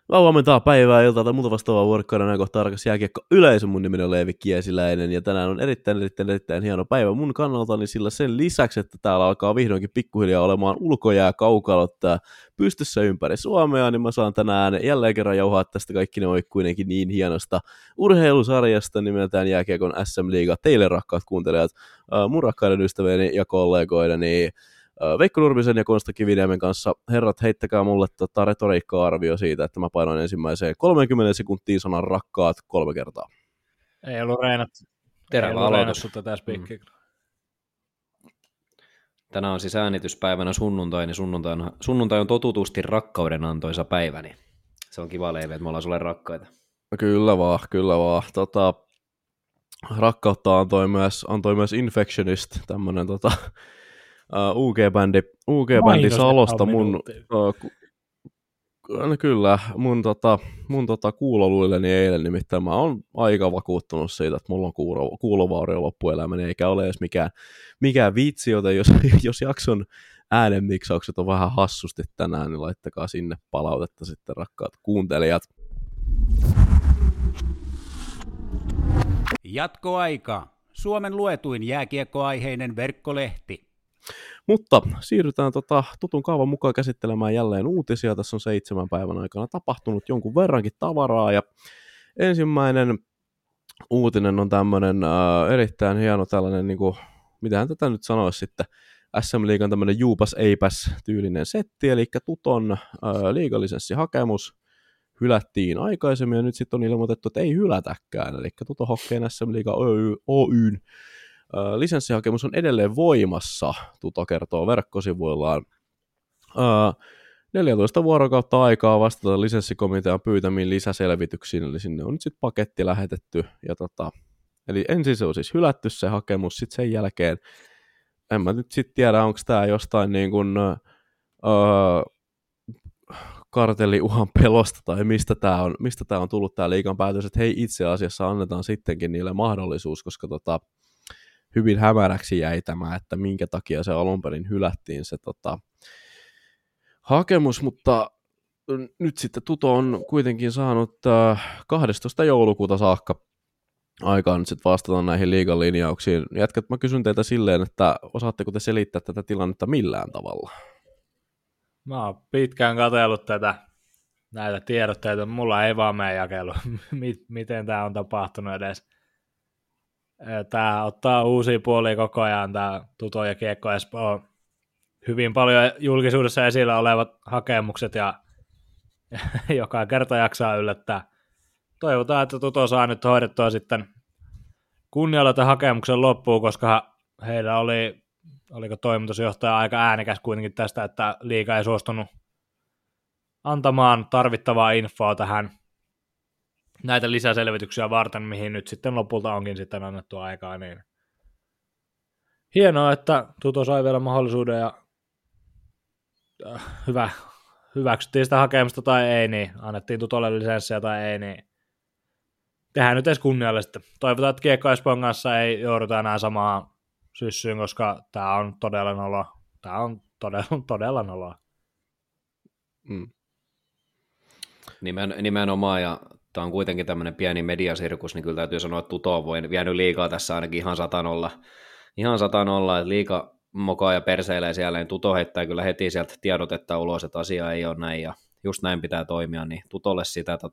Huomenta päivää, iltaa tai muuta vastaavaa vuorokauden ajankohtaa rakas jääkiekko yleisö. Mun nimi on Leevi Kiesiläinen ja tänään on erittäin hieno päivä mun kannaltani, sillä sen lisäksi, että täällä alkaa vihdoinkin pikkuhiljaa olemaan ulkojääkaukalot pystyssä ympäri Suomea, niin mä saan tänään jälleen kerran jauhaa tästä kaikki ne kuitenkin niin hienosta urheilusarjasta nimeltään Jääkiekon SM-liiga. Teille rakkaat kuuntelijat, mun rakkaiden ystävieni ja kollegoideni Veikko Nurmisen ja Konsta Kiviniemen kanssa. Herrat, heittäkää mulle retoriikka-arvio siitä, että mä painoin ensimmäiseen 30 sekuntiin sanan rakkaat 3 kertaa. Ei ollut reenattu tätä spiikkiä. Tänään on siis äänityspäivänä sunnuntai, niin sunnuntai on totutusti rakkauden antoisa päivä, niin se on kiva, Leivi, että me ollaan sulle rakkaita. Kyllä vaan. Rakkautta antoi myös Infectionist, tämmönen UG-bändi Salosta mun kuuloluilleni eilen, nimittäin mä oon aika vakuuttunut siitä, että mulla on kuulovaurio loppuelämäni, eikä ole edes mikään vitsi, joten jos jakson äänenmiksaukset on vähän hassusti tänään, niin laittakaa sinne palautetta sitten, rakkaat kuuntelijat. Jatkoaika. Suomen luetuin jääkiekkoaiheinen verkkolehti. Mutta siirrytään tutun kaavan mukaan käsittelemään jälleen uutisia. Tässä on 7 päivän aikana tapahtunut jonkun verrankin tavaraa. Ja ensimmäinen uutinen on tämmöinen erittäin hieno tällainen, niin kuin, mitähän tätä nyt sanoisi sitten, SM-liigan tämmöinen juupas eipäs tyylinen setti, eli Tuton liigalisenssihakemus hylättiin aikaisemmin, ja nyt sitten on ilmoitettu, että ei hylätäkään, eli Tuto Hokeen SM-liiga Oyn lisenssihakemus on edelleen voimassa, Tuto kertoo verkkosivuillaan. 14 vuorokautta aikaa vastata lisenssikomitean pyytämiin lisäselvityksiin, eli sinne on nyt sitten paketti lähetetty. Ja eli ensin se on siis hylätty se hakemus, sitten sen jälkeen, en mä nyt sitten tiedä, onko tämä jostain niin kuin, kartelliuhan pelosta tai mistä tämä on tullut tämä liigan päätös, että hei, itse asiassa annetaan sittenkin niille mahdollisuus, koska hyvin hämäräksi jäi tämä, että minkä takia se alun perin hylättiin se hakemus, mutta nyt sitten Tuto on kuitenkin saanut 12. joulukuuta saakka aikaan nyt sitten vastata näihin liigan linjauksiin. Jätkät, mä kysyn teiltä silleen, että osaatteko te selittää tätä tilannetta millään tavalla? Mä oon pitkään katsellut näitä tiedotteita, mulla ei vaan mene jakelu, miten tämä on tapahtunut edes. Tämä ottaa uusia puolia koko ajan, tämä Tuto ja Kiekko Espoo. Hyvin paljon julkisuudessa esillä olevat hakemukset ja joka kerta jaksaa yllättää. Toivotaan, että Tuto saa nyt hoidettua sitten kunnialla tämän hakemuksen loppuun, koska heillä oliko toimitusjohtaja aika äänekäs kuitenkin tästä, että liiga ei suostunut antamaan tarvittavaa infoa tähän näitä lisäselvityksiä varten, mihin nyt sitten lopulta onkin sitten annettu aikaa, niin hienoa, että Tuto sai vielä mahdollisuuden ja hyväksyttiin sitä hakemusta tai ei, niin annettiin Tutolle lisenssiä tai ei, niin tehdään nyt edes kunniallisesti. Toivotaan, että Kiekko Espoon kanssa ei jouduta enää samaan syssyyn, koska tämä on todella noloa. Tämä on todella noloa. Nimenomaan, ja tämä on kuitenkin tämmöinen pieni mediasirkus, niin kyllä täytyy sanoa, että Tuto on vienyt liikaa tässä ainakin ihan satanolla, että liiga mokaa ja perseilee siellä, niin Tuto heittää kyllä heti sieltä tiedotetta ulos, että asia ei ole näin, ja just näin pitää toimia, niin Tutolle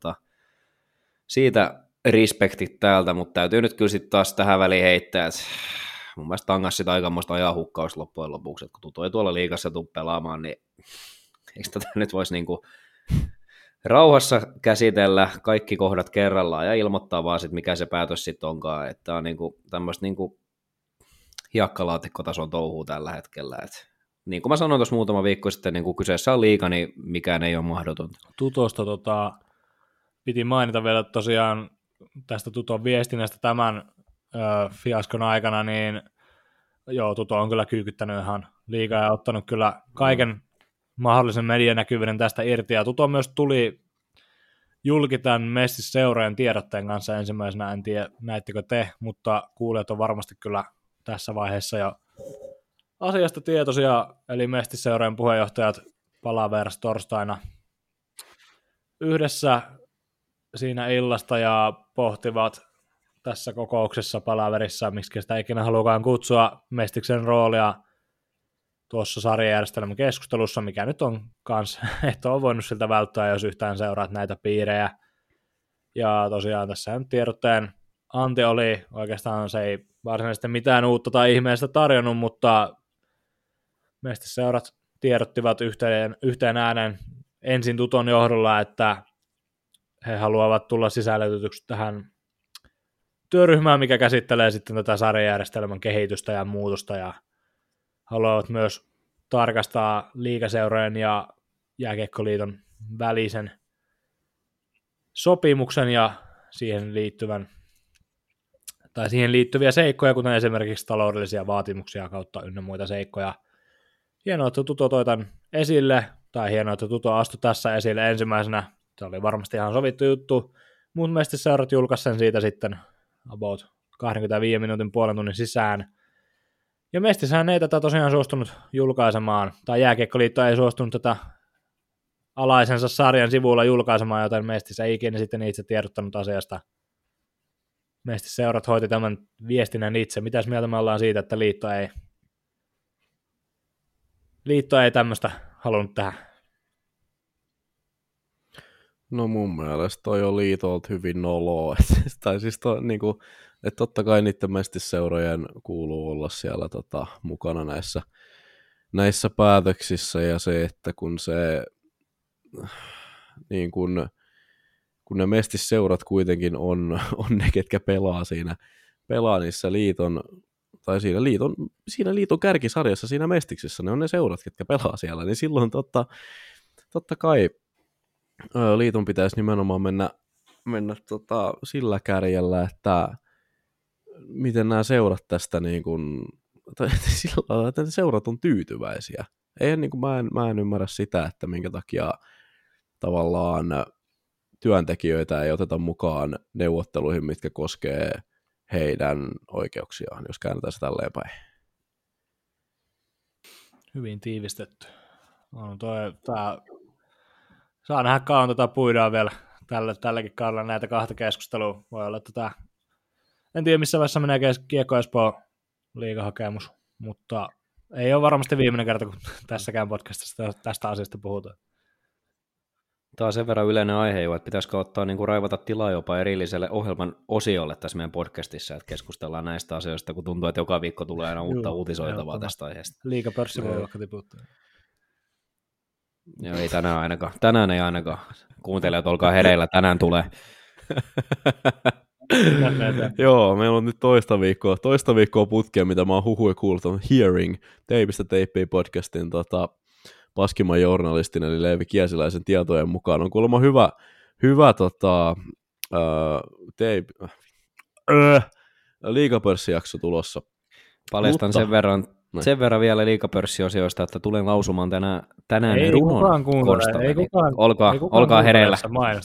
siitä respektit täältä, mutta täytyy nyt kyllä sitten taas tähän väliin heittää, että mun mielestä tangas sitä aikamoista ajanhukkaus loppujen lopuksi, että kun Tuto ei tuolla liigassa tule pelaamaan, niin eikö tätä nyt voisi niinku rauhassa käsitellä kaikki kohdat kerrallaan ja ilmoittaa vaan sit, mikä se päätös sitten onkaan, että on niinku tämmöistä niinku hiekkalaatikkotason touhuu tällä hetkellä. Et niin kuin mä sanoin tuossa muutama viikko sitten, niin kun kyseessä on liiga, niin mikään ei ole mahdotonta. Tutosta piti mainita vielä tosiaan tästä Tuton viestinnästä tämän fiaskon aikana, niin joo, Tuto on kyllä kyykyttänyt ihan liigaa ja ottanut kyllä kaiken mahdollisen medianäkyvyyden tästä irti, ja Tuto myös tuli julki tämän Mestis-seurojen tiedotteen kanssa ensimmäisenä, en tiedä näittekö te, mutta kuulijat on varmasti kyllä tässä vaiheessa jo asiasta tietoisia, eli Mestis-seurojen puheenjohtajat palaveras torstaina yhdessä siinä illasta ja pohtivat tässä kokouksessa palaverissa, miksi sitä ikinä halukaan kutsua, Mestiksen roolia tuossa sarjajärjestelmän keskustelussa, mikä nyt on kans, että on voinut siltä välttää, jos yhtään seuraat näitä piirejä. Ja tosiaan tässä nyt tiedotteen anti oli, oikeastaan se ei varsinaisesti mitään uutta tai ihmeellistä tarjonnut, mutta Mestisseurat tiedottivat yhteen äänen ensin Tuton johdolla, että he haluavat tulla sisällytetyksi tähän työryhmään, mikä käsittelee sitten tätä sarjajärjestelmän kehitystä ja muutosta, ja haluavat myös tarkastaa liigaseurojen ja Jääkiekkoliiton välisen sopimuksen ja siihen liittyviä seikkoja, kuten esimerkiksi taloudellisia vaatimuksia kautta ynnä muita seikkoja. Hienoa, että Tuto toi tämän esille, tai hienoa, että Tuto astui tässä esille ensimmäisenä. Se oli varmasti ihan sovittu juttu, mutta Mestisseurat julkaisi sen siitä sitten about 25 minuutin puolen tunnin sisään. Ja Mestissähän ei tätä tosiaan suostunut julkaisemaan, tai Jääkiekkoliitto ei suostunut tätä alaisensa sarjan sivuilla julkaisemaan, joten Mestis ei ikinä sitten itse tiedottanut asiasta. Mestisseurat hoiti tämän viestinnän itse. Mitäs mieltä me ollaan siitä, että liitto ei tämmöistä halunnut tehdä? No mun mielestä toi on liitolta hyvin noloa. Tai siis niinku, että totta kai niiden Mestisseurojen kuuluu olla siellä mukana näissä päätöksissä, ja se, että kun niin kun ne Mestisseurat kuitenkin on ne, ketkä pelaa niissä siinä liiton kärkisarjassa, siinä Mestiksessä, ne on ne seurat, ketkä pelaa siellä, niin silloin totta kai liiton pitäisi nimenomaan mennä sillä kärjellä, että miten nämä seurat tästä niin kuin, tai sillä lailla, että seurat on tyytyväisiä. Niin kuin mä en ymmärrä sitä, että minkä takia tavallaan työntekijöitä ei oteta mukaan neuvotteluihin, mitkä koskee heidän oikeuksiaan, jos käännetään se tälleen päin. Hyvin tiivistetty. Saa nähdä kauan puidaan vielä tälläkin kaudella näitä kahta keskustelua. Voi olla, että en tiedä missä vaiheessa menee Kiekko Espoon liigahakemus, mutta ei ole varmasti viimeinen kerta, kun tässäkään podcastissa tästä asiasta puhutaan. Tämä on sen verran yleinen aihe jo, että pitäisikö ottaa niin kuin raivata tilaa jopa erilliselle ohjelman osiolle tässä meidän podcastissa, että keskustellaan näistä asioista, kun tuntuu, että joka viikko tulee aina uutta uutisoitavaa tästä aiheesta. Liigapörssi voi vaikka tiputtaa. Joo, ei tänään ainakaan. Tänään ei ainakaan. Kuuntelijat, olkaa hereillä, tänään tulee. Joo, meillä on nyt toista viikkoa putkea, mitä mä oon huhuja kuullut, on Hearing, Teipistä teippiä podcastin paskimman journalistin, eli Leevi Kiesiläisen tietojen mukaan. On kuulemma hyvä liigapörssijakso tulossa. Paljastan sen verran vielä liigapörssiosioista, että tulen lausumaan tänään runon Konstalle. Olkaa hereillä.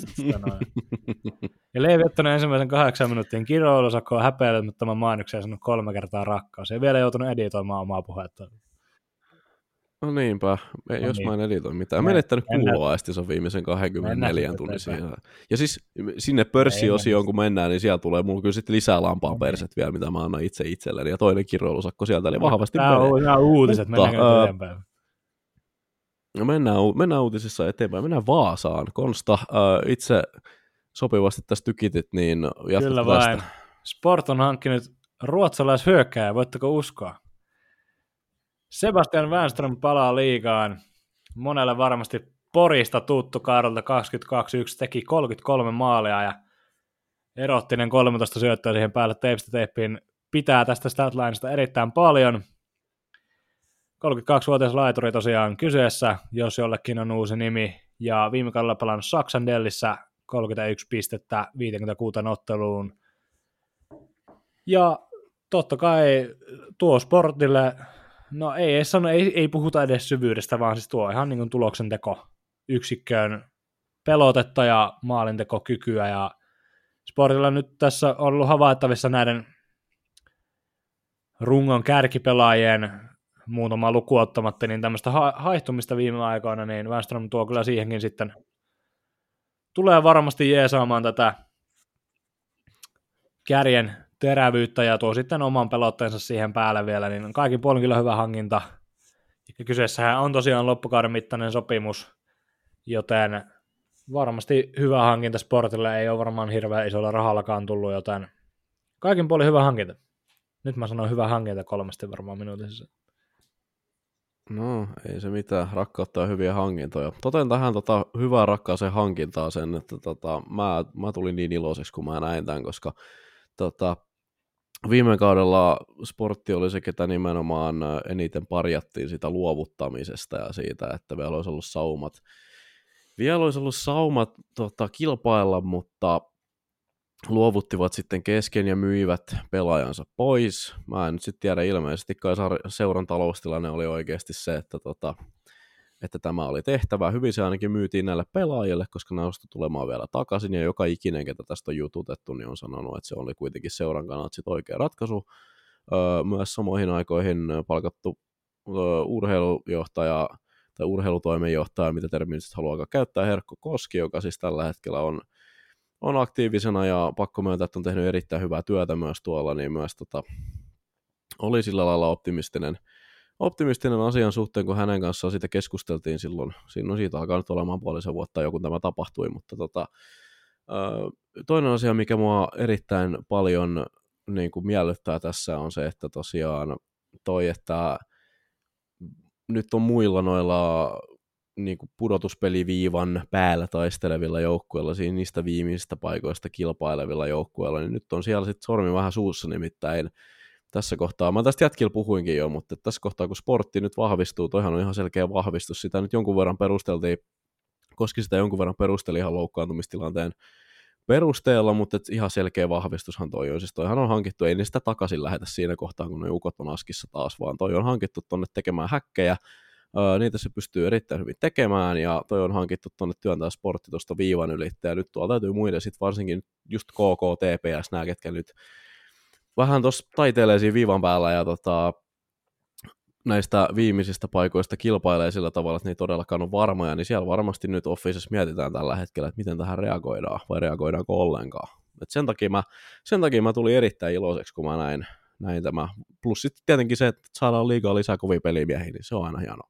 Ja Leevi ottanut ensimmäisen 8 minuutin kiroilusakkoa häpeilemättömän mainoksen ja sanonut 3 kertaa rakkaus. Ei vielä joutunut editoimaan omaa puhetta. No niinpä, jos mä en editoi mitään. Menettänyt kuuloaistis on viimeisen 24 tunnin siihen. Ja siis sinne pörssiosioon kun mennään, niin siellä tulee mulla kyllä sitten lisää lampaan perset vielä, mitä mä annan itse itselleni. Ja toinen kiroilusakko sieltä, eli vahvasti menee. Nämä on uutiset, mennäänkö eteenpäin? No mennään uutisissa eteenpäin. Mennään Vaasaan. Konsta, itse sopivasti tässä tykitit, niin jatkat kyllä vain. Tästä. Sport on hankkinut ruotsalaishyökkääjä, voitteko uskoa? Sebastian Wernström palaa liigaan. Monelle varmasti Porista tuttu kaudelta 2021, teki 33 maalia ja erottinen 13 syöttöä siihen päälle teipistä teippiin. Pitää tästä statlinesta erittäin paljon. 32-vuotias laituri tosiaan kyseessä, jos jollekin on uusi nimi. Ja viime kaudella pelannut Saksan Dellissä 31 pistettä 56 otteluun. Ja totta kai tuo Sportille... No ei puhuta edes syvyydestä, vaan siis tuo ihan niin kuin tuloksenteko yksikköön pelotetta ja maalintekokykyä. Ja Sportilla nyt tässä on ollut havaittavissa näiden rungon kärkipelaajien muutama luku ottamatta, niin tämmöistä haihtumista viime aikoina, niin Wernström tuo kyllä siihenkin sitten tulee varmasti jeesaamaan tätä kärjen terävyyttä ja tuo sitten oman pelotteensa siihen päälle vielä, niin on kaikin puolin kyllä hyvä hankinta. Ja kyseessähän on tosiaan loppukauden mittainen sopimus, joten varmasti hyvä hankinta Sportille, ei ole varmaan hirveän isolla rahallakaan tullut, joten kaikin puolin hyvä hankinta. Nyt mä sanon hyvä hankinta 3 varmaan minuutissa. No, ei se mitään. Rakkautta on hyviä hankintoja. Toten tähän hyvää rakkaaseen hankintaa sen, että mä tulin niin iloiseksi, kun mä näin tämän, koska viime kaudella Sportti oli se, ketä nimenomaan eniten parjattiin sitä luovuttamisesta ja siitä, että vielä olisi ollut saumat kilpailla, mutta luovuttivat sitten kesken ja myivät pelaajansa pois. Mä en nyt sitten tiedä, ilmeisesti kai seuran taloustilanne oli oikeasti se, että tämä oli tehtävä. Hyvin se ainakin myytiin näille pelaajille, koska ne ostui tulemaan vielä takaisin, ja joka ikinen, ketä tästä on jututettu, niin on sanonut, että se oli kuitenkin seuran kannalta sit oikea ratkaisu. Myös samoihin aikoihin palkattu urheilujohtaja tai urheilutoimenjohtaja, mitä termiä nyt haluaa käyttää, Herkko Koski, joka siis tällä hetkellä on aktiivisena ja pakko myöntää, että on tehnyt erittäin hyvää työtä myös tuolla, niin myös oli sillä lailla optimistinen asian suhteen, kun hänen kanssaan siitä keskusteltiin silloin. Siitä alkaa nyt olemaan puolisen vuotta jo, kun tämä tapahtui, mutta toinen asia, mikä mua erittäin paljon niin kuin miellyttää tässä on se, että tosiaan että nyt on muilla noilla niin kuin pudotuspeliviivan päällä taistelevilla joukkueilla, siinä niistä viimeisistä paikoista kilpailevilla joukkueilla, niin nyt on siellä sitten sormi vähän suussa, nimittäin tässä kohtaa, mä tästä jätkillä puhuinkin jo, mutta tässä kohtaa kun Sportti nyt vahvistuu, toihan on ihan selkeä vahvistus, sitä nyt jonkun verran perusteltiin, Koski sitä jonkun verran perusteli ihan loukkaantumistilanteen perusteella, mutta ihan selkeä vahvistushan toi on, siis toihan on hankittu, ei ne sitä takaisin lähetä siinä kohtaa, kun ne ukot on askissa taas, vaan toi on hankittu tonne tekemään häkkejä, niitä se pystyy erittäin hyvin tekemään, ja toi on hankittu tuonne työntää Sportti tuosta viivan ylittä, ja nyt tuolla täytyy muiden, sitten varsinkin just KK, TPS, nämä ketkä nyt vähän tuossa taiteilee siinä viivan päällä, ja näistä viimeisistä paikoista kilpailee sillä tavalla, että ne ei todellakaan ole varmoja, niin siellä varmasti nyt Officessa mietitään tällä hetkellä, että miten tähän reagoidaan, vai reagoidaanko ollenkaan. Et sen takia mä tulin erittäin iloiseksi, kun mä näin tämä. Plus sitten tietenkin se, että saadaan liigaa lisää kovia pelimiehiä, niin se on aina hienoa.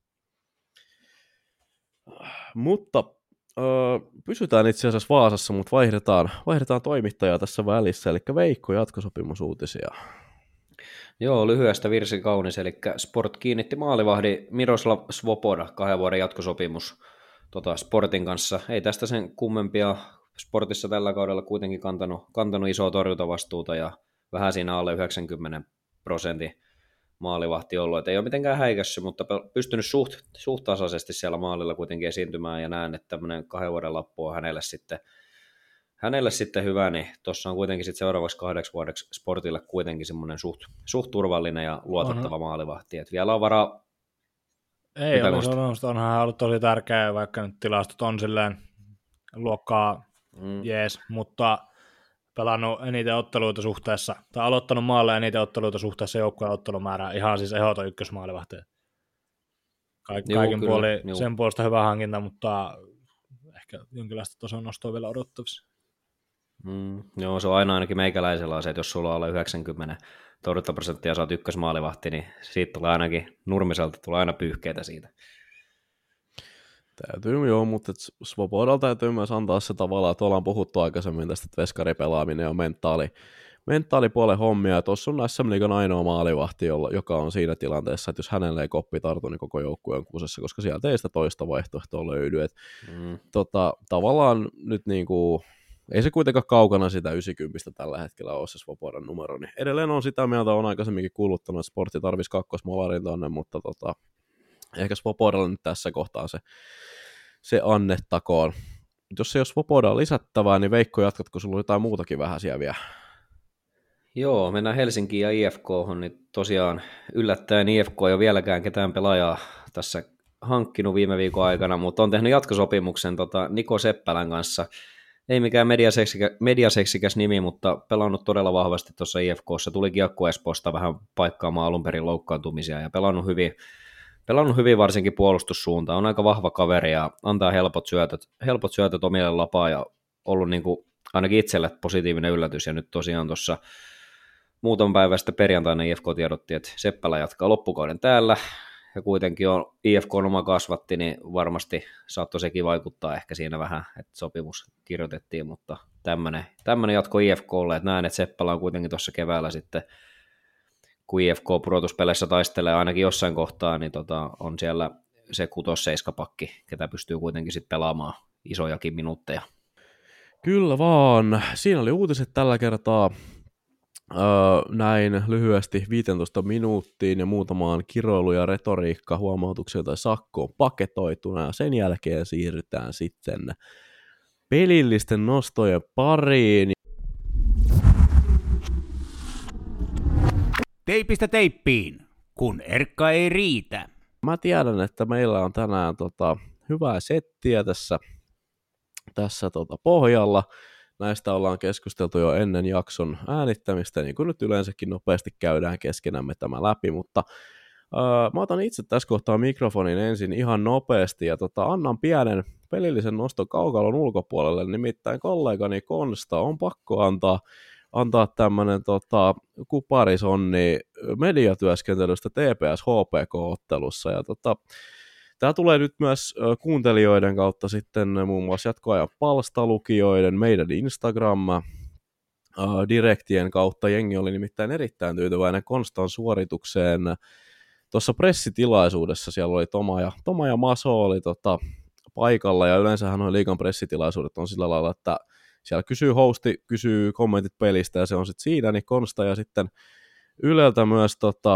Mutta pysytään itse asiassa Vaasassa, mutta vaihdetaan toimittajaa tässä välissä, eli Veikko jatkosopimusuutisia. Joo, lyhyestä virsi kaunis, eli Sport kiinnitti maalivahdi Miroslav Svoboda, 2 vuoden jatkosopimus Sportin kanssa. Ei tästä sen kummempia, Sportissa tällä kaudella kuitenkin kantanut isoa torjuntavastuuta ja vähän siinä alle 90% maalivahti ollut, et ei ole mitenkään häikässyt, mutta pystynyt suht tasaisesti siellä maalilla kuitenkin esiintymään, ja näen, että tämmöinen 2 vuoden lappu on hänelle sitten hyvä, niin tuossa on kuitenkin sitten seuraavaksi 8 vuodeksi Sportille kuitenkin semmoinen suht turvallinen ja luotettava maalivahti, että vielä on varaa. Ei ole sanonut, onhan ollut tosi tärkeää, vaikka nyt tilastot on silleen luokkaa jees, mutta pelannut eniten otteluita suhteessa, tai aloittanut maalle eniten otteluita suhteessa joukkueen ottelumäärään, ihan siis ehdoton ykkösmaalivahti. Kaikin puolin sen puolesta hyvä hankinta, mutta ehkä jonkinlaista tason nostoa vielä odottavissa. Joo, se on ainakin meikäläisellä se, että jos sulla on alle 90 torjuntaprosenttia ja sä oot ykkösmaalivahti, niin siitä tulee ainakin Nurmiselta aina pyyhkeitä siitä. Täytyy joo, mutta Svobodalla täytyy myös antaa se tavallaan, että ollaan puhuttu aikaisemmin tästä, että veskaripelaaminen on mentaalipuolen hommia, ja tuossa on SM-liigan ainoa maalivahti, joka on siinä tilanteessa, että jos hänelle ei koppi tartu, niin koko joukkue on kusessa, koska sieltä ei sitä toista vaihtoehtoa löydy. Tavallaan nyt niinku, ei se kuitenkaan kaukana sitä 90 tällä hetkellä ole se Svobodan numero, niin edelleen on sitä mieltä, on aikaisemminkin kuuluttanut, että Sportti tarvitsisi kakkosmolarin tonne, mutta ehkä Svobodalle nyt tässä kohtaa se annettakoon. Jos ei ole Svobodaa lisättävää, niin Veikko, jatkatko, sulla on jotain muutakin vähän siellä vielä? Joo, mennään Helsinkiin ja IFK:hon, niin tosiaan yllättäen IFK ei ole vieläkään ketään pelaajaa tässä hankkinut viime viikon aikana, mutta on tehnyt jatkosopimuksen Niko Seppälän kanssa. Ei mikään mediaseksikäs nimi, mutta pelannut todella vahvasti tuossa IFK:ssa. Tuli Kiekko Espoosta vähän paikkaamaan alun perin loukkaantumisia ja pelannut pelannut hyvin varsinkin puolustussuuntaan, on aika vahva kaveri ja antaa helpot syötöt omille lapaa ja ollut niin kuin ainakin itselle positiivinen yllätys. Ja nyt tosiaan tuossa muutaman päivän sitten perjantaina IFK tiedotti, että Seppälä jatkaa loppukauden täällä ja kuitenkin on IFK oma kasvatti, niin varmasti saattoi sekin vaikuttaa ehkä siinä vähän, että sopimus kirjoitettiin, mutta tämmöinen jatko IFKlle, että näen, että Seppälä on kuitenkin tuossa keväällä sitten, kun IFK pudotuspeleissä taistelee ainakin jossain kohtaa, niin on siellä se 6-7-pakki, ketä pystyy kuitenkin sitten pelaamaan isojakin minuutteja. Kyllä vaan. Siinä oli uutiset tällä kertaa. Näin lyhyesti 15 minuuttiin ja muutamaan kiroilu- ja retoriikka huomautukseen tai sakkoon paketoituna ja sen jälkeen siirrytään sitten pelillisten nostojen pariin. Teipistä teippiin, kun Erkka ei riitä. Mä tiedän, että meillä on tänään hyvää settiä tässä pohjalla. Näistä ollaan keskusteltu jo ennen jakson äänittämistä, niin kuin nyt yleensäkin nopeasti käydään keskenämme tämä läpi, mutta mä otan itse tässä kohtaa mikrofonin ensin ihan nopeasti ja annan pienen pelillisen noston kaukalon ulkopuolelle, nimittäin kollegani Konsta on pakko antaa tämmöinen kuparisonni mediatyöskentelystä TPS HPK-ottelussa ja tämä tulee nyt myös kuuntelijoiden kautta sitten muun muassa jatkoajan palstalukijoiden, meidän Instagram-direktien kautta. Jengi oli nimittäin erittäin tyytyväinen Konstan suoritukseen tuossa pressitilaisuudessa. Siellä oli Toma ja Maso oli paikalla ja yleensähän noin liigan pressitilaisuudet on sillä lailla, että siellä hosti kysyy kommentit pelistä ja se on sitten siinä, niin Konsta ja sitten Yleltä myös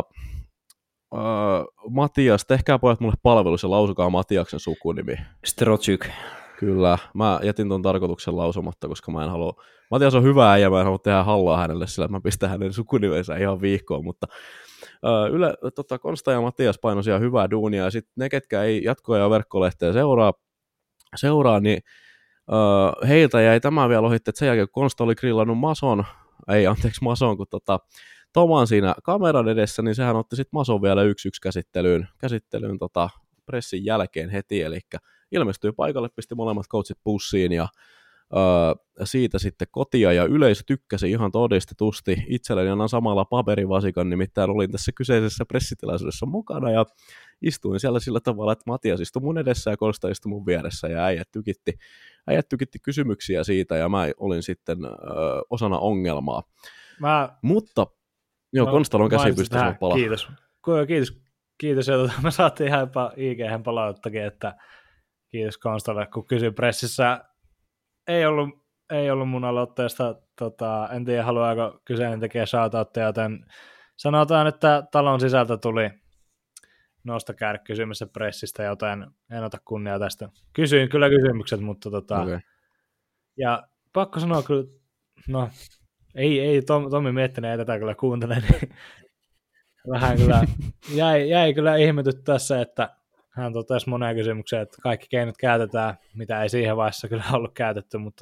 Matias, tehkää pojat mulle palvelus ja lausukaa Matiaksen sukunimi. Stroczyk. Kyllä, mä jätin ton tarkoituksen lausumatta, koska mä en halua, Matias on hyvä äijä, mä en halua tehdä hallaa hänelle, sillä mä pistän hänen sukunimensä ihan viikkoon, mutta Konsta ja Matias painoi siellä hyvää duunia, ja sitten ne, ketkä ei jatkoa ja verkkolehteä seuraa niin heiltä jäi tämä vielä ohitte, että sen jälkeen kun Konsta oli grillannut Mason, kun Toman siinä kameran edessä, niin sehän otti sitten Mason vielä 1-1 käsittelyyn pressin jälkeen heti, eli ilmestyi paikalle, pisti molemmat coachit bussiin ja siitä sitten kotia ja yleisö tykkäsi ihan todistetusti. Itselleni annan samalla paperivasikan, nimittäin olin tässä kyseisessä pressitilaisuudessa mukana ja istuin siellä sillä tavalla, että Matias istui mun edessä ja Konsta istui mun vieressä ja äijät tykitti kysymyksiä siitä ja mä olin sitten osana ongelmaa. Mutta joo, Konstalla on käsi pystyssä palaa. Kiitos. Ja me saatiin ihan IG:hen palauttakin, että kiitos Konstalle, kun kysyin pressissä. Ei ollut mun aloitteesta, en tiedä haluaako kyseinen tekee shoutoutteja, joten sanotaan, että talon sisältä tuli nostakääri kysymässä pressistä, joten en ota kunniaa tästä. Kysyin kyllä kysymykset, mutta okay. Ja pakko sanoa kyllä, no ei Tommi Miettinen ei tätä kyllä kuuntele, niin vähän kyllä jäi kyllä ihmetyt tässä, että hän totesi moneen kysymykseen, että kaikki keinot käytetään, mitä ei siihen vaiheessa kyllä ollut käytetty, mutta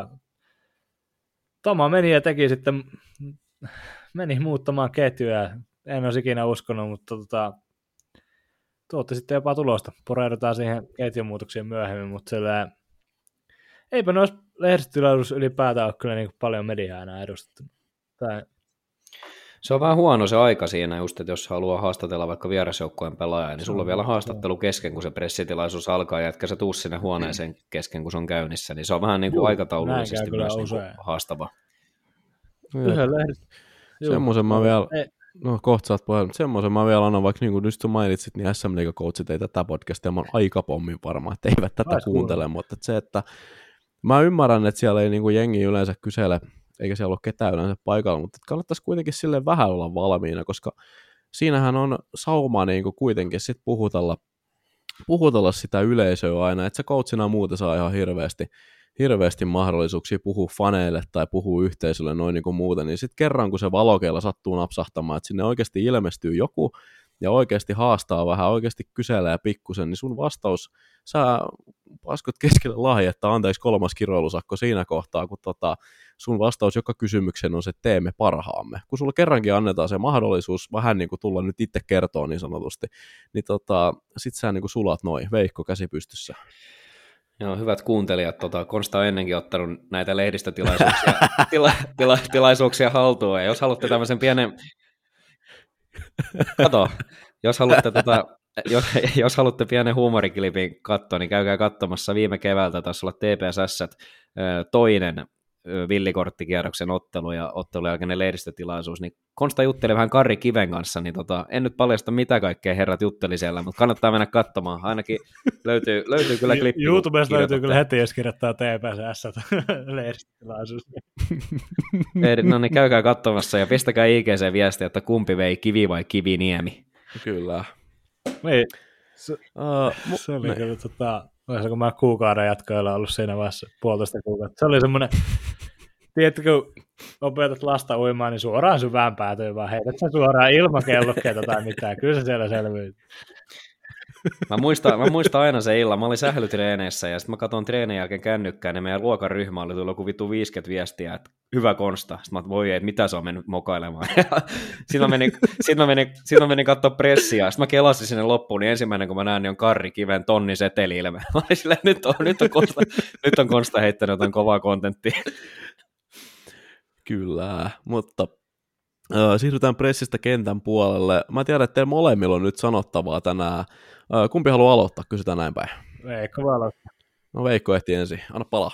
Toma meni ja teki sitten, meni muuttamaan ketjuja, en olisi ikinä uskonut, mutta tuotti sitten jopa tulosta. Poreudutaan siihen ketjumuutoksiin myöhemmin, mutta silleen, eipä noissa lehdistötilaisuudessa ylipäätään ole kyllä niin paljon mediaa enää edustettu. Se on vähän huono se aika siinä just, että jos haluaa haastatella vaikka vierasjoukkueen pelaajaa, niin sulla on vielä haastattelu kesken, kun se pressitilaisuus alkaa, ja etkä sä tuu sinne huoneeseen kesken, kun se on käynnissä, niin se on vähän niin kuin aikataulullisesti myös niin kuin haastava. Semmoisen mä vielä, kohta saat puhella, mutta semmoisen mä vielä annan, vaikka niin kuin nyt sä mainitsit, niin SM Liiga-coachit ei tätä podcastia, mä oon aika pommin varma, että eivät tätä kuuntele, mutta se, että mä ymmärrän, että siellä ei niin kuin jengi yleensä kysele, eikä siellä ole ketään yleensä paikalla, mutta kannattaisi kuitenkin silleen vähän olla valmiina, koska siinähän on sauma niin kuin kuitenkin sit puhutella sitä yleisöä aina, että se coachina muuten saa ihan hirveästi mahdollisuuksia puhua faneille tai puhua yhteisölle noin niin kuin muuten, niin sitten kerran kun se valokeila sattuu napsahtamaan, että sinne oikeasti ilmestyy joku, ja oikeasti haastaa vähän, oikeasti kyselee pikkusen, niin sun vastaus, sä paskot keskelle lahjetta, anteeksi 3. kiroilusakko siinä kohtaa, kun sun vastaus joka kysymykseen on se, että teemme parhaamme. Kun sulla kerrankin annetaan se mahdollisuus vähän niin kuin tulla nyt itse kertoa niin sanotusti, niin sit sä niin kuin sulat noin, Veikko käsi pystyssä. Joo, hyvät kuuntelijat, Konsta on ennenkin ottanut näitä lehdistötilaisuuksia haltuun, ja jos haluatte tämmöisen pienen... Kato, jos haluatte pienen huumorikilipin katsoa, niin käykää katsomassa viime keväältä, taisi olla TPSS toinen villikorttikierroksen ottelu ja ottelun jälkeinen lehdistötilaisuus, niin Konsta jutteli vähän Karri Kiven kanssa, niin en nyt paljasta mitä kaikkea herrat jutteli siellä, mutta kannattaa mennä katsomaan, ainakin löytyy kyllä klippi. YouTubesta löytyy kyllä heti, jos kirjoittaa TPSS lehdistötilaisuus. No niin, käykää katsomassa ja pistäkää IGC viestiä, että kumpi vei, Kivi vai Kiviniemi. Kyllä. Niin, se oli kyllä olisiko mä kuukauden jatkoilla ollut siinä vaiheessa 1,5 kuukautta. Se oli semmoinen, tiedätkö, kun opetat lasta uimaan, niin suoraan syvään päätyy, vaan heität sä suoraan ilmakellokkeita tai mitään. Kyllä se siellä selviää. Mä muistan aina se illan. Mä olin sählytreeneissä ja sitten mä katson treenin jälkeen kännykkään ja meidän luokan ryhmä oli tullut joku vittu 50 viestiä, että hyvä Konsta. Sitten mä voi, että mitä se on mennyt mokailemaan. Sitten mä menin katsoa pressiä. Sitten mä kelasin sinne loppuun, niin ensimmäinen kun mä näen, niin on Karri Kiven tonni seteli-ilme. Mä olin silleen, nyt on Konsta heittänyt jotain kovaa kontenttia. Kyllä, mutta siirrytään pressistä kentän puolelle. Mä tiedän, että teillä molemmilla on nyt sanottavaa tänään. Kumpi haluaa aloittaa? Kysytään näin päin. Veikko voi aloittaa. No Veikko ehti ensin. Anna palaa.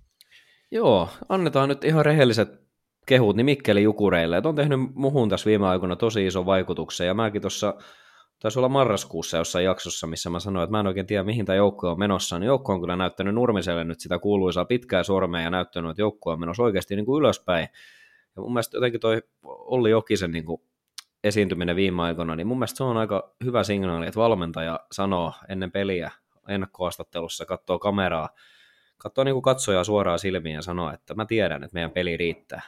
Joo, annetaan nyt ihan rehelliset kehut niin Mikkeli Jukureille. Et on tehnyt muhun tässä viime aikoina tosi iso vaikutuksen. Ja mäkin tuossa, taisi olla marraskuussa jossain jaksossa, missä mä sanoin, että mä en oikein tiedä, mihin tämä joukkue on menossa. Niin joukko on kyllä näyttänyt Nurmiselle nyt sitä kuuluisaa pitkää sormea ja näyttänyt, että joukkue on menossa oikeasti niin kuin ylöspäin. Ja mun mielestä jotenkin toi Olli Jokisen niin kuin esiintyminen viime aikoina, niin mun mielestä se on aika hyvä signaali, että valmentaja sanoo ennen peliä ennakkohaastattelussa, katsoo kameraa, katsoo niin kuin katsojaa suoraan silmiin ja sanoo, että mä tiedän, että meidän peli riittää.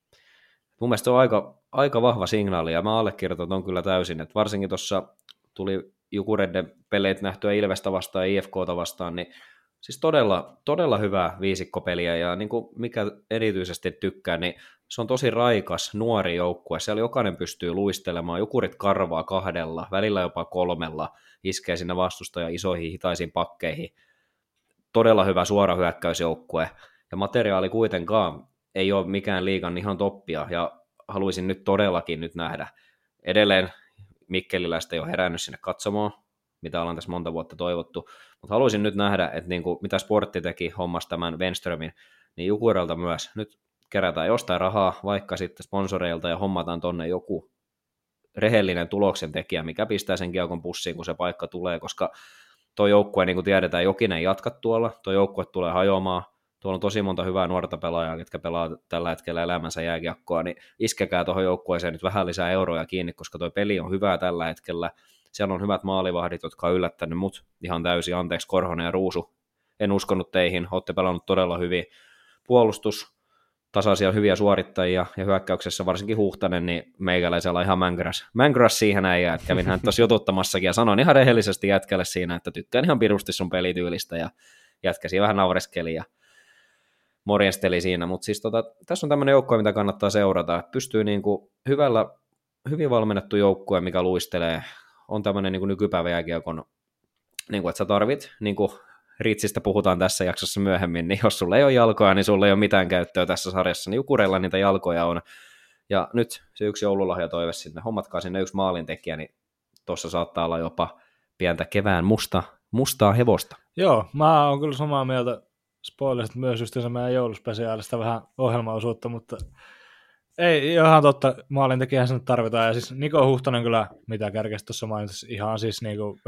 Mun mielestä se on aika vahva signaali, ja mä allekirjoitan ton kyllä täysin, että varsinkin tuossa tuli Jukureiden peleit nähtyä Ilvestä vastaan ja IFKta vastaan, niin siis todella hyvää viisikkopeliä, ja niin kuin mikä erityisesti tykkää, niin se on tosi raikas, nuori joukkue. Siellä jokainen pystyy luistelemaan, Jukurit karvaa 2, välillä jopa 3, iskee sinne vastustaja isoihin hitaisiin pakkeihin. Todella hyvä suora hyökkäysjoukkue, ja materiaali kuitenkaan ei ole mikään liigan ihan toppia, ja haluaisin nyt todellakin nyt nähdä. Edelleen mikkeliläistä ei ole herännyt sinne katsomaan, mitä ollaan tässä monta vuotta toivottu, mutta haluaisin nyt nähdä, että niin kuin, mitä Sportti teki hommassa tämän Wenströmin, niin Jukureilta myös nyt kerätään jostain rahaa, vaikka sitten sponsoreilta, ja hommataan tonne joku rehellinen tuloksen tekijä, mikä pistää sen kiekon pussiin, kun se paikka tulee, koska tuo joukkue, niin kuin tiedetään, Jokinen jatka tuolla, tuo joukkue tulee hajoamaan, tuolla on tosi monta hyvää nuorta pelaajaa, jotka pelaa tällä hetkellä elämänsä jääkiekkoa, niin iskekää tuohon joukkueeseen nyt vähän lisää euroja kiinni, koska tuo peli on hyvää tällä hetkellä, siellä on hyvät maalivahdit, jotka on yllättänyt mut ihan täysin, anteeksi Korhonen ja Ruusu, en uskonut teihin, olette pelannut todella hyvin, puolustus, tasaisia hyviä suorittajia, ja hyökkäyksessä varsinkin Huhtanen, niin meikäläisellä on ihan mängräs siihen äijää, että kävin hän tuossa jututtamassakin, ja sanoin ihan rehellisesti jätkälle siinä, että tykkään ihan pirusti sun pelityylistä, ja jätkäsi vähän naureskeli, ja morjesteli siinä, mutta siis tässä on tämmöinen joukkue, mitä kannattaa seurata, pystyy niinku hyvin valmennettu joukkue, mikä luistelee, on tämmöinen niinku nykypäivä jääkiekon, niinku, että sä tarvit, niinku Ritsistä puhutaan tässä jaksossa myöhemmin, niin jos sulla ei ole jalkoja, niin sulla ei ole mitään käyttöä tässä sarjassa, niin Jukureilla niitä jalkoja on, ja nyt se yksi joululahjatoive sinne, hommatkaa sinne yksi maalintekijä, niin tuossa saattaa olla jopa pientä kevään mustaa hevosta. Joo, mä oon kyllä samaa mieltä, spoilasit myös just meidän jouluspesiaalista vähän ohjelmaosuutta, mutta ei ihan totta, maalintekijähän sinne tarvitaan, ja siis Niko Huhtanen kyllä, mitä kärkeästi tuossa mainitsi, ihan siis niinku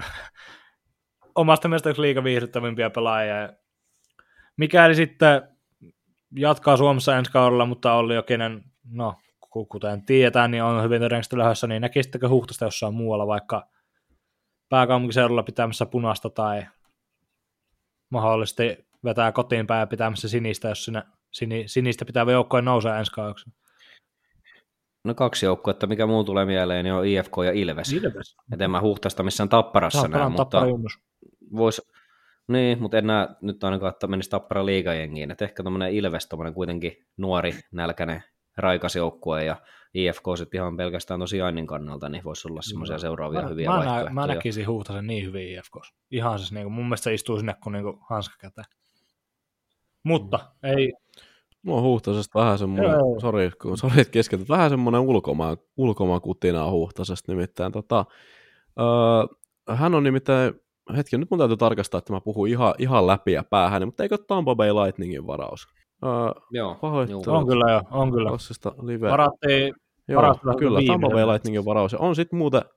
omasta mielestä yksi liiga viihdyttävimpiä pelaajia. Mikäli sitten jatkaa Suomessa ensi kaudella, mutta Olli Jokinen, no kuten tiedetään, niin on hyvin todennäköisesti lähdössä, niin näkisittekö Huhtasta jossain muualla, vaikka pääkaupunkiseudulla pitämässä punaista tai mahdollisesti vetää kotiin päin ja pitämässä sinistä, jos sinne sinistä pitää joukkojen nousee ensi kaudeksi? No 2 joukkuetta, mikä muu tulee mieleen, niin on IFK ja Ilves. Et en mä Huhtasta missään Tapparassa näe, mutta mutta en näe nyt ainakaan, että menisi Tappara liigajengiin. Et ehkä tommoinen Ilves, tommoinen kuitenkin nuori, nälkäinen, raikas joukkue, ja IFK sitten ihan pelkästään tosi Ainin kannalta, niin voisi olla semmoisia seuraavia hyviä vaihtoehtoja. Mä näkisin Huhtasen niin hyvin IFK:ssa. Ihan siis niinku, mun mielestä se istuu sinne kuin niinku hanska käteen. Mutta ei... Mulla on Huhtasesta vähän semmoinen, sori että keskityt, vähän semmoinen ulkomaan on Huhtasesta nimittäin. Hän on nimittäin, nyt mun täytyy tarkastaa, että mä puhun ihan läpi ja päähän, mutta eikö Tampa Bay Lightningin varaus? Joo, on kyllä jo, on kyllä. Varattiin kyllä, Tampa Bay Lightningin varaus. On sitten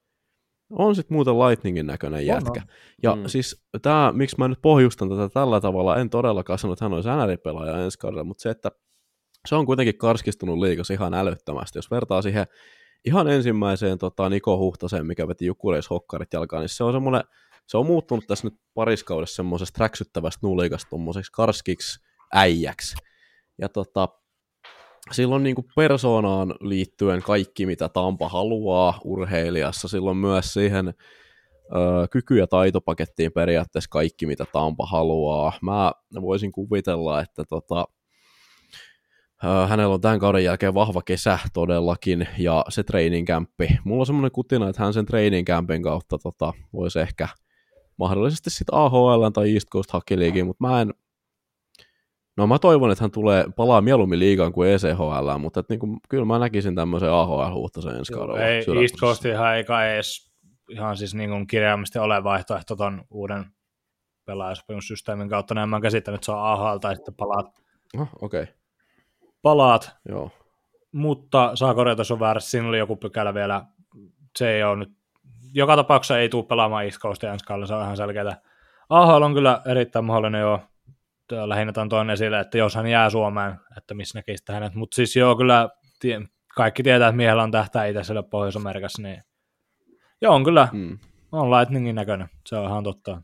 muuten Lightningin näköinen jätkä. Ja siis tämä, miksi mä nyt pohjustan tätä tällä tavalla, en todellakaan sano, että hän olisi NR-pelaaja ensi kaudella, mutta se, että se on kuitenkin karskistunut liigassa ihan älyttömästi. Jos vertaa siihen ihan ensimmäiseen Niko Huhtaseen, mikä veti Jukureis-hokkarit jalkaan, niin se on muuttunut tässä nyt pariskaudessa semmoisesta räksyttävästä nuliikasta tommoiseksi karskiksi äijäksi. Ja silloin niin kuin persoonaan liittyen kaikki, mitä Tampa haluaa urheilijassa, silloin myös siihen kyky- ja taitopakettiin periaatteessa kaikki, mitä Tampa haluaa. Mä voisin kuvitella, että hänellä on tämän kauden jälkeen vahva kesä todellakin, ja se training campi. Mulla on semmoinen kutina, että hän sen training campin kautta voisi ehkä mahdollisesti sitten AHL tai East Coast Hockey Leagueen, mutta mä toivon, että hän palaa mieluummin liigaan kuin ECHL, mutta kyllä mä näkisin tämmöisen AHL-Huhtasen ensi kaudella. Ei, East Coastihan ei kai edes ihan siis niin kuin kirjaimisesti ole vaihtoehto ton uuden pelaajasopimussysteemin kautta. Näin mä käsittänyt, että se on AHL tai sitten palaat. Okay. Palaat, joo. Mutta saa korjata, jos on väärässä. Siinä oli joku pykälä vielä. Se ei ole nyt. Joka tapauksessa ei tule pelaamaan East Coastia ensi kaudella, se on ihan selkeää. AHL on kyllä erittäin mahdollinen jo. Lähinnä tämän toinen esille, että jos hän jää Suomeen, että missä näkisi hänet. Mutta siis joo, kyllä kaikki tietää, että miehellä on tähtää itse siellä Pohjois-Amerikassa, niin joo, on kyllä, on Lightningin näköinen, se on ihan totta.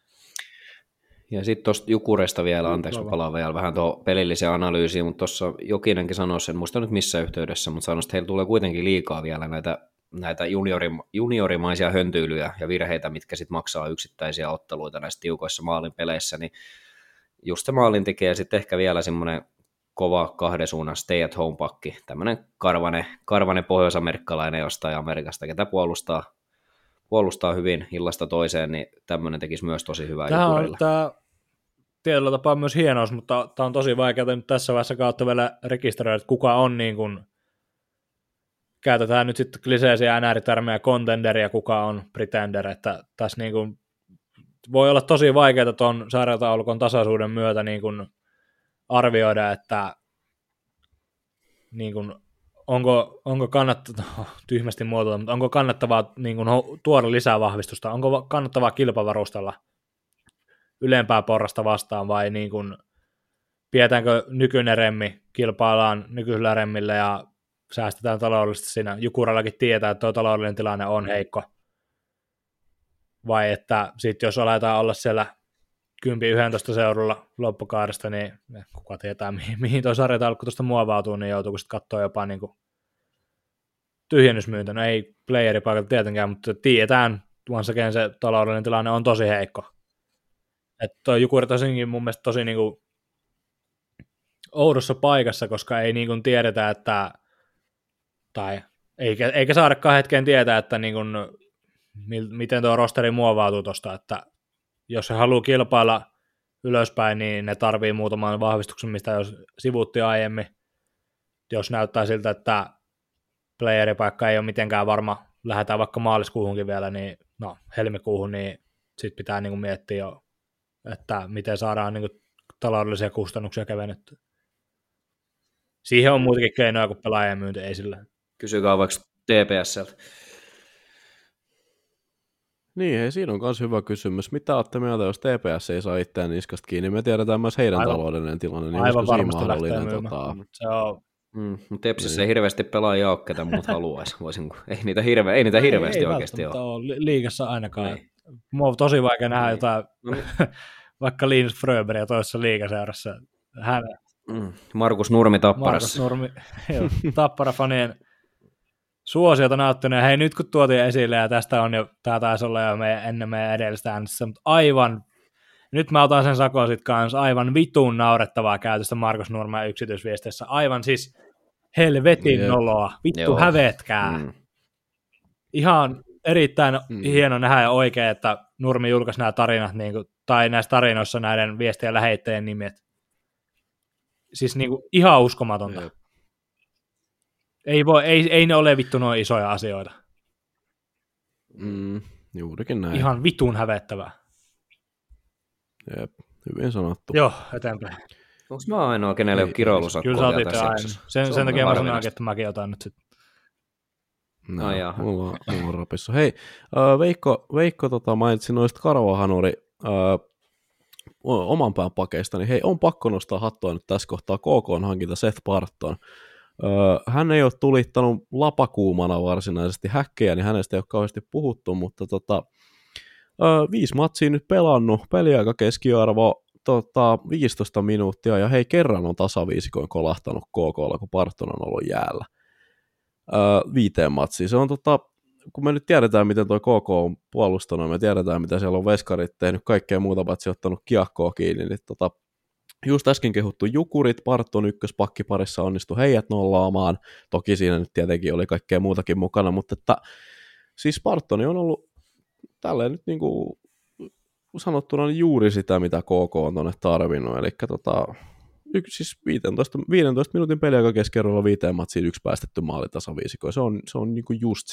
Ja sitten tuosta Jukureista vielä, anteeksi, mä palaan vielä vähän tuohon pelilliseen analyysiin, mutta tuossa Jokinenkin sanoi sen, muista nyt missä yhteydessä, mutta sanoi, että heillä tulee kuitenkin liikaa vielä näitä juniorimaisia höntyilyjä ja virheitä, mitkä sitten maksaa yksittäisiä otteluita näissä tiukoissa maalin peleissä, niin just se maalin tekee sitten ehkä vielä semmoinen kova kahden suunnan stay-at-home-pakki, tämmöinen karvane pohjois-amerikkalainen jostain Amerikasta, ketä puolustaa hyvin illasta toiseen, niin tämmöinen tekisi myös tosi hyvää Jukurilla. Tämä tietyllä tapaa myös hienous, mutta tämä on tosi vaikeaa nyt tässä vaiheessa kautta vielä rekisteröidä, että kuka on niin kuin, käytetään nyt sitten kliseisiä NR-termejä contender ja kuka on pretender, että tässä niin kuin voi olla tosi vaikeaa tuon sarjataulukon tasaisuuden myötä niin kuin arvioida, että niin kuin, onko kannattavaa, tyhmästi muotoilla, mutta onko kannattavaa niin kuin tuoda lisää vahvistusta, onko kannattavaa kilpavarustella ylempää porrasta vastaan vai niin kuin, pidetäänkö nykyinen remmi, kilpaillaan nykyisellä remmillä ja säästetään taloudellisesti siinä. Jukurallakin tietää, että tuo taloudellinen tilanne on heikko. Vai että sitten jos aletaan olla siellä 10-11 seudulla loppukaudesta, niin kuka tietää, mihin tuo sarjataulukko tuosta muovautuu, niin joutuuko sitten katsoa jopa niin kuin tyhjennysmyyntä. No ei playeripaikalta tietenkään, mutta tiedetään, once again se taloudellinen tilanne on tosi heikko. Että tuo Jukuri tosinkin mun mielestä tosi niin kuin oudossa paikassa, koska ei niin kuin tiedetä, että tai eikä saadakaan hetkeen tietää, että niin kuin miten tuo rosteri muovautuu tuosta, että jos he haluaa kilpailla ylöspäin, niin ne tarvii muutaman vahvistuksen, mistä jos sivuttiin aiemmin. Jos näyttää siltä, että playeripaikka ei ole mitenkään varma, lähdetään vaikka maaliskuuhunkin vielä, niin helmikuuhun, niin sitten pitää niin kuin miettiä jo, että miten saadaan niin kuin taloudellisia kustannuksia kevennettyä. Siihen on muitakin keinoja kuin pelaajien myynti, ei sillä. Kysykää vaikka TPS:ltä. Niin, hei, siinä on myös hyvä kysymys. Mitä olette mieltä, jos TPS ei saa itseään niskasta kiinni? Me tiedetään myös heidän taloudellinen tilanne. Niin aivan varmasti lähtee myymään. Se on... Tepsissä ei hirveästi pelaajia ole, ketä muut haluaisi. Ei niitä hirveästi oikeasti ole. Liigassa ainakaan. Mua on tosi vaikea nähdä jotain, vaikka Linus Fröbergia toisessa liigaseurassa. Markus Nurmi Tapparassa. Markus Nurmi, Tappara-fanien suosiota nauttinut. Hei, nyt kun tuotiin esille, ja tästä on jo, tämä taisi olla jo ennen meidän edellistä äänestä, mutta aivan, nyt mä otan sen sakon sit kanssa, aivan vitun naurettavaa käytöstä Markus Nurmen yksityisviesteissä. Aivan siis helvetin noloa. Vittu hävetkää. Ihan erittäin hieno nähdä ja oikein, että Nurmi julkaisi nämä tarinat, niin kuin, tai näissä tarinoissa näiden viestien lähettäjien nimet. Siis niin kuin, ihan uskomatonta. Jep. Ei ne ole vittu noin isoja asioita. Juurikin näin. Ihan vitun hävettävää. Jep, hyvin sanottu. Joo, eteenpäin. Onko mä ainoa, kenelle ei ole kiroilusakkoa? Kyllä sä otit jo aina. Sen takia mä sanoinkin, että mäkin otan nyt sitten. No, mulla on rapissa. Hei, Veikko mainitsi noista Karvahanuri oman pään pakeista, niin hei, on pakko nostaa hattua nyt tässä kohtaa KK:n hankinta Seth Barton. Hän ei ole tulittanut lapakuumana varsinaisesti häkkejä, niin hänestä ei ole kauheasti puhuttu, mutta 5 matsia nyt pelannut, peliaika keskiarvo 15 minuuttia, ja hei, kerran on tasaviisikoin kolahtanut KK:lla, kun Barton on ollut jäällä. 5 matsiin. Se on kun me nyt tiedetään, miten toi KK on puolustanut, me tiedetään, mitä siellä on veskarit tehnyt, kaikkea muuta paitsi ottanut kiekkoa kiinni, niin just äsken kehuttu Jukurit, Barton ykköspakkiparissa onnistui heidät nollaamaan, toki siinä nyt tietenkin oli kaikkea muutakin mukana, mutta siis Bartoni on ollut tälleen nyt niin kuin sanottuna juuri sitä, mitä KK on tuonne tarvinnut, eli siis 15 minuutin peliaika keskiarvolla 5 matsiin 1 päästetty maali tasaviisikoin. Se on niin kuin just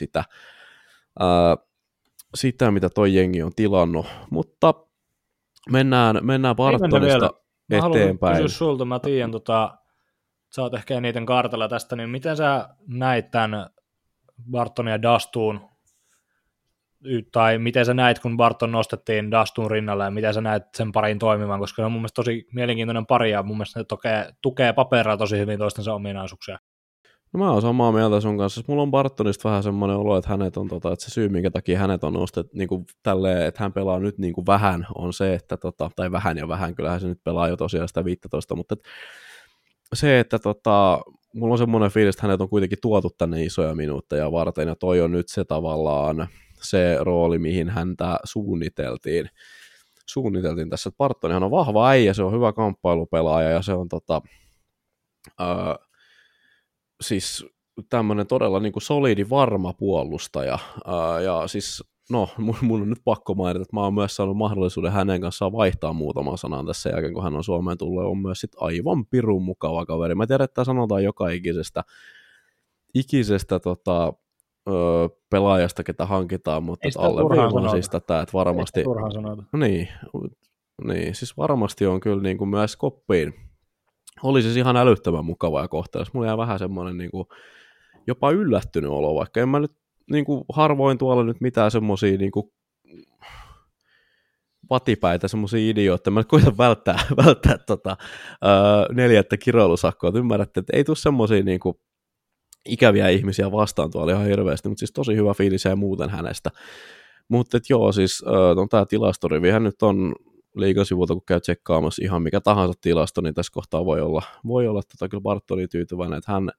sitä, mitä toi jengi on tilannut. Mutta mennään Bartonista eteenpäin. Mä haluan kysyä sulta, mä tiedän, sä oot ehkä eniten kartalla tästä, niin miten sä näit tämän Bartonin ja Dastuun, tai miten sä näit, kun Barton nostettiin Dastuun rinnalle, ja miten sä näit sen parin toimivan, koska se on mun mielestä tosi mielenkiintoinen pari, ja mun mielestä ne tukee paperaa tosi hyvin toistensa ominaisuuksia. No mä oon samaa mieltä sun kanssa. Mulla on Bartonista vähän semmoinen olo, että hänet on, että se syy, minkä takia hänet on nostettu niin kuin tälleen, että hän pelaa nyt niin kuin vähän, on se, että tai vähän ja vähän, kyllähän se nyt pelaa jo tosiaan sitä 15, mutta se, että mulla on semmoinen fiilis, että hänet on kuitenkin tuotu tänne isoja minuutteja varten, ja toi on nyt se tavallaan se rooli, mihin häntä suunniteltiin tässä. Bartonihan on vahva äijä, se on hyvä kamppailupelaaja, ja se on siis tämmöinen todella niin kuin solidi, varma puolustaja, ja siis mun on nyt pakko mainita, että mä oon myös saanut mahdollisuuden hänen kanssaan vaihtaa muutaman sanan tässä jälkeen, kun hän on Suomeen tullut, on myös sit aivan pirun mukava kaveri. Mä tiedän, että sanotaan joka ikisestä pelaajasta, ketä hankitaan, mutta alleviivaan siis tätä, että varmasti niin, siis varmasti on kyllä niin kuin myös koppiin. Oli siis ihan älyttömän mukava ja kohtelas. Mulla jää vähän semmoinen niin kuin jopa yllättynyt olo, vaikka en mä nyt niin kuin harvoin tuolla nyt mitään semmosia niin kuin vatipäitä, semmosia idiootteja. Mä nyt koitan välttää 4. kiroilusakkoa. Ymmärrätte, että ei tule semmosia niin kuin ikäviä ihmisiä vastaan tuolla ihan hirveästi, mutta siis tosi hyvä fiilis ja muuten hänestä. Mutta joo, siis tämä tilastorivi, hän nyt on liigasivulta, kun käy tsekkaamassa ihan mikä tahansa tilasto, niin tässä kohtaa voi olla kyllä Bartoni tyytyväinen, että hän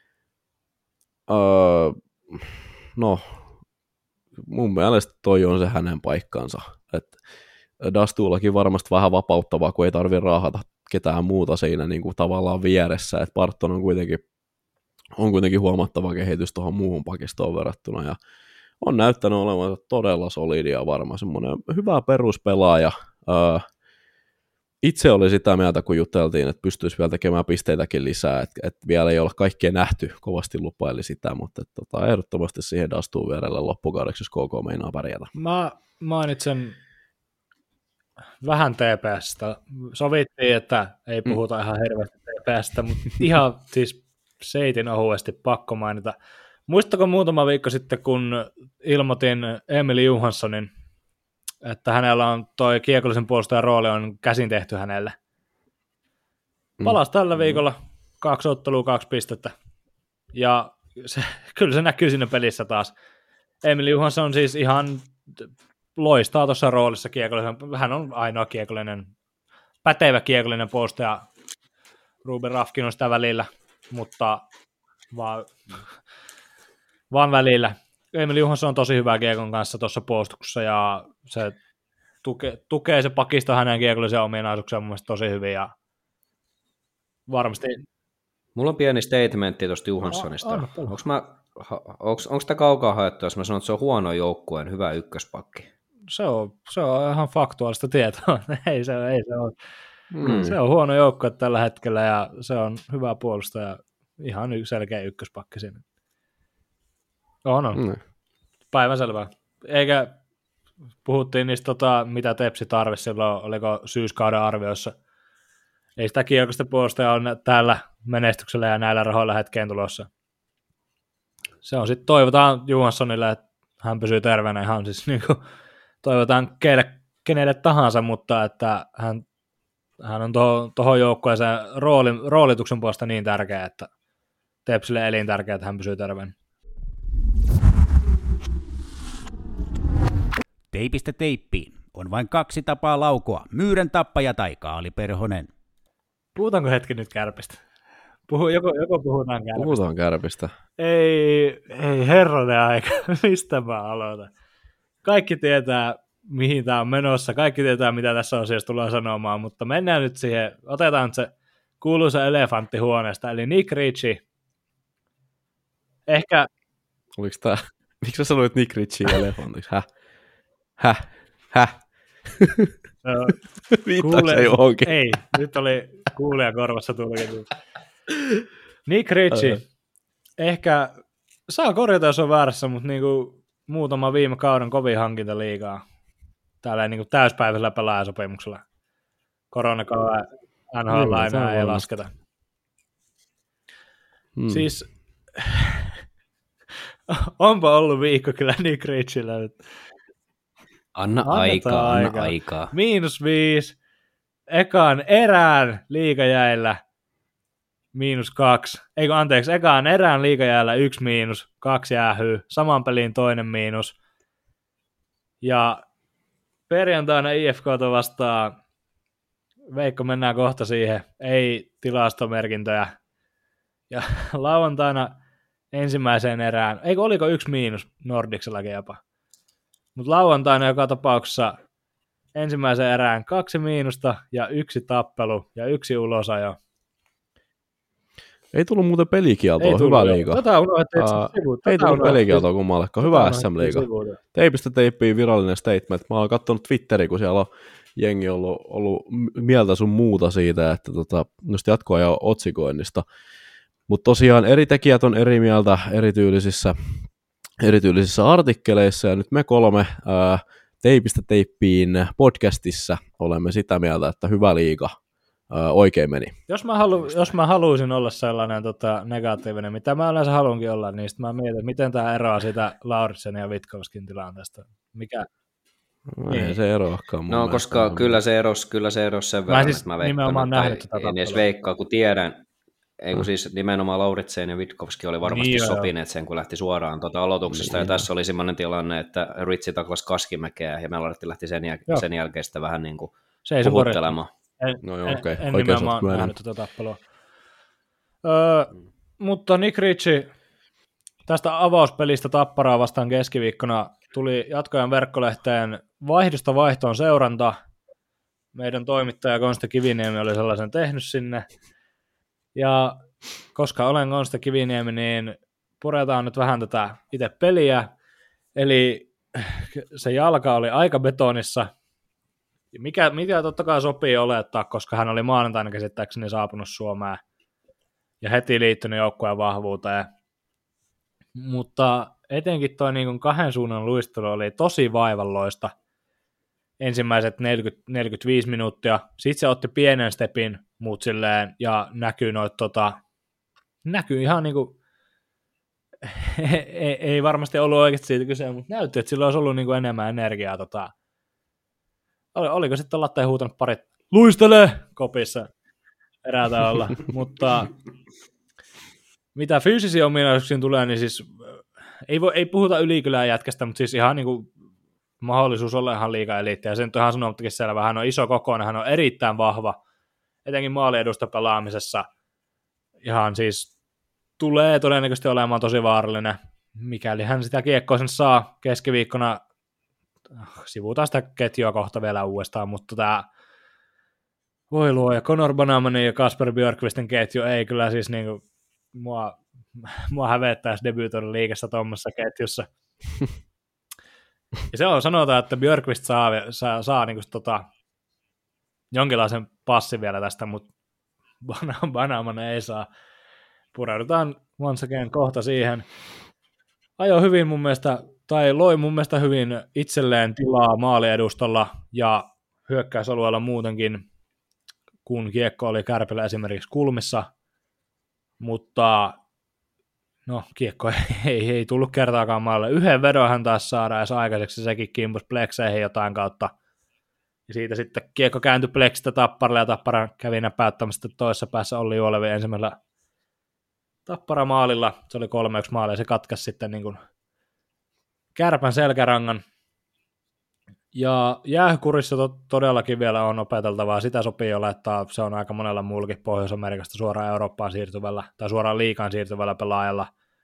mun mielestä toi on se hänen paikkansa, että Dastuullakin varmasti vähän vapauttavaa, kun ei tarvitse raahata ketään muuta siinä niin kuin tavallaan vieressä, että Barton on kuitenkin huomattava kehitys tuohon muuhun pakistoon verrattuna, ja on näyttänyt olevansa todella solidia varma, semmoinen hyvä peruspelaaja. Itse oli sitä mieltä, kun juteltiin, että pystyisi vielä tekemään pisteitäkin lisää, että vielä ei olla kaikkea nähty, kovasti lupaili sitä, mutta ehdottomasti siihen Dastuun vierelle loppukaudeksi, jos KK meinaa pärjätä. Mä mainitsen vähän TPS:stä. Sovittiin, että ei puhuta ihan hirveästi TPS:stä, mutta ihan siis seitin ohuesti pakko mainita. Muistatko muutama viikko sitten, kun ilmoitin Emil Johanssonin, että hänellä on toi kiekollisen puolustajan rooli on käsin tehty hänelle. Palasi tällä viikolla 2 ottelua, 2 pistettä. Ja kyllä se näkyy siinä pelissä taas. Emil Johansson on siis ihan loistaa tuossa roolissa kiekollisen. Hän on ainoa pätevä kiekollinen puolustaja. Ruben Rafkin on sitä välillä, mutta vaan vaan välillä. Emil Johansson on tosi hyvä kiekon kanssa tuossa puolustuksessa, ja se tukee se pakisto hänen kiekollisia ominaisuuksia mun mielestä tosi hyvin, ja varmasti... Mulla on pieni statementti tuosta Johanssonista. Onko tämä kaukaa haettu, jos mä sanon, että se on huono joukkueen hyvä ykköspakki? Se on ihan faktuaalista tietoa. ei se ole. Se on huono joukkue tällä hetkellä, ja se on hyvä puolustaja, ihan selkeä ykköspakki sinne. On. Päivänselvää. Eikä puhuttiin niistä, mitä Tepsi tarvitsi silloin, oliko syyskauden arvioissa. Ei sitä kiekosta puolustajaa on täällä menestyksellä ja näillä rahoilla hetkeen tulossa. Se on sitten, toivotaan Johanssonille, että hän pysyy terveenä ihan siis niin kuin, toivotaan kenelle tahansa, mutta että hän on tuohon joukkueeseen roolituksen puolesta niin tärkeä, että Tepsille elintärkeä, että hän pysyy terveenä. Teipistä teippiin. On vain 2 tapaa laukoa. Myyrän tappaja tai Kaali Perhonen. Puhutaanko hetki nyt Kärpistä? Joko puhutaan Kärpistä? Puhutaan Kärpistä. Ei herranen aika. Mistä mä aloitan? Kaikki tietää, mihin tämä on menossa. Kaikki tietää, mitä tässä asiassa tullaan sanomaan, mutta mennään nyt siihen. Otetaan nyt se kuuluisa elefantti huoneesta, eli Nick Ritchie. Ehkä... Oliko tämä... Miksi sä sanoit Nick Ritchie elefantiksi? Häh? Viittaako se johonkin? Ei, nyt oli kuulija korvassa tullut. Nick Ritchie. Ehkä saa korjata, jos on väärässä, mutta niinku muutama viime kauden kovin hankinta liigaa. Täällä niinku täyspäiväisellä pelaajasopimuksella. Koronakauden NHL-lainaa ei lasketa. Siis onpa ollut viikko kyllä Nick Ritchiellä. Anna aikaa. -5. Ekaan erään liigajäillä -2. Ekaan erään liigajäillä 1 miinus, 2 jäähyy. Saman pelin toinen miinus. Ja perjantaina IFK:ta vastaan, Veikko mennään kohta siihen, ei tilastomerkintöjä. Ja lauantaina ensimmäiseen erään, oliko 1 miinus Nordicsellakin jopa. Mutta lauantaina joka tapauksessa ensimmäiseen erään 2 miinusta ja 1 tappelu ja 1 ulosajo. Ei tullut muuten pelikieltoa, hyvä liiga. Ei tullut pelikieltoa kummallekaan, hyvä SM-liiga. Teipistä teippiin virallinen statement. Mä oon katsonut Twitteriä, kun siellä on jengi ollut mieltä sun muuta siitä, että noista jatkoajan otsikoinnista. Mutta tosiaan eri tekijät on eri mieltä erityylisissä artikkeleissa, ja nyt me 3 Teipistä teippiin podcastissa olemme sitä mieltä, että hyvä liiga oikein meni. Jos mä haluaisin olla sellainen negatiivinen, mitä mä yleensä haluankin olla, niin sitten mä mietin, miten tämä eroaa siitä Lauritsen ja Vitkovskin tilanteesta. Mikä? Ei se eroakaan. No, koska kyllä se erosi sen verran, siis että mä veikkaan, nimenomaan nähnyt tätä en edes veikkaa, kun tiedän. Ei kun siis nimenomaan Lauritsen ja Vitkovski oli varmasti niin, sopineet sen, kun lähti suoraan aloituksesta. Niin, ja tässä oli semmoinen tilanne, että Ritsi taklasi Kaskimäkeä ja Mellartti lähti sen jälkeen sitä vähän niin kuin puhuttelemaan. En nimenomaan nähnyt tätä tappelua. Mutta Nick Ritchie tästä avauspelistä Tapparaa vastaan keskiviikkona tuli jatkoajan verkkolehteen vaihdosta vaihtoon seuranta. Meidän toimittaja Konsta Kiviniemi oli sellaisen tehnyt sinne. Ja koska olen Konsta Kiviniemi, niin puretaan nyt vähän tätä itse peliä. Eli se jalka oli aika betonissa, mikä totta kai sopii olettaa, koska hän oli maanantaina käsittääkseni saapunut Suomeen ja heti liittynyt joukkueen vahvuuteen. Mutta etenkin tuo niin 2 suunnan luistelu oli tosi vaivalloista ensimmäiset 40-45 minuuttia. Sitten se otti pienen stepin muut silleen, ja näkyy ihan niinku, ei varmasti ollut oikeasti siitä kyse, mutta näytti, että sillä olisi ollut niinku enemmän energiaa. Oliko sitten Latte huutanut parit luistele kopissa eräältä olla, mutta mitä fyysisiä ominaisuuksiin tulee, niin siis ei puhuta ylikylää jätkästä, mutta siis ihan niinku mahdollisuus olla ihan liiga eliittiä. Sen on ihan sanomattakin selvä. Hän on iso kokoinen, hän on erittäin vahva, etenkin maaliedusta pelaamisessa. Ihan siis tulee todennäköisesti olemaan tosi vaarallinen. mikäli hän sitä kiekkoa sen saa keskiviikkona, sivutaan sitä ketjua kohta vielä uudestaan, mutta tämä voi luoja, Conor Banamanin ja Kasper Björkvistin ketju ei kyllä siis niinku, mua hävettäisi debyytoida liigassa tuommoisessa ketjussa. Ja se on, sanotaan, että Björkvist saa niinku jonkinlaisen passin vielä tästä, mutta Banaman ei saa. Pureudutaan once again kohta siihen. Ajo hyvin mun mielestä, tai loi mun mielestä hyvin itselleen tilaa maaliedustalla ja hyökkäysalueella muutenkin, kun kiekko oli Kärpillä esimerkiksi kulmissa, mutta no, kiekko ei tullut kertaakaan maalle. Yhden vedon hän taas saada edes aikaiseksi, sekin kimpus plekseihin jotain kautta. Ja siitä sitten kiekko kääntyi pleksistä Tapparalle, ja Tappara kävi näpäyttämästä toisessa päässä Olli Juolevi ensimmäisellä Tappara maalilla. Se oli 3-1 maali, ja se katkaisi sitten niin kuin Kärpän selkärangan. Ja jäähykurissa todellakin vielä on opeteltavaa. Sitä sopii jo laittaa, se on aika monella muullakin Pohjois-Amerikasta suoraan Eurooppaan siirtyvällä, tai suoraan liigaan siirtyvällä pelaajalla.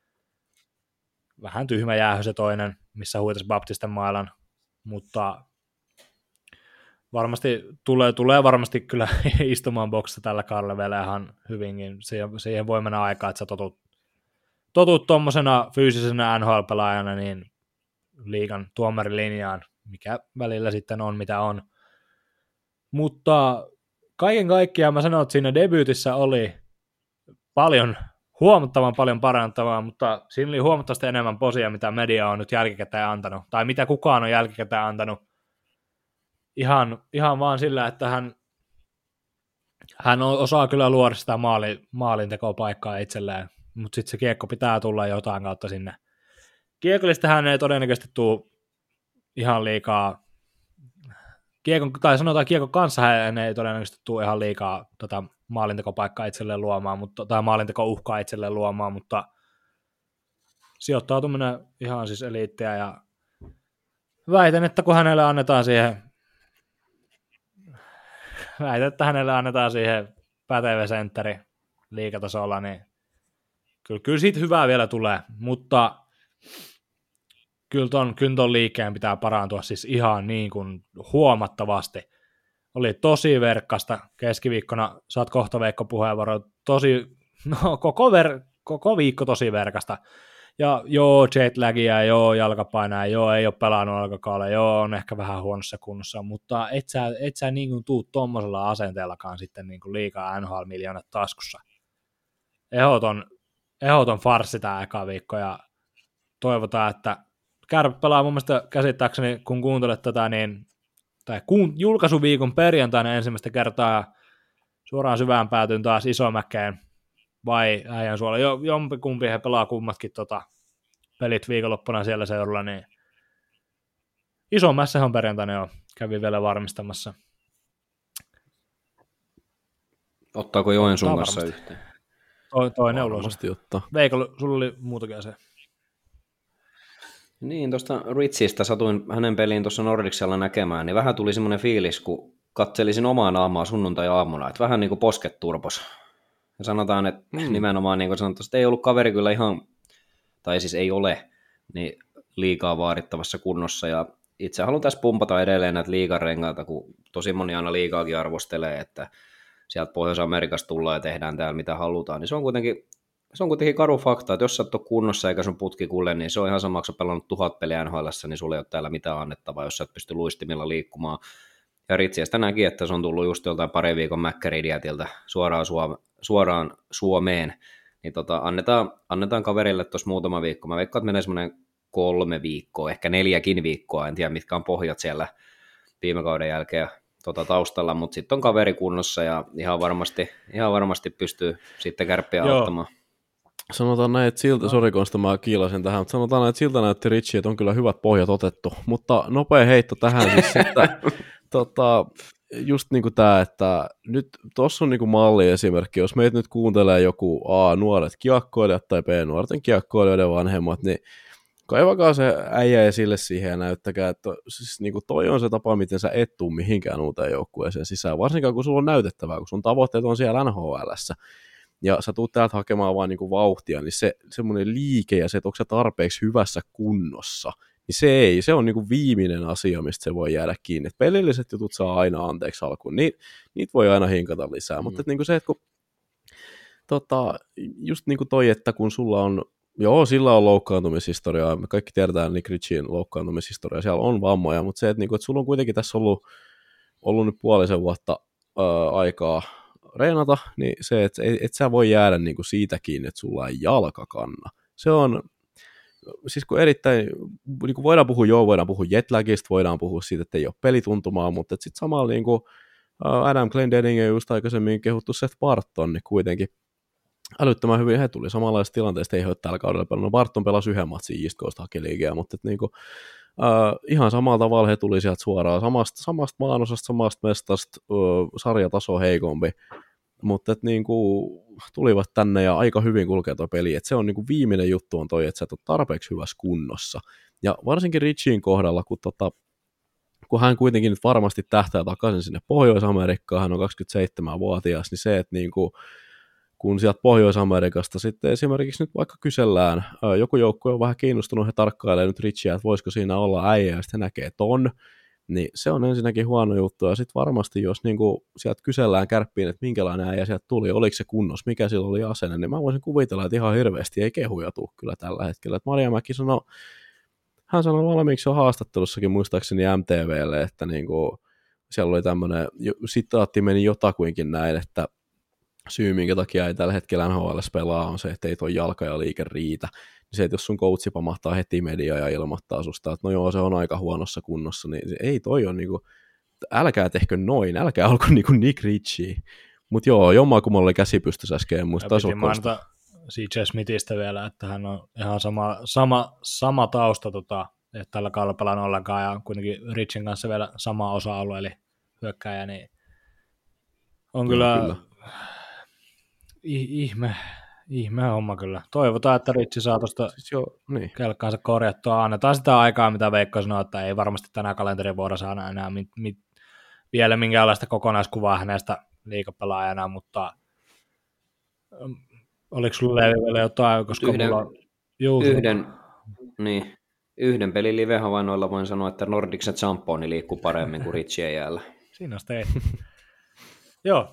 Vähän tyhmä jäähy se toinen, missä huitasi Baptisten mailan, mutta varmasti tulee varmasti kyllä istumaan boksissa tällä kaudella vielä ihan hyvinkin. Siihen voi mennä aikaa, että sä totut tuommoisena fyysisenä NHL-pelaajana niin liigan tuomarilinjaan, mikä välillä sitten on, mitä on. Mutta kaiken kaikkiaan mä sanon, että siinä debyytissä oli huomattavan paljon parantavaa, mutta siinä oli huomattavasti enemmän posia, mitä media on nyt jälkikäteen antanut, tai mitä kukaan on jälkikäteen antanut. Ihan vaan sillä, että hän osaa kyllä luoda sitä maalintekopaikkaa itselleen, mutta sitten se kiekko pitää tulla jotain kautta sinne. Kiekollista hän ei todennäköisesti tule ihan liikaa, kiekon kanssa hän ei todennäköisesti tule ihan liikaa maalintekopaikkaa itselleen luomaan, tai maalintekouhkaa itselleen luomaan, mutta sijoittautuminen ihan siis eliittiä, ja väitän, että hänelle annetaan siihen pätevä sentteri liigatasolla, niin kyllä siitä hyvää vielä tulee, mutta kyllä ton liikkeen pitää parantua siis ihan niin kuin huomattavasti. Oli tosi verkkasta keskiviikkona, saat kohta Veikko puheenvuoro, koko viikko tosi verkasta. Ja joo, jetlagia, joo, jalkapainaa, joo, ei ole pelannut alkakaudella, joo, on ehkä vähän huonossa kunnossa, mutta et sä niin kuin tuu tommosella asenteellakaan sitten niin kuin liikaa NHL-miljoonat taskussa. Ehdoton farssi tää eka viikko, ja toivotaan, että Kärpät pelaa mun mielestä käsittääkseni, kun kuuntelet tätä, niin julkaisuviikon perjantaina ensimmäistä kertaa suoraan syvään päätyyn taas Isomäkeen, vai Äijänsuolla, jompikumpi he pelaa kummatkin pelit viikonloppuna siellä seudulla, niin Isomässähän perjantaina jo kävi vielä varmistamassa. Ottaako Joensuun kanssa yhteen? Toinen ulos. Veikolla, sulla oli muutakin asia. Niin, tuosta Richistä satuin hänen peliin tuossa Nordicsella näkemään, niin vähän tuli semmoinen fiilis, kun katselisin omaa naamaa sunnuntai-aamuna, että vähän niin kuin posket turpos. Ja sanotaan, että nimenomaan niin kuin sanottu, että ei ollut kaveri kyllä ihan, tai siis ei ole, niin liikaa vaadittavassa kunnossa. Ja itse haluan tässä pumpata edelleen näitä liigarengaita, kun tosi moni aina liigaakin arvostelee, että sieltä Pohjois-Amerikasta tullaan ja tehdään täällä mitä halutaan. Niin se on kuitenkin karu fakta, että jos sä et ole kunnossa eikä sun putki kulle, niin se on ihan sama, kun sä pelannut 1000 peliä NHL:ssä, niin sulla ei ole täällä mitään annettavaa, jos sä et pysty luistimilla liikkumaan. Ja Ritsiästä näki, että se on tullut just joltain pari viikon Mäkkäridietiltä suoraan Suomeen, niin annetaan kaverille tuossa muutama viikko. Mä veikkaan, että menee semmoinen 3 viikkoa, ehkä 4 viikkoa, en tiedä mitkä on pohjat siellä viime kauden jälkeen taustalla, mutta sitten on kaveri kunnossa ja ihan varmasti pystyy sitten Kärppiä auttamaan. Sanotaan näin, että siltä, sori kun mä kiilasin tähän, mutta sanotaan näin, että siltä näytti Richie, että on kyllä hyvät pohjat otettu, mutta nopea heitto tähän siis, että just niin kuin tämä, että nyt tuossa on niin kuin malliesimerkki, jos meitä nyt kuuntelee joku nuoret kiekkoilijat tai nuorten kiekkoilijoiden vanhemmat, niin kaivakaa se äijä esille siihen ja näyttäkää, että siis niin kuin toi on se tapa, miten sä et tuu mihinkään uuteen joukkueeseen sisään, varsinkaan kun sulla on näytettävää, kun sun tavoitteet on siellä NHL:ssä. ja sä tuut täältä hakemaan vaan niinku vauhtia, niin se semmoinen liike ja se, että onko sä tarpeeksi hyvässä kunnossa, niin se on niinku viimeinen asia, mistä se voi jäädä kiinni. Et pelilliset jutut saa aina anteeksi alkuun, niitä voi aina hinkata lisää, mutta niinku se, että kun just niin kuin toi, että kun sulla on, sillä on loukkaantumishistoriaa, me kaikki tiedetään Nick Ritchien loukkaantumishistoriaa, siellä on vammoja, mutta se, että, niin kuin, että sulla on kuitenkin tässä ollut nyt puolisen vuotta aikaa reenata, niin se, että et sä voi jäädä niin kuin siitä kiinni, että sulla ei jalka kanna. Se on, siis kun erittäin, niin kuin voidaan puhua jetlagista, voidaan puhua siitä, että ei ole pelituntumaa, mutta sitten samalla niin kuin Adam Glendening ja just aikaisemmin kehuttu Seth Barton, niin kuitenkin älyttömän hyvin he tuli samanlaisesta tilanteesta, ei ole tällä kaudella pelannut. Barton pelasi yhden matsin East Coast Hockey Leaguea, mutta niinku, ihan samalla tavalla he tuli sieltä suoraan samasta maanosasta, samasta mestasta, sarjataso heikompi, mutta niinku, tulivat tänne ja aika hyvin kulkee tuo peli, että se on niinku viimeinen juttu on toi, että sä et ole tarpeeksi hyvässä kunnossa. Ja varsinkin Richien kohdalla, kun hän kuitenkin nyt varmasti tähtää takaisin sinne Pohjois-Amerikkaan, hän on 27-vuotias, niin se, että niinku, kun sieltä Pohjois-Amerikasta sitten esimerkiksi nyt vaikka kysellään, joku joukkue on vähän kiinnostunut, he tarkkailee nyt Richia, että voisiko siinä olla äijä, ja sitten he näkee ton, niin se on ensinnäkin huono juttu, ja sitten varmasti jos niinku sieltä kysellään Kärppiin, että minkälainen äijä sieltä tuli, oliko se kunnos, mikä sillä oli asenne, niin mä voisin kuvitella, että ihan hirveästi ei kehuja tule kyllä tällä hetkellä. Että Marjamäki hän sanoi valmiiksi jo haastattelussakin muistaakseni MTVlle, että niinku, siellä oli tämmöinen sitaatti meni jotakuinkin näin, että syy, minkä takia ei tällä hetkellä NHL:ssä pelaa, on se, että ei tuo jalka ja liike riitä. Se, että jos sun coachi pamahtaa heti mediaa ja ilmoittaa susta, että no joo, se on aika huonossa kunnossa, niin ei toi on niinku, älkää tehkö noin, älkää olko niinku Nick Ritchie. Mutta joo, jommankumman oli käsi pystyssä äsken, muista taisi olla Kosta. CJ Smithistä vielä, että hän on ihan sama tausta, että tällä kaudella pelannut ollenkaan, ja kuitenkin Ritchien kanssa vielä sama osa-alue, eli hyökkääjä, niin on kyllä. Ihme homma kyllä. Toivotaan, että Ritsi saa tuosta kelkkaansa korjattua. Annetaan sitä aikaa, mitä Veikko sanoi, että ei varmasti tänä kalenterivuonna saada enää vielä minkäänlaista kokonaiskuvaa hänestä liigapelaajana, mutta oliko sulla Leevi vielä jotain? Koska yhden pelin live-havainnoilla voin sanoa, että Nordicsen Champoni liikkuu paremmin kuin Ritchien jäällä. Siinä on Joo.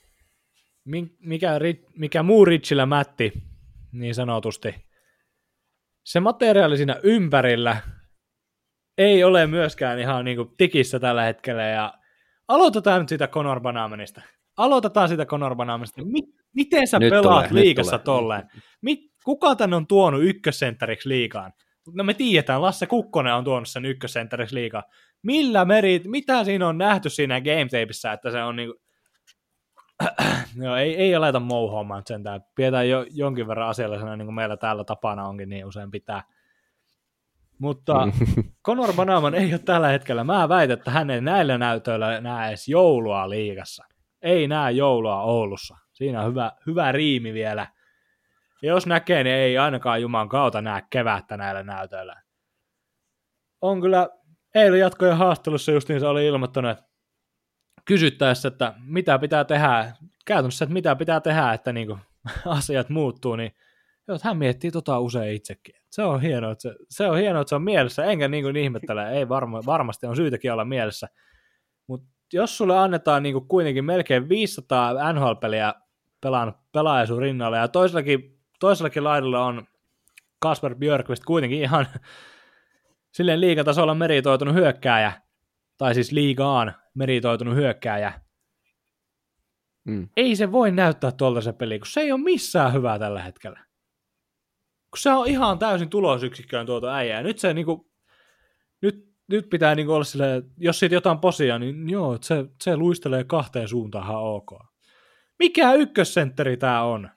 Mikä muu Ritchillä mätti, niin sanotusti. Se materiaali siinä ympärillä ei ole myöskään ihan niin kuin tikissä tällä hetkellä. Ja aloitetaan nyt siitä Conor Banamanista. Miten sä pelaat liigassa tolleen? Kuka tänne on tuonut ykkössentteriksi liigaan? No me tiedetään, Lasse Kukkonen on tuonut sen ykkössentteriksi liigaan. Mitä siinä on nähty siinä game tapeissa, että se on niinku no, ei aleta mouhoamaan sentään. Pidetään jonkin verran asiallisena, niin kuin meillä täällä tapana onkin, niin usein pitää. Mutta Conor Banaman ei ole tällä hetkellä. Mä väitän, että hän ei näillä näytöillä näe edes joulua liigassa. Ei näe joulua Oulussa. Siinä on hyvä riimi vielä. Ja jos näkee, niin ei ainakaan Juman kautta näe kevättä näillä näytöillä. On kyllä, eilen jatkojen haastelussa justiin se oli ilmoittanut, että kysyttäessä, että mitä pitää tehdä, käytännössä, että mitä pitää tehdä, että niinku asiat muuttuu, niin hän miettii usein itsekin. Se on hienoa, että se on mielessä, enkä niinku ihmettele, ei varmasti on syytäkin olla mielessä, mutta jos sulle annetaan niinku kuitenkin melkein 500 NHL-peliä pelaaja sun rinnalla, ja toisellakin laidalla on Kasper Björkqvist kuitenkin ihan silleen liigatasolla meritoitunut hyökkääjä, tai siis liigaan meritoitunut hyökkääjä. Ei se voi näyttää tuolta se peli, kun se ei ole missään hyvää tällä hetkellä. Kun se on ihan täysin tulosyksikköön tuota äijää. Nyt se niinku, nyt pitää niinku olla silleen, jos siitä jotain posia, niin joo, se luistelee kahteen suuntaan ihan ok. Mikä ykkössentteri tää on?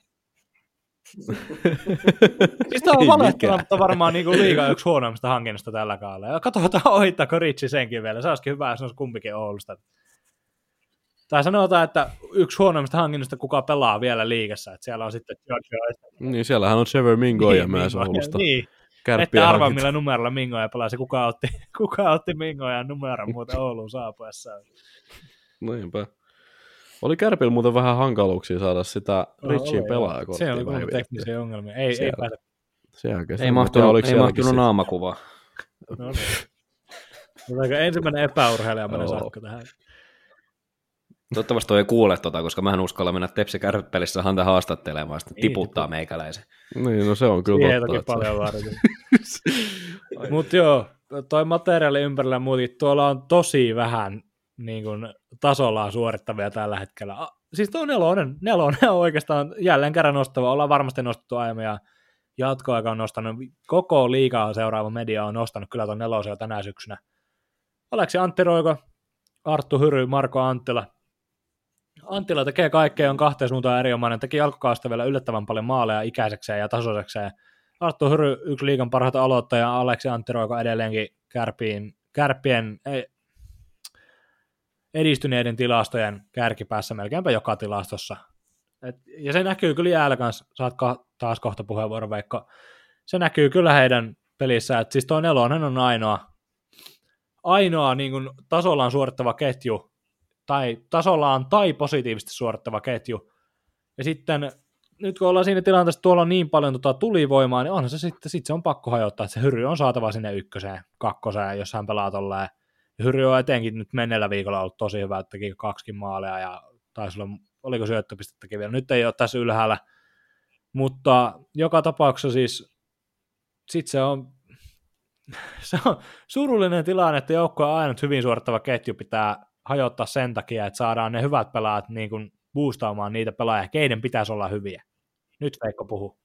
Siis tää on valehtelematta varmaan niinku liigaa yksi huonoimmista hankinnasta tällä kaudella. Ja katsotaan, ohittaako Ritchie senkin vielä. Se olisikin hyvä, jos olisi kumpikin Oulusta. Tai sanotaan, että yksi huonoimmista hankinnasta kuka pelaa vielä liigassa. Että siellä on sitten George. Niin, siellähän on Trevor Mingoja myös Oulusta. Niin, ette arvaa millä numerolla Mingoja pelasi. Kuka otti Mingojan numeron muuten Ouluun saapuessaan. Noinpä. Oli Kärpillä muuten vähän hankaluuksia saada sitä Richin pelaajakorttia. Se oli teknisiä ongelmia. Ei pääse. Ei mahtunut naamakuvaa. No niin. Ensimmäinen epäurheilija menee sakko tähän. Toivottavasti toi ei kuule koska mä en uskalla mennä Tepsi Kärppelissä häntä haastattelemaan, sitten tiputtaa meikäläisen. Niin, no se on kyllä siihen toki paljon varten. Mutta joo, toi materiaali ympärillä muutenkin, tuolla on tosi vähän niin kuin, tasollaan suorittavia tällä hetkellä. Siis tuo nelonen on oikeastaan jälleen kerran nostava. Ollaan varmasti nostettu aiemmin ja jatkoaika on nostanut. Koko liigaa seuraava media on nostanut kyllä tuon nelosen jo tänä syksynä. Aleksi Antti Roiko, Arttu Hyry, Marko Anttila. Anttila tekee kaikkea, on kahteen suuntaan erinomainen. Teki alkukaudesta vielä yllättävän paljon maaleja ikäisekseen ja tasoisekseen. Arttu Hyry, yksi liigan parhaita aloittajia, Aleksi Antti Roiko edelleenkin kärppien edistyneiden tilastojen kärkipäässä melkeinpä joka tilastossa. Ja se näkyy kyllä jäällä kanssa, saat taas kohta puheenvuoron Veikko. Se näkyy kyllä heidän pelissä, että siis toi nelonen on ainoa niin kuin tasollaan suorittava ketju, tai tasollaan tai positiivisesti suorittava ketju. Ja sitten nyt kun ollaan siinä tilanteessa, että tuolla on niin paljon tulivoimaa, niin onhan se sitten se on pakko hajottaa, että se Hyry on saatava sinne ykköseen, kakkoseen, jos hän pelaa tolleen. Ja Hyry on etenkin nyt menneellä viikolla ollut tosi hyvä, että teki 2 maalia ja taisi olla, oliko syöttöpistettäkin vielä. Nyt ei ole tässä ylhäällä, mutta joka tapauksessa siis sitten se on surullinen tilanne, että joukkueen ainut hyvin suorittava ketju pitää hajottaa sen takia, että saadaan ne hyvät pelaajat niin kuin boostaamaan niitä pelaajia, keiden pitäisi olla hyviä. Nyt Veikko puhuu.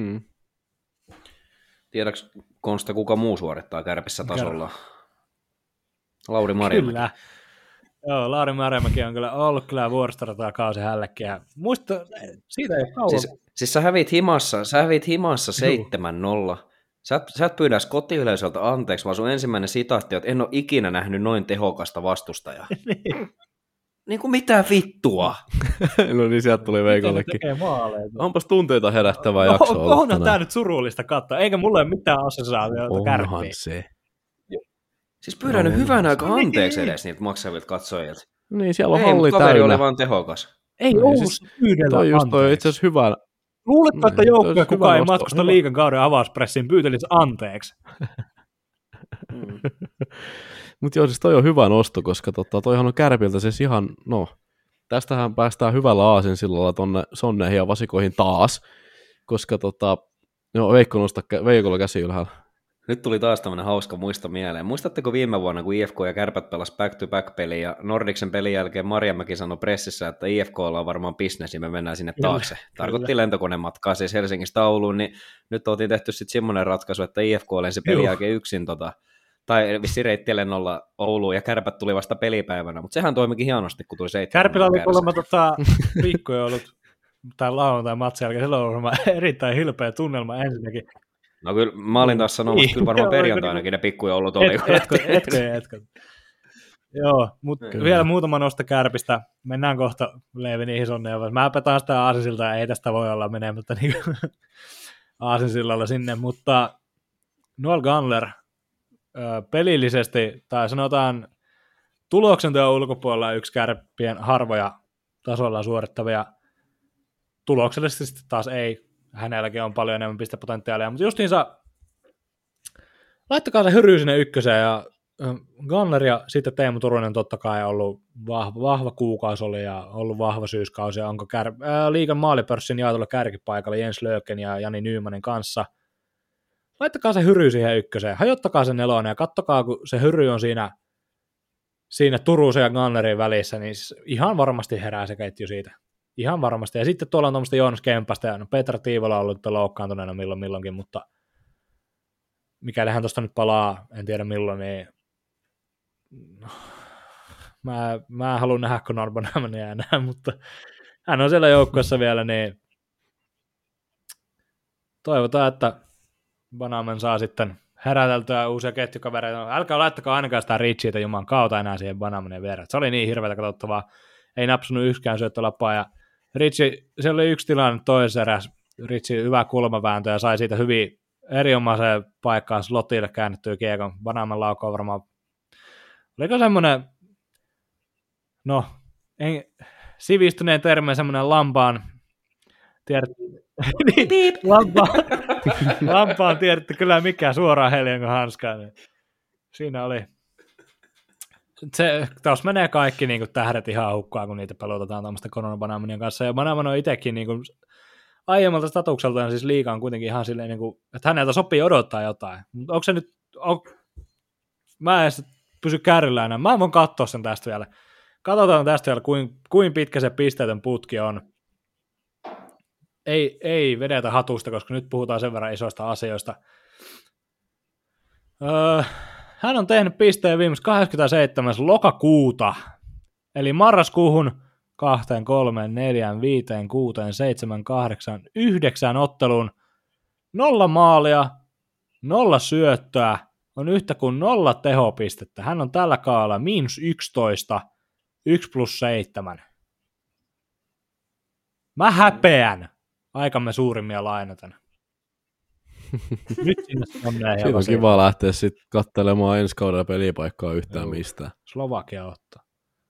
Tiedätkö Konsta, kuka muu suorittaa Kärpissä tasolla? Lauri Marjamäki. Kyllä. Joo, Lauri Marjamäki on kyllä ollut kyllä vuoristorataa kausi hällekin. Muista, siitä ei ole kauan. Siis sä hävit himassa 7-0. Sä et pyydä kotiyleisöltä anteeksi, vaan sun ensimmäinen sitaatti on, että en ole ikinä nähnyt noin tehokasta vastustajaa. Niin kuin mitä vittua? No niin, sieltä tuli Veikollekin. Onpas tunteita herättävä jakso. Onhan tää nyt surullista katsoa, eikä mulla ole mitään assosiaatiota Kärppiin. Onhan se. Siis pyydän nyt hyvän aikaa anteeksi edes niitä maksavilta katsojilta. Niin, siellä on ei, halli kaveri täynnä. oli vaan tehokas. Ei Oulussa pyydellä anteeksi. Toi itse asiassa hyvä. Luuletko, että joukkue kukaan ei matkusta liigan kauden avauspressiin pyytelisi anteeksi? Mutta joo, siis toi on hyvä nosto, koska toihan on Kärpiltä siis ihan, tästähän päästään hyvällä aasinsillalla tonne Sonneihin ja Vasikoihin taas, koska Veikolla käsi ylhäällä. Nyt tuli taas tämmöinen hauska muisto mieleen. Muistatteko viime vuonna, kun IFK ja Kärpät pelasi back-to-back-peliä ja Nordicsen pelin jälkeen Marjamäki sanoi pressissä, että IFKlla on varmaan business ja me mennään sinne taakse. Tarkoitti lentokonematkaa siis Helsingistä Ouluun, niin nyt oltiin tehty sitten semmoinen ratkaisu, että IFK lensi pelin jälkeen yksin tai vissiin reittilennolla Ouluun ja Kärpät tuli vasta pelipäivänä, mutta sehän toimikin hienosti, kun tuli 7. Kärpillä oli kuulemma viikkoja ollut tai lauantai-matsin jälkeen, silloin on varmaan erittäin hilpeä tunnelma ensinnäkin. No kyllä, mä olin taas sanomassa, että kyllä varmaan perjantainakin ne pikkujoulut oli. Etkö. Joo, mutta vielä muutama nosto Kärpistä. Mennään kohta Leevi niihin Sonneihin. Mä petaan sitä aasinsiltaa, ei tästä voi olla menemättä niin aasinsillalla sinne, mutta Noel Gunler pelillisesti, tai sanotaan tuloksenteon ulkopuolella yksi Kärppien harvoja tasolla suorittavia, tuloksellisesti taas ei. Hänelläkin on paljon enemmän pistepotentiaalia, mutta justiinsa laittakaa se Hyry sinne ykköseen ja Gunner ja sitten Teemu Turunen totta kai on ollut vahva kuukausi oli ja ollut vahva syyskausi ja onko liigan maalipörssin jaetulla kärkipaikalla Jens Löken ja Jani Nymanin kanssa. Laittakaa se Hyry siihen ykköseen, hajottakaa se nelonen ja kattokaa kun se Hyry on siinä Turusen ja Gunnerin välissä, niin ihan varmasti herää se ketju siitä. Ihan varmasti. Ja sitten tuolla on tuommoista Joonas Kempasta, ja Petra Tiivola on ollut loukkaantuneena milloinkin, mutta mikäli hän tuosta nyt palaa, en tiedä milloin, niin mä haluan nähdä, kun Norban menee enää, mutta hän on siellä joukkueessa vielä, niin toivotaan, että Banamen saa sitten heräteltyä uusia ketjukavereita. Älkää laittakaa ainakaan sitä Richiitä juman kautta enää siihen Banameneen viereen. Se oli niin hirveätä katsottavaa. Ei napsunut yksikään syöttölapaa ja Ritchie, se oli yksi tilanne toisessa eräs. Ritchie hyvä kulmavääntö ja sai siitä hyvin erinomaiseen paikkaan slotille käännettyä kiekon. Banamen laukoon varmaan. Oliko semmoinen, sivistyneen termeen semmoinen lampaan, lampaan tiedätte kyllä mikä suoraan Heliangon hanskaan. Niin siinä oli. Tuossa menee kaikki niin kuin tähdet ihan hukkaan, kun niitä pelotetaan tämmöistä koronabanaaminen kanssa. Ja Banaman on itsekin niin kuin, aiemmalta statukseltaan siis liiga on kuitenkin ihan silleen, niin kuin, että häneltä sopii odottaa jotain. Mutta onko se nyt, mä en edes pysy kärryllä enää. Mä voin katsoa sen tästä vielä. Katsotaan tästä vielä, kuin pitkä se pisteetön putki on. Ei vedetä hatusta, koska nyt puhutaan sen verran isoista asioista. Hän on tehnyt pisteen viimeksi 27. lokakuuta, eli marraskuuhun 2, 3, 4, 5, 6, 7, 8, 9 otteluun 0 maalia, 0 syöttöä, on yhtä kuin 0 tehopistettä. Hän on tällä kaudella -11, 1+7. Mä häpeän aikamme suurimmia lainaten. Nyt sinne Siitä on kiva lähteä sitten katselemaan ensi kaudella pelipaikkaa yhtään mistään. Slovakia ottaa.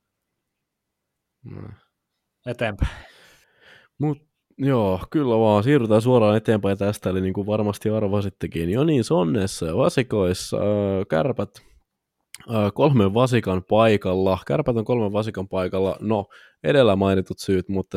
Eteenpäin. Joo, kyllä vaan. Siirrytään suoraan eteenpäin tästä, eli niin kuin varmasti arvasittekin. Jo niin Sonnessa ja Vasikoissa Kärpät 3 vasikan paikalla. Kärpät on 3 vasikan paikalla. No, edellä mainitut syyt, mutta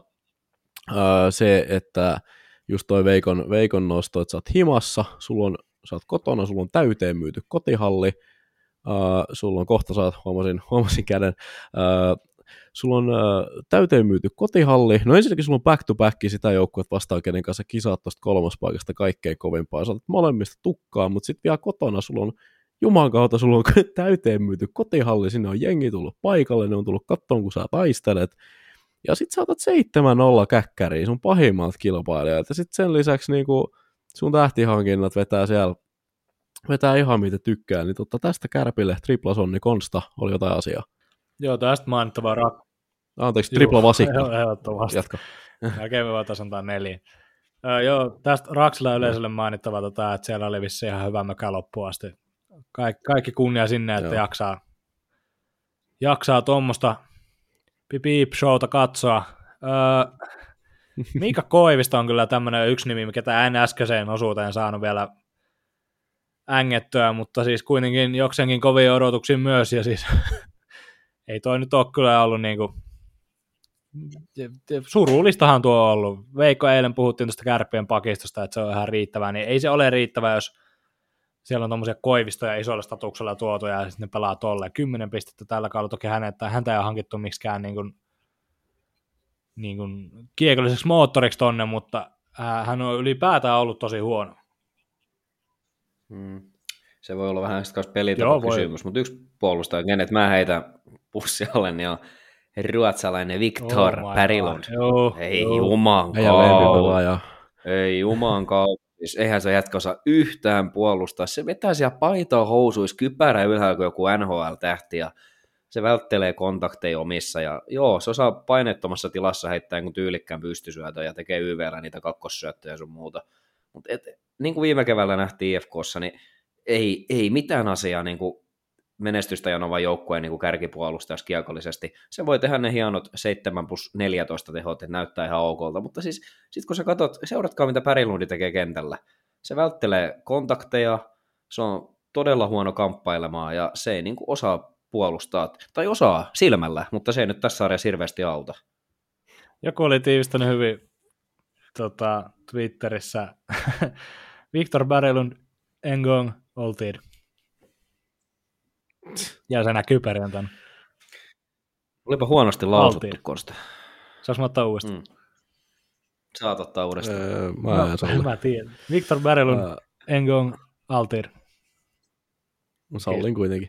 se, että just toi Veikon nosto, että sä oot himassa, sä oot kotona, sulla on täyteen myyty kotihalli, sulla on kohta huomasin käden, sulla on täyteen myyty kotihalli, no ensinnäkin sulla on back-to-back sitä joukkuetta vastaan, kenen kanssa kisaat tuosta 3. paikasta kaikkein kovimpaa, sä oot molemmista tukkaa, mutta sitten vielä kotona sulla on Jumalan kautta sulla on täyteen myyty kotihalli, sinne on jengi tullut paikalle, ne on tullut kattoon, kun sä taistelet, ja sit sä otat 7-0 käkkäriin sun pahimmalta kilpailijat, ja sit sen lisäksi niinku sun tähtihankinnat vetää ihan mitä tykkää, niin tästä Kärpille triplasonni Konsta oli jotain asiaa. Joo, tästä mainittavaa Anteeksi, tripla vasikka. Ehdottomasti. Jatka. Melkein me voitaisiin antaa 4. Joo, tästä Raksilla yleisölle mainittavaa, että siellä oli vissiin ihan hyvä mökä loppuun asti. Kaikki kunnia sinne, että jaksaa tuommoista piip-showta katsoa. Miika Koivisto on kyllä tämmöinen yksi nimi, ketä en äskeiseen osuuteen saanut vielä ängettyä, mutta siis kuitenkin jokseenkin kovia odotuksia myös, ja siis ei toi nyt ole kyllä ollut niinku, surullistahan tuo on ollut. Veikko, eilen puhuttiin tuosta Kärppien pakistosta, että se on ihan riittävää, niin ei se ole riittävää, jos siellä on tommosia Koivistoja isolla statuksella tuotu, ja sitten ne pelaa tolleen 10 pistettä tällä kaudella. Toki häntä ei ole hankittu miksikään niin kuin kiekolliseksi moottoriksi tonne, mutta hän on ylipäätään ollut tosi huono. Se voi olla vähän sitten pelitapa kysymys, mutta yksi puolustaja, kenet mä heitän pussi alle, niin on ruotsalainen Viktor Berglund. Ei juman kautta. Eihän se jätkä osaa yhtään puolustaa. Se vetää siellä paitaa housuissa, kypärä ylhäällä kuin joku NHL-tähti, ja se välttelee kontakteja omissa, ja joo, se osaa painettomassa tilassa heittää niin tyylikkään pystysyötön ja tekee YV:llä niitä kakkossyöttöjä ja sun muuta. Mutta niin kuin viime keväällä nähtiin IFK:ssa, niin ei mitään asiaa niin kuin menestystä janova joukkueen niin kärkipuolustajas kiekollisesti. Se voi tehdä ne hienot 7+14 tehot, että näyttää ihan okolta, mutta siis sit kun sä katsot, seuratkaa mitä Berglundi tekee kentällä. Se välttelee kontakteja, se on todella huono kamppailemaan ja se ei niin kuin osaa puolustaa, tai osaa silmällä, mutta se ei nyt tässä sarjassa hirveästi auta. Joku oli tiivistänyt hyvin Twitterissä Viktor Berglund en gång alltid. Ja se näkyy perjantaina. Olipa huonosti lausuttu, Konsta. Saanko mä ottaa uudestaan? Saat ottaa uudestaan. Mä tiedän. Viktor Berglund en gång alltid. Sallin kuitenkin.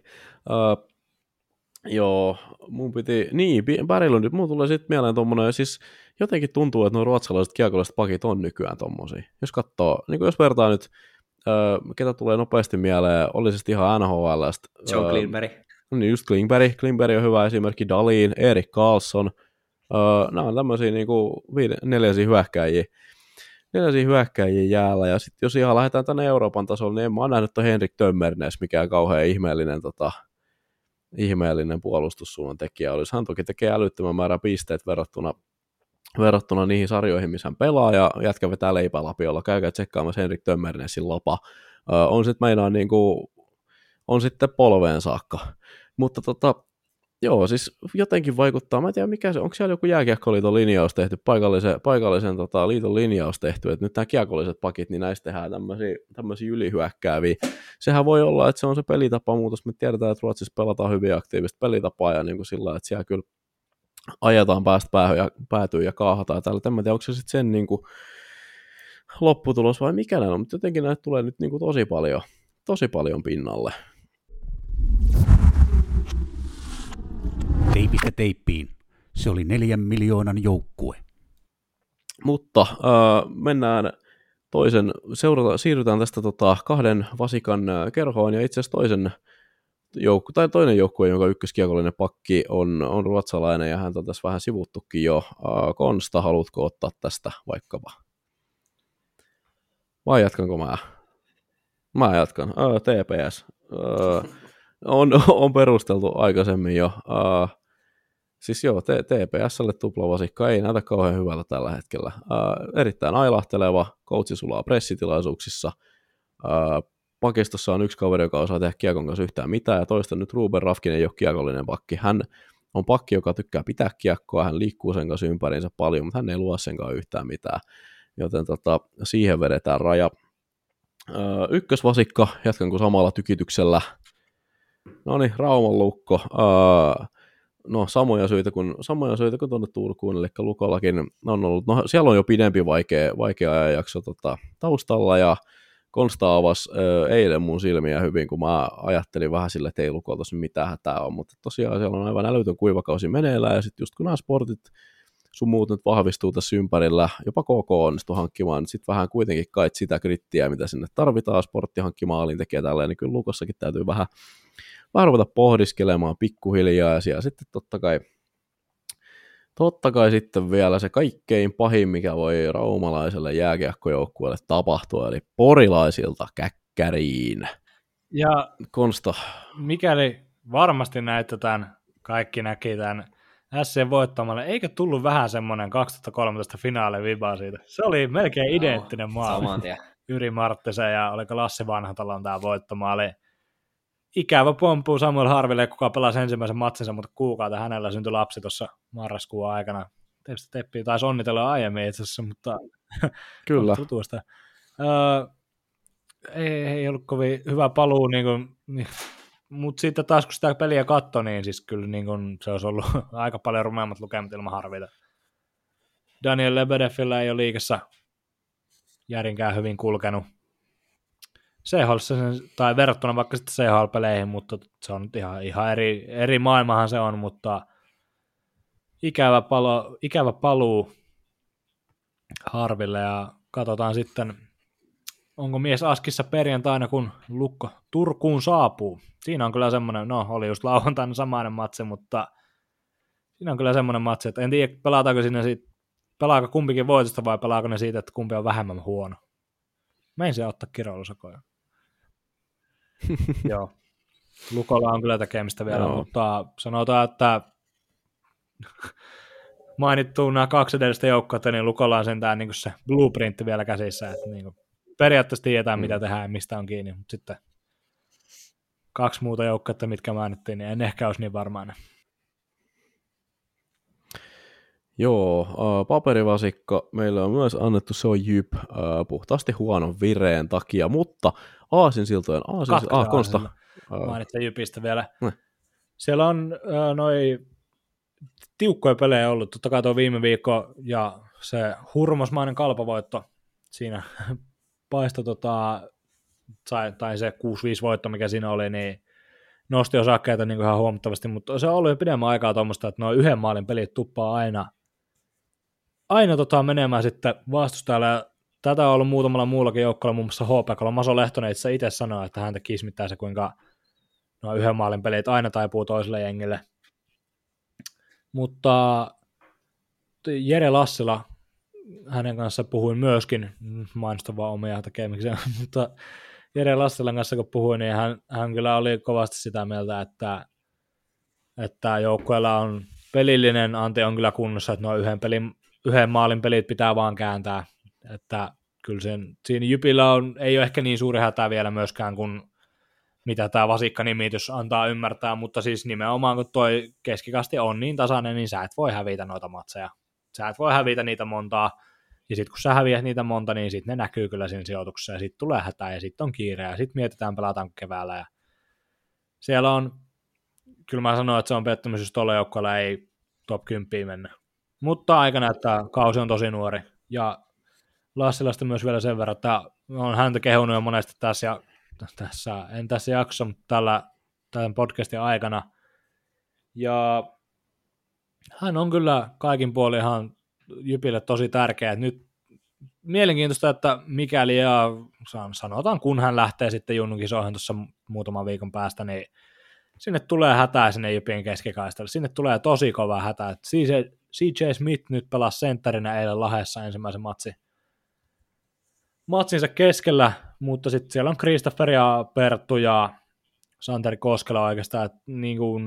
Joo, mun piti, Berglund, mun tulee sitten mieleen tommonen, siis jotenkin tuntuu, että nuo ruotsalaiset kiekolliset pakit on nykyään tommosia. Jos katsoo, niin jos vertaa nyt, ketä tulee nopeasti mieleen, oli se ihan NHL:stä. Joe Klingberg. Niin just Klingberg on hyvä esimerkki, Dahlin, Erik Karlsson, nämä on tämmöisiä niinku neljäsiä hyökkääjiä jäällä, ja sitten jos ihan lähdetään tänne Euroopan tasolle, niin en mä oon nähnyt Henrik Tömmernes, mikä on kauhean ihmeellinen ihmeellinen puolustussuunnan tekijä olisi. Hän toki tekee älyttömän määrän pisteet verrattuna niihin sarjoihin, missä hän pelaa, ja jätkä vetää leipälapiolla. Käykää tsekkaamassa Henrik Tömmernesin lapa. On sitten meinaa niinku, on sitten polveen saakka. Mutta joo, siis jotenkin vaikuttaa, mä en tiedä mikä se, onko siellä joku jääkiekkoliiton linjaus tehty, paikallisen liiton linjaus tehty, että nyt nämä kiekolliset pakit, niin näistä tehdään tämmöisiä ylihyökkääviä. Sehän voi olla, että se on se pelitapamuutos, me tiedetään, että Ruotsissa pelataan hyvin aktiivista pelitapaa, ja niin kuin sillä, että siellä kyllä ajetaan päästä päätyy ja kaahataan täällä. En tiedä, onko se sitten sen niin kuin lopputulos vai mikä näin on, mutta jotenkin näitä tulee nyt niin kuin tosi paljon pinnalle. Teipistä teippiin. Se oli 4 miljoonan joukkue. Mutta mennään siirrytään tästä kahden vasikan kerhoon, ja itse asiassa toinen joukkue, jonka ykköskiekollinen pakki on ruotsalainen, ja hän on tässä vähän sivuttukin jo. Konsta, haluatko ottaa tästä vaikkapa? Vai jatkanko mä? Mä jatkan. TPS. On perusteltu aikaisemmin jo. Siis joo, TPS:lle tuplavasikka ei näytä kauhean hyvältä tällä hetkellä. Erittäin ailahteleva, coachi sulaa pressitilaisuuksissa. Pakistossa on yksi kaveri, joka osaa tehdä kiekon kanssa yhtään mitään, ja toista nyt Ruben Rafkin ei ole kiekollinen pakki. Hän on pakki, joka tykkää pitää kiekkoa, hän liikkuu sen kanssa ympäriinsä paljon, mutta hän ei luo sen kanssa yhtään mitään. Joten siihen vedetään raja. Ykkösvasikka, jatkanko samalla tykityksellä. No niin, Rauman Lukko. No samoja syitä kuin tuonne Turkuun, eli Lukollakin on ollut, no siellä on jo pidempi vaikea ajanjakso taustalla, ja Konsta avasi eilen mun silmiä hyvin, kun mä ajattelin vähän sille, että ei Lukolta mitään hätää on, mutta tosiaan siellä on aivan älytön kuivakausi meneillään, ja sitten just kun nämä sportit sun muut nyt vahvistuu tässä ympärillä, jopa KK onnistui hankkimaan, niin sitten vähän kuitenkin kait sitä krittiä, mitä sinne tarvitaan, sporttihankkimaalin tekee tälleen, niin kyllä Lukossakin täytyy vähän ruveta pohdiskelemaan pikkuhiljaa, ja siellä sitten totta kai sitten vielä se kaikkein pahin, mikä voi raumalaiselle jääkiekkojoukkueelle tapahtua, eli porilaisilta käkkäriin. Ja Konsta. Mikäli varmasti näitä kaikki näki tämän SC voittamalla, eikö tullut vähän semmoinen 2013 finaali-vibaa siitä? Se oli melkein identtinen maali. Yri Marttisen ja oliko Lassi Vanhatalon tämä voittomaali. Ikävä pomppu Samuel Harville, kuka pelasi ensimmäisen matsinsa, mutta kuukautta hänellä syntyi lapsi tuossa marraskuun aikana. Tietysti Teppi taisi onnitella aiemmin itse asiassa, mutta kyllä. Tutusta. Ei ollut kovin hyvä paluu, mutta sitten taas kun sitä peliä katsoi, niin siis kyllä se olisi ollut aika paljon rumeammat lukemat ilman Harvita. Daniel Lebedevillä ei ole liikassa järinkään hyvin kulkenut. tai verrattuna vaikka sitten CHL-peleihin, mutta se on ihan eri maailmahan se on, mutta ikävä paluu Harville, ja katsotaan sitten, onko mies askissa perjantaina, kun Lukko Turkuun saapuu. Siinä on kyllä semmoinen, oli just lauantaina samainen matsi, mutta siinä on kyllä semmoinen matsi, että en tiedä, pelaako kumpikin voitosta vai pelaako ne siitä, että kumpi on vähemmän huono. Mä en siellä ottaa kiroilusakoja. Joo. Lukolla on kyllä tekemistä vielä, mutta sanotaan, että mainittuu nämä kaksi edellistä joukkoa, niin Lukolla on sentään niin se blueprintti vielä käsissä, että niin periaatteessa tiedetään, mitä tehdään ja mistä on kiinni, mutta sitten kaksi muuta joukkoa, mitkä mainittiin, niin en ehkä olisi niin varmaan. Joo, paperivasikka meillä on myös annettu, se on Jyp, puhtaasti huonon vireen takia, mutta aasinsiltojen Konsta. Mainitsen Jypistä vielä. Siellä on tiukkoja pelejä ollut, totta kai tuo viime viikko ja se hurmosmainen kalpavoitto siinä paistoi, tai se 6-5 voitto, mikä siinä oli, niin nosti osakkeita niin ihan huomattavasti, mutta se on ollut jo pidemmän aikaa tuommoista, että noin yhden maalin pelit tuppaa aina menemään sitten vastustajalle, ja tätä on ollut muutamalla muullakin joukkoilla, muun muassa HPK:lla. Maso Lehtonen itse sanoo, että häntä kismittää se, kuinka nuo yhden maalin pelit aina taipuu toiselle jengille. Mutta Jere Lassila, hänen kanssa puhuin myöskin, mainostan vaan omia tekemisiä, mutta Jere Lassilan kanssa kun puhuin, niin hän kyllä oli kovasti sitä mieltä, että että joukkueella on pelillinen ante on kyllä kunnossa, että nuo yhden maalin pelit pitää vaan kääntää, että kyllä siinä Jypillä ei ole ehkä niin suuri hätä vielä myöskään kuin mitä tämä vasikka-nimitys antaa ymmärtää, mutta siis nimenomaan kun toi keskikasti on niin tasainen, niin sä et voi hävitä noita matseja. Sä et voi hävitä niitä montaa, ja sitten kun sä häviät niitä monta, niin sitten ne näkyy kyllä siinä sijoituksessa, ja sitten tulee hätä, ja sitten on kiire, ja sitten mietitään, pelataanko keväällä, ja siellä on, kyllä mä sanoin, että se on pettymys, jos tuolla joukkueella ei top 10 mennä. Mutta aika näyttää, kausi on tosi nuori, ja Lassilasta myös vielä sen verran, että olen häntä kehunut jo monesti en tässä jaksossa, mutta tämän podcastin aikana. Ja hän on kyllä kaikin puolin ihan Jypille tosi tärkeä. Nyt mielenkiintoista, että mikäli ja sanotaan, kun hän lähtee sitten Junnukisoihin tuossa muutaman viikon päästä, niin sinne tulee hätää sinne Jypin keskikaistalle. Sinne tulee tosi kova hätä. CJ Smith nyt pelasi sentterinä eilen Lahdessa ensimmäisen matsinsa keskellä, mutta sitten siellä on Christopher ja Perttu ja Santeri Koskela oikeastaan, että niin kuin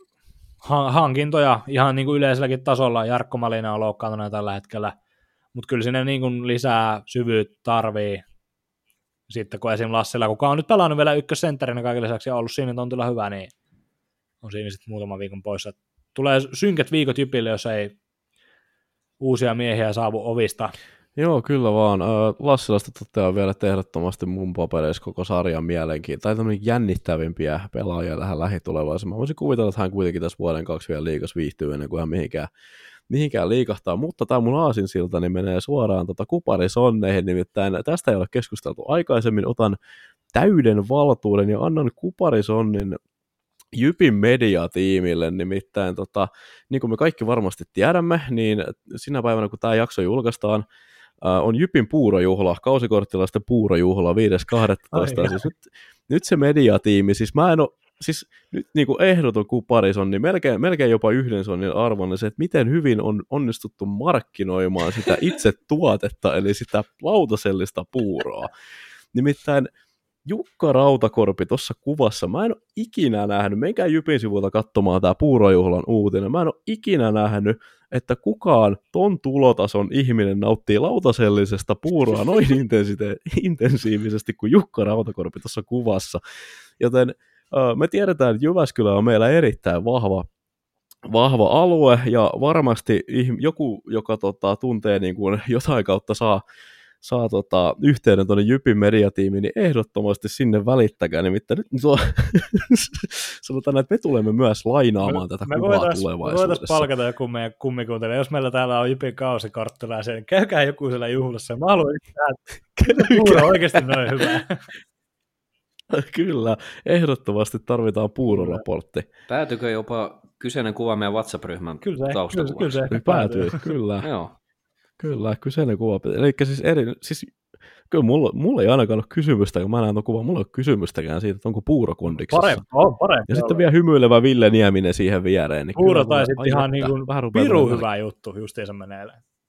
hankintoja ihan niin kuin yleiselläkin tasolla. Jarkko Malina on loukkaantunut tällä hetkellä, mutta kyllä sinne niin kuin lisää syvyyttä tarvii. Sitten kun esim. Lassila, kuka on nyt pelannut vielä ykkössentterinä kaiken lisäksi ja ollut siinä tontilla hyvä, niin on siinä sitten muutama viikon poissa. Tulee synkät viikot Jypille, jos ei uusia miehiä saavu ovista. Joo, kyllä vaan. Lassilasta toteaa vielä ehdottomasti mun papereissa koko sarjan mielenkiintoista. Tai tämmöinen jännittävimpiä pelaajia tähän lähitulevaisuuteen. Mä voisin kuvitella, että hän kuitenkin tässä vuoden 2 vielä liigas viihtyy ennen kuin hän mihinkään liikahtaa. Mutta tämä mun aasinsilta niin menee suoraan Kuparisonneihin. Nimittäin tästä ei ole keskusteltu aikaisemmin. Otan täyden valtuuden ja annan Kuparisonnin Jypin mediatiimille, nimittäin niin kuin me kaikki varmasti tiedämme, niin sinä päivänä kun tämä jakso julkaistaan, on Jypin puurojuhla, kausikorttilaisten puurojuhla 5.12. Siis nyt se mediatiimi, siis mä en ole, siis nyt niin kuin ehdoton Kuparison, niin melkein jopa yhden sonnin arvon, se, että miten hyvin on onnistuttu markkinoimaan sitä itse tuotetta, eli sitä lautasellista puuroa. Nimittäin Jukka Rautakorpi tuossa kuvassa, mä en ole ikinä nähnyt, menkää Jypin sivulta katsomaan tää puurojuhlan uutinen, mä en ole ikinä nähnyt, että kukaan ton tulotason ihminen nauttii lautasellisesta puuroa noin intensiivisesti kuin Jukka Rautakorpi tuossa kuvassa. Joten me tiedetään, että Jyväskylä on meillä erittäin vahva alue, ja varmasti joku, joka tuntee niin kuin jotain kautta saa yhteyden tuonne Jypin mediatiimiin, niin ehdottomasti sinne välittäkää. Nimittäin nyt sanotaan, että me tulemme myös lainaamaan tätä kuvaa tulevaisuudessa. Me voitaisiin palkata joku meidän kummikuuntelija. Jos meillä täällä on Jypin kausikorttilaisia, niin käykää joku siellä juhlassa. Mä haluan puuro oikeasti noin hyvä. Kyllä, ehdottomasti tarvitaan puuroraportti. Päätyykö jopa kyseinen kuva meidän WhatsApp-ryhmän taustakuvaksi? Kyllä se päätyy, kyllä. Joo. Kyllä, kyseinen kuva. Eli siis kyllä mulla ei ainakaan ole kysymystä, kun mä näen tuon kuvan, mulla ei ole kysymystäkään siitä, että onko puuro kondiksessa. Parempi. Ja sitten vielä hymyilevä Ville Nieminen siihen viereen. Niin puuro tai sitten ihan niin kuin piru hyvä juttu, justiinsa menee.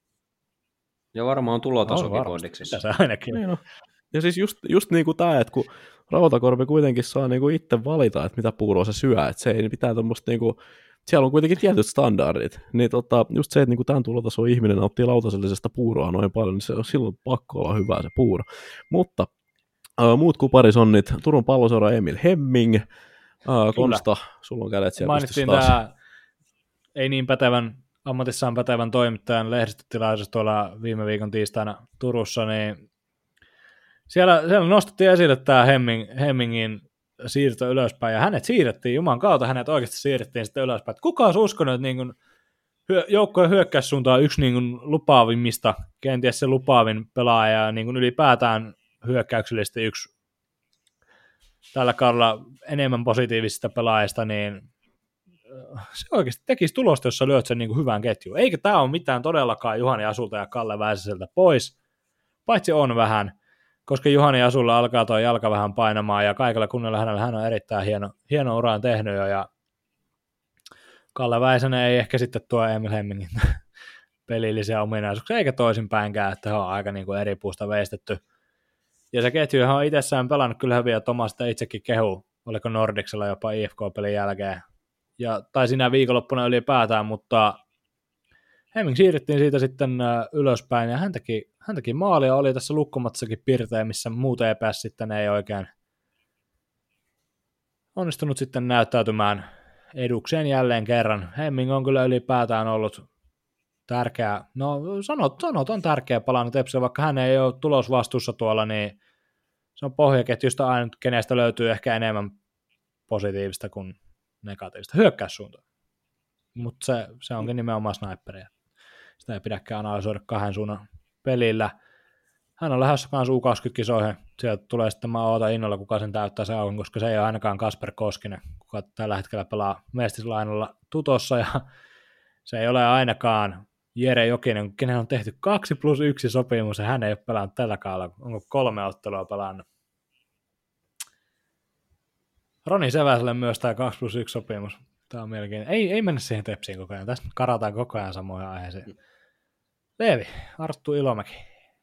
Ja varmaan on tulotasokin kondiksessa. Mitä se ainakin. Niin no. Ja siis just niin kuin tämä, että kun Rautakorpi kuitenkin saa niin kuin itse valita, että mitä puuroa se syö, että se ei pitää tuommoista niin kuin, siellä on kuitenkin tietyt standardit, niin just se, että niin tämän tulotason ihminen nauttii lautasellisesta puuroa noin paljon, niin se on silloin pakko olla hyvä se puuro. Mutta muut Kuparisonnit, Turun Palloseura Emil Hemming, Konsta, sulla on kädet siellä mainittiin tämä ei niin ammatissaan pätevän toimittajan lehdistötilaisuus tuolla viime viikon tiistaina Turussa, niin siellä nostettiin esille tämä Hemmingin siirto ylöspäin, ja hänet siirrettiin, Juman kautta hänet oikeasti siirrettiin sitten ylöspäin. Kuka olisi uskonut, että niin joukkojen hyökkäyssuunta on yksi niin lupaavimmista, kenties se lupaavin pelaaja, ja niin ylipäätään hyökkäyksellisesti yksi tällä kaudella enemmän positiivisista pelaajista, niin se oikeasti tekisi tulosta, jos sä lyöt sen niin hyvän ketjuun. Eikä tämä ole mitään todellakaan Juhani Asulta ja Kalle Väisäseltä pois, paitsi on vähän, koska Juhani Asulla alkaa tuo jalka vähän painamaan, ja kaikella kunnella hän on erittäin hieno uraan tehnyt jo, ja Kalle Väisänen ei ehkä sitten tuo Emil Hemmingin pelillisiä ominaisuuksia, eikä toisinpäinkään, että he on aika niin kuin eri puusta veistetty. Ja se ketjuhan on itsessään pelannut kyllä hyvin, ja Tomas sitä itsekin kehuu, oliko Nordicsella jopa IFK-pelin jälkeen tai sinä viikonloppuna ylipäätään, mutta Hemming siirrettiin siitä sitten ylöspäin, ja hän teki maalia, oli tässä lukkomatssakin pirteä, missä muut EPS sitten ei oikein onnistunut sitten näyttäytymään edukseen jälleen kerran. Hemming on kyllä ylipäätään ollut tärkeä, no sanotaan tärkeä palanen Tepsille, vaikka hän ei ole tulosvastuussa tuolla, niin se on pohjaketjusta aina, kenestä löytyy ehkä enemmän positiivista kuin negatiivista hyökkäyssuuntaan. Mutta se onkin nimenomaan sniperiä. Sitä ei pidäkään analysoida 2 suunnan pelillä. Hän on lähdössä kanssa U20-kisoihin. Sieltä tulee sitten, mä ootan innolla, kuka sen täyttää se aukon, koska se ei ole ainakaan Kasper Koskinen, kuka tällä hetkellä pelaa Mestislainalla Tutossa, ja se ei ole ainakaan Jere Jokinen, kenen on tehty 2+1 sopimus, ja hän ei ole pelannut tällä kaudella. Onko 3 pelannut? Roni Seväselle myös tämä 2+1 sopimus. Tämä on mielenkiintoinen. Ei mennä siihen Tepsiin koko ajan. Tässä karataan koko ajan samoihin aiheisiin. Leevi, Arttu Ilomäki.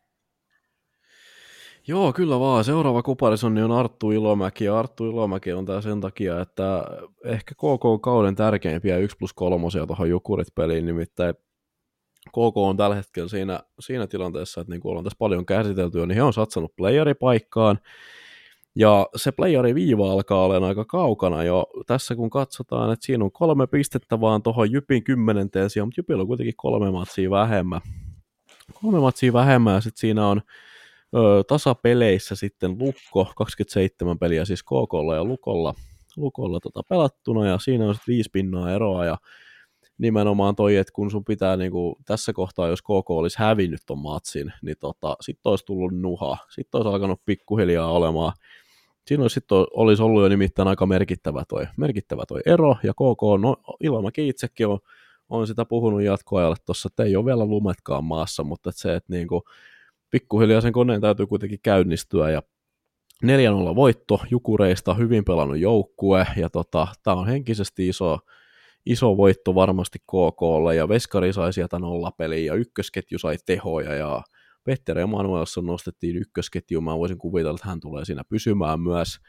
Joo, kyllä vaan. Seuraava kuparisonni on Arttu Ilomäki, ja Arttu Ilomäki on tää sen takia, että ehkä KK-kauden tärkeimpiä 1+3 tuohon Jukurit-peliin, nimittäin KK on tällä hetkellä siinä tilanteessa, että niin kuin ollaan tässä paljon käsitelty, niin he on satsannut playeripaikkaan, ja se playeriviiva alkaa olemaan aika kaukana jo tässä, kun katsotaan, että siinä on 3 pistettä vaan tuohon Jypin 10. sijaan, mutta Jypillä on kuitenkin 3 matsia vähemmän. 3 matsia vähemmän, ja sitten siinä on tasapeleissä sitten Lukko, 27 peliä siis KK:lla ja Lukolla pelattuna, ja siinä on sitten 5 pinnaa eroa, ja nimenomaan toi, että kun sun pitää niinku, tässä kohtaa, jos KK olisi hävinnyt ton matsin, niin sitten olisi tullut nuha, sitten olisi alkanut pikkuhiljaa olemaan, siinä olisi ollut jo nimittäin aika merkittävä toi ero, ja KK, no Ilomäki itsekin on sitä puhunut jatkoajalle tuossa, että ei ole vielä lumetkaan maassa, mutta että se, että niinku, pikkuhiljaa sen koneen täytyy kuitenkin käynnistyä, ja 4-0 voitto Jukureista, hyvin pelannut joukkue, ja tämä on henkisesti iso voitto varmasti KK:lle, ja Veskari sai sieltä 0 peliä, ja ykkösketju sai tehoja, ja Petteri Emanuelsson nostettiin ykkösketjuun, mä voisin kuvitella, että hän tulee siinä pysymään myös,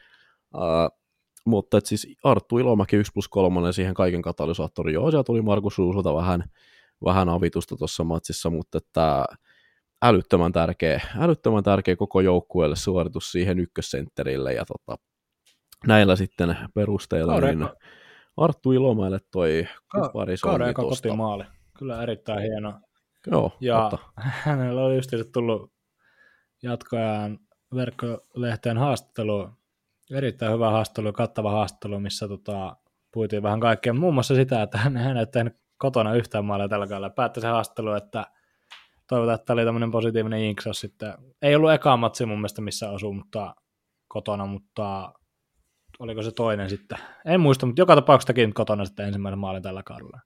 mutta et siis Arttu Ilomäki 1+3 siihen kaiken katalysaattori, joo, siellä tuli Markus Ruusolta vähän avitusta tuossa matsissa, mutta että älyttömän tärkeä koko joukkueelle suoritus siihen ykkössentterille, ja näillä sitten perusteella niin Arttu Ilomäelle toi kuparisonni tosta. Kotimaali. Kyllä erittäin hieno. Joo, ja hänellä oli just tullut jatkoajan verkkolehteen haastattelu, erittäin hyvä haastattelu, kattava haastattelu, missä puhutiin vähän kaikkea. Muun muassa sitä, että hän ei tehnyt kotona yhtään maalia tällä kaudella. Päätti se haastattelu, että toivotaan, että oli tämmöinen positiivinen jinksaus sitten. Ei ollut eka matsi mun mielestä missä osuu, mutta kotona, mutta oliko se toinen sitten? En muista, mutta joka tapauksessa teki kotona sitten ensimmäinen maalin tällä kaudella.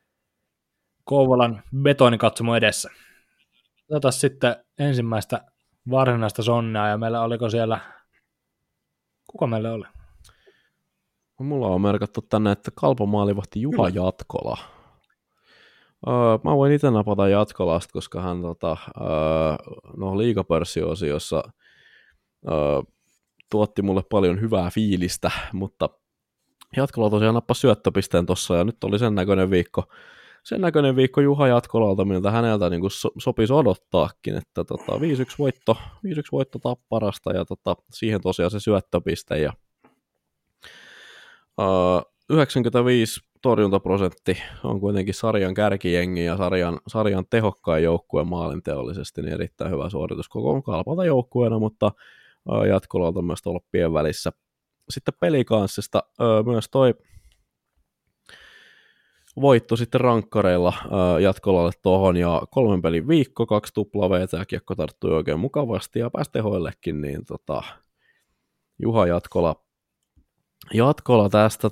Kouvolan betonikatsomo edessä. Otetaan sitten ensimmäistä varsinaista sonnea, ja meillä oliko siellä, kuka meillä oli? Mulla on merkattu tänne, että Kalpan maalivahti Juha Jatkola. Mä voin itse napata Jatkolasta, koska hän liigapörssiosiossa tuotti mulle paljon hyvää fiilistä, mutta Jatkola tosiaan nappasi syöttöpisteen tossa, ja nyt oli sen näköinen viikko Juha Jatkolalta, miltä häneltä niin sopisi odottaakin, että 5-1 voitto Tapparasta, ja siihen tosiaan se syöttöpiste, ja 95 torjuntaprosentti on kuitenkin sarjan kärkijengi ja sarjan tehokkain joukkue maalinteollisesti, niin erittäin hyvä suoritus koko Kalpalta joukkueena, mutta Jatkolalta myös tolppien välissä. Sitten Pelikanssista myös toi voitto sitten rankkareilla Jatkolalle tohon, ja 3 pelin viikko, 2 tuplaveetä, ja kiekko tarttui oikein mukavasti, ja pääsi tehoillekin, niin Juha Jatkola tästä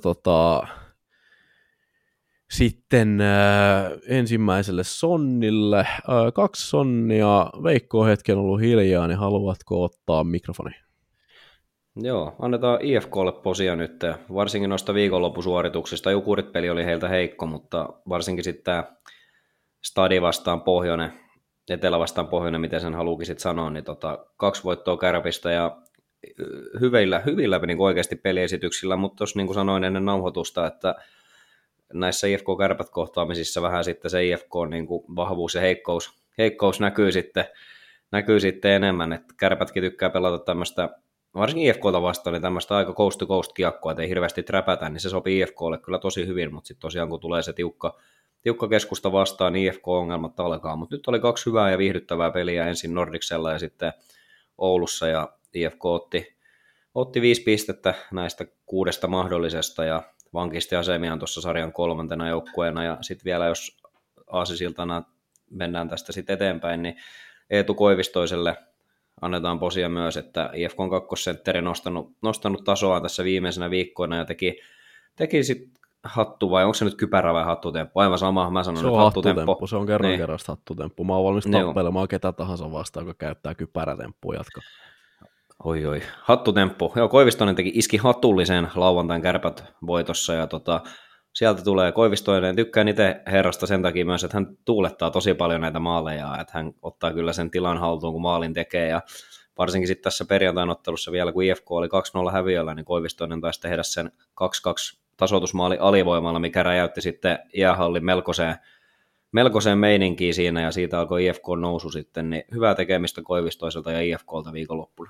sitten ensimmäiselle sonnille. 2 sonnia. Veikko on hetken ollut hiljaa, niin haluatko ottaa mikrofoni? Joo, annetaan IFKlle posia nyt, varsinkin noista viikonloppusuorituksista. Jukurit-peli oli heiltä heikko, mutta varsinkin sitten tämä Stadi vastaan Pohjoinen, Etelä vastaan Pohjoinen, miten sen haluukin sitten sanoa, niin 2 voittoa Kärpistä ja hyvillä niin oikeasti peliesityksillä, mutta tuossa niin kuin sanoin ennen nauhoitusta, että näissä IFK-kärpät-kohtaamisissa vähän sitten se IFK niin kuin vahvuus ja heikkous näkyy sitten enemmän, että kärpätkin tykkää pelata tämmöistä, varsinkin IFK:ta vastaan, niin tämmöistä aika coast to coast kiekkoa, että ei hirveästi träpätä, niin se sopii IFK:lle kyllä tosi hyvin, mutta sitten tosiaan kun tulee se tiukka keskusta vastaan, niin IFK-ongelmat alkaa, mutta nyt oli 2 hyvää ja viihdyttävää peliä ensin Nordicsella ja sitten Oulussa, ja IFK otti 5 pistettä näistä 6 mahdollisesta, ja vankisti asemiaan tuossa sarjan 3. joukkueena, ja sitten vielä jos aasisiltana mennään tästä sitten eteenpäin, niin Eetu Koivistoiselle annetaan posia myös, että IFK on kakkosentteri nostanut tasoa tässä viimeisenä viikkoina, ja teki sitten hattu, vai onko se nyt kypärä vai hattutemppu? Aivan sama, mä sanon, että hattutemppu. Se on kerran niin. kerrasta hattutemppu. Mä oon valmis tappelemaan ketä tahansa vastaan, joka käyttää kypärätemppua jatka. Oi, hattutemppu. Joo, Koivistoinen iski hatullisen lauantain Kärpät voitossa, ja sieltä tulee Koivistoinen. Tykkään itse herrasta sen takia myös, että hän tuulettaa tosi paljon näitä maaleja, että hän ottaa kyllä sen tilan haltuun, kun maalin tekee, ja varsinkin sitten tässä perjantain ottelussa vielä, kun IFK oli 2-0 häviöllä, niin Koivistoinen taisi tehdä sen 2-2 tasoitusmaali alivoimalla, mikä räjäytti sitten jäähallin melkoiseen meininkiin siinä, ja siitä alkoi IFK nousu sitten, niin hyvää tekemistä Koivistoiselta ja IFKlta viikonloppuna.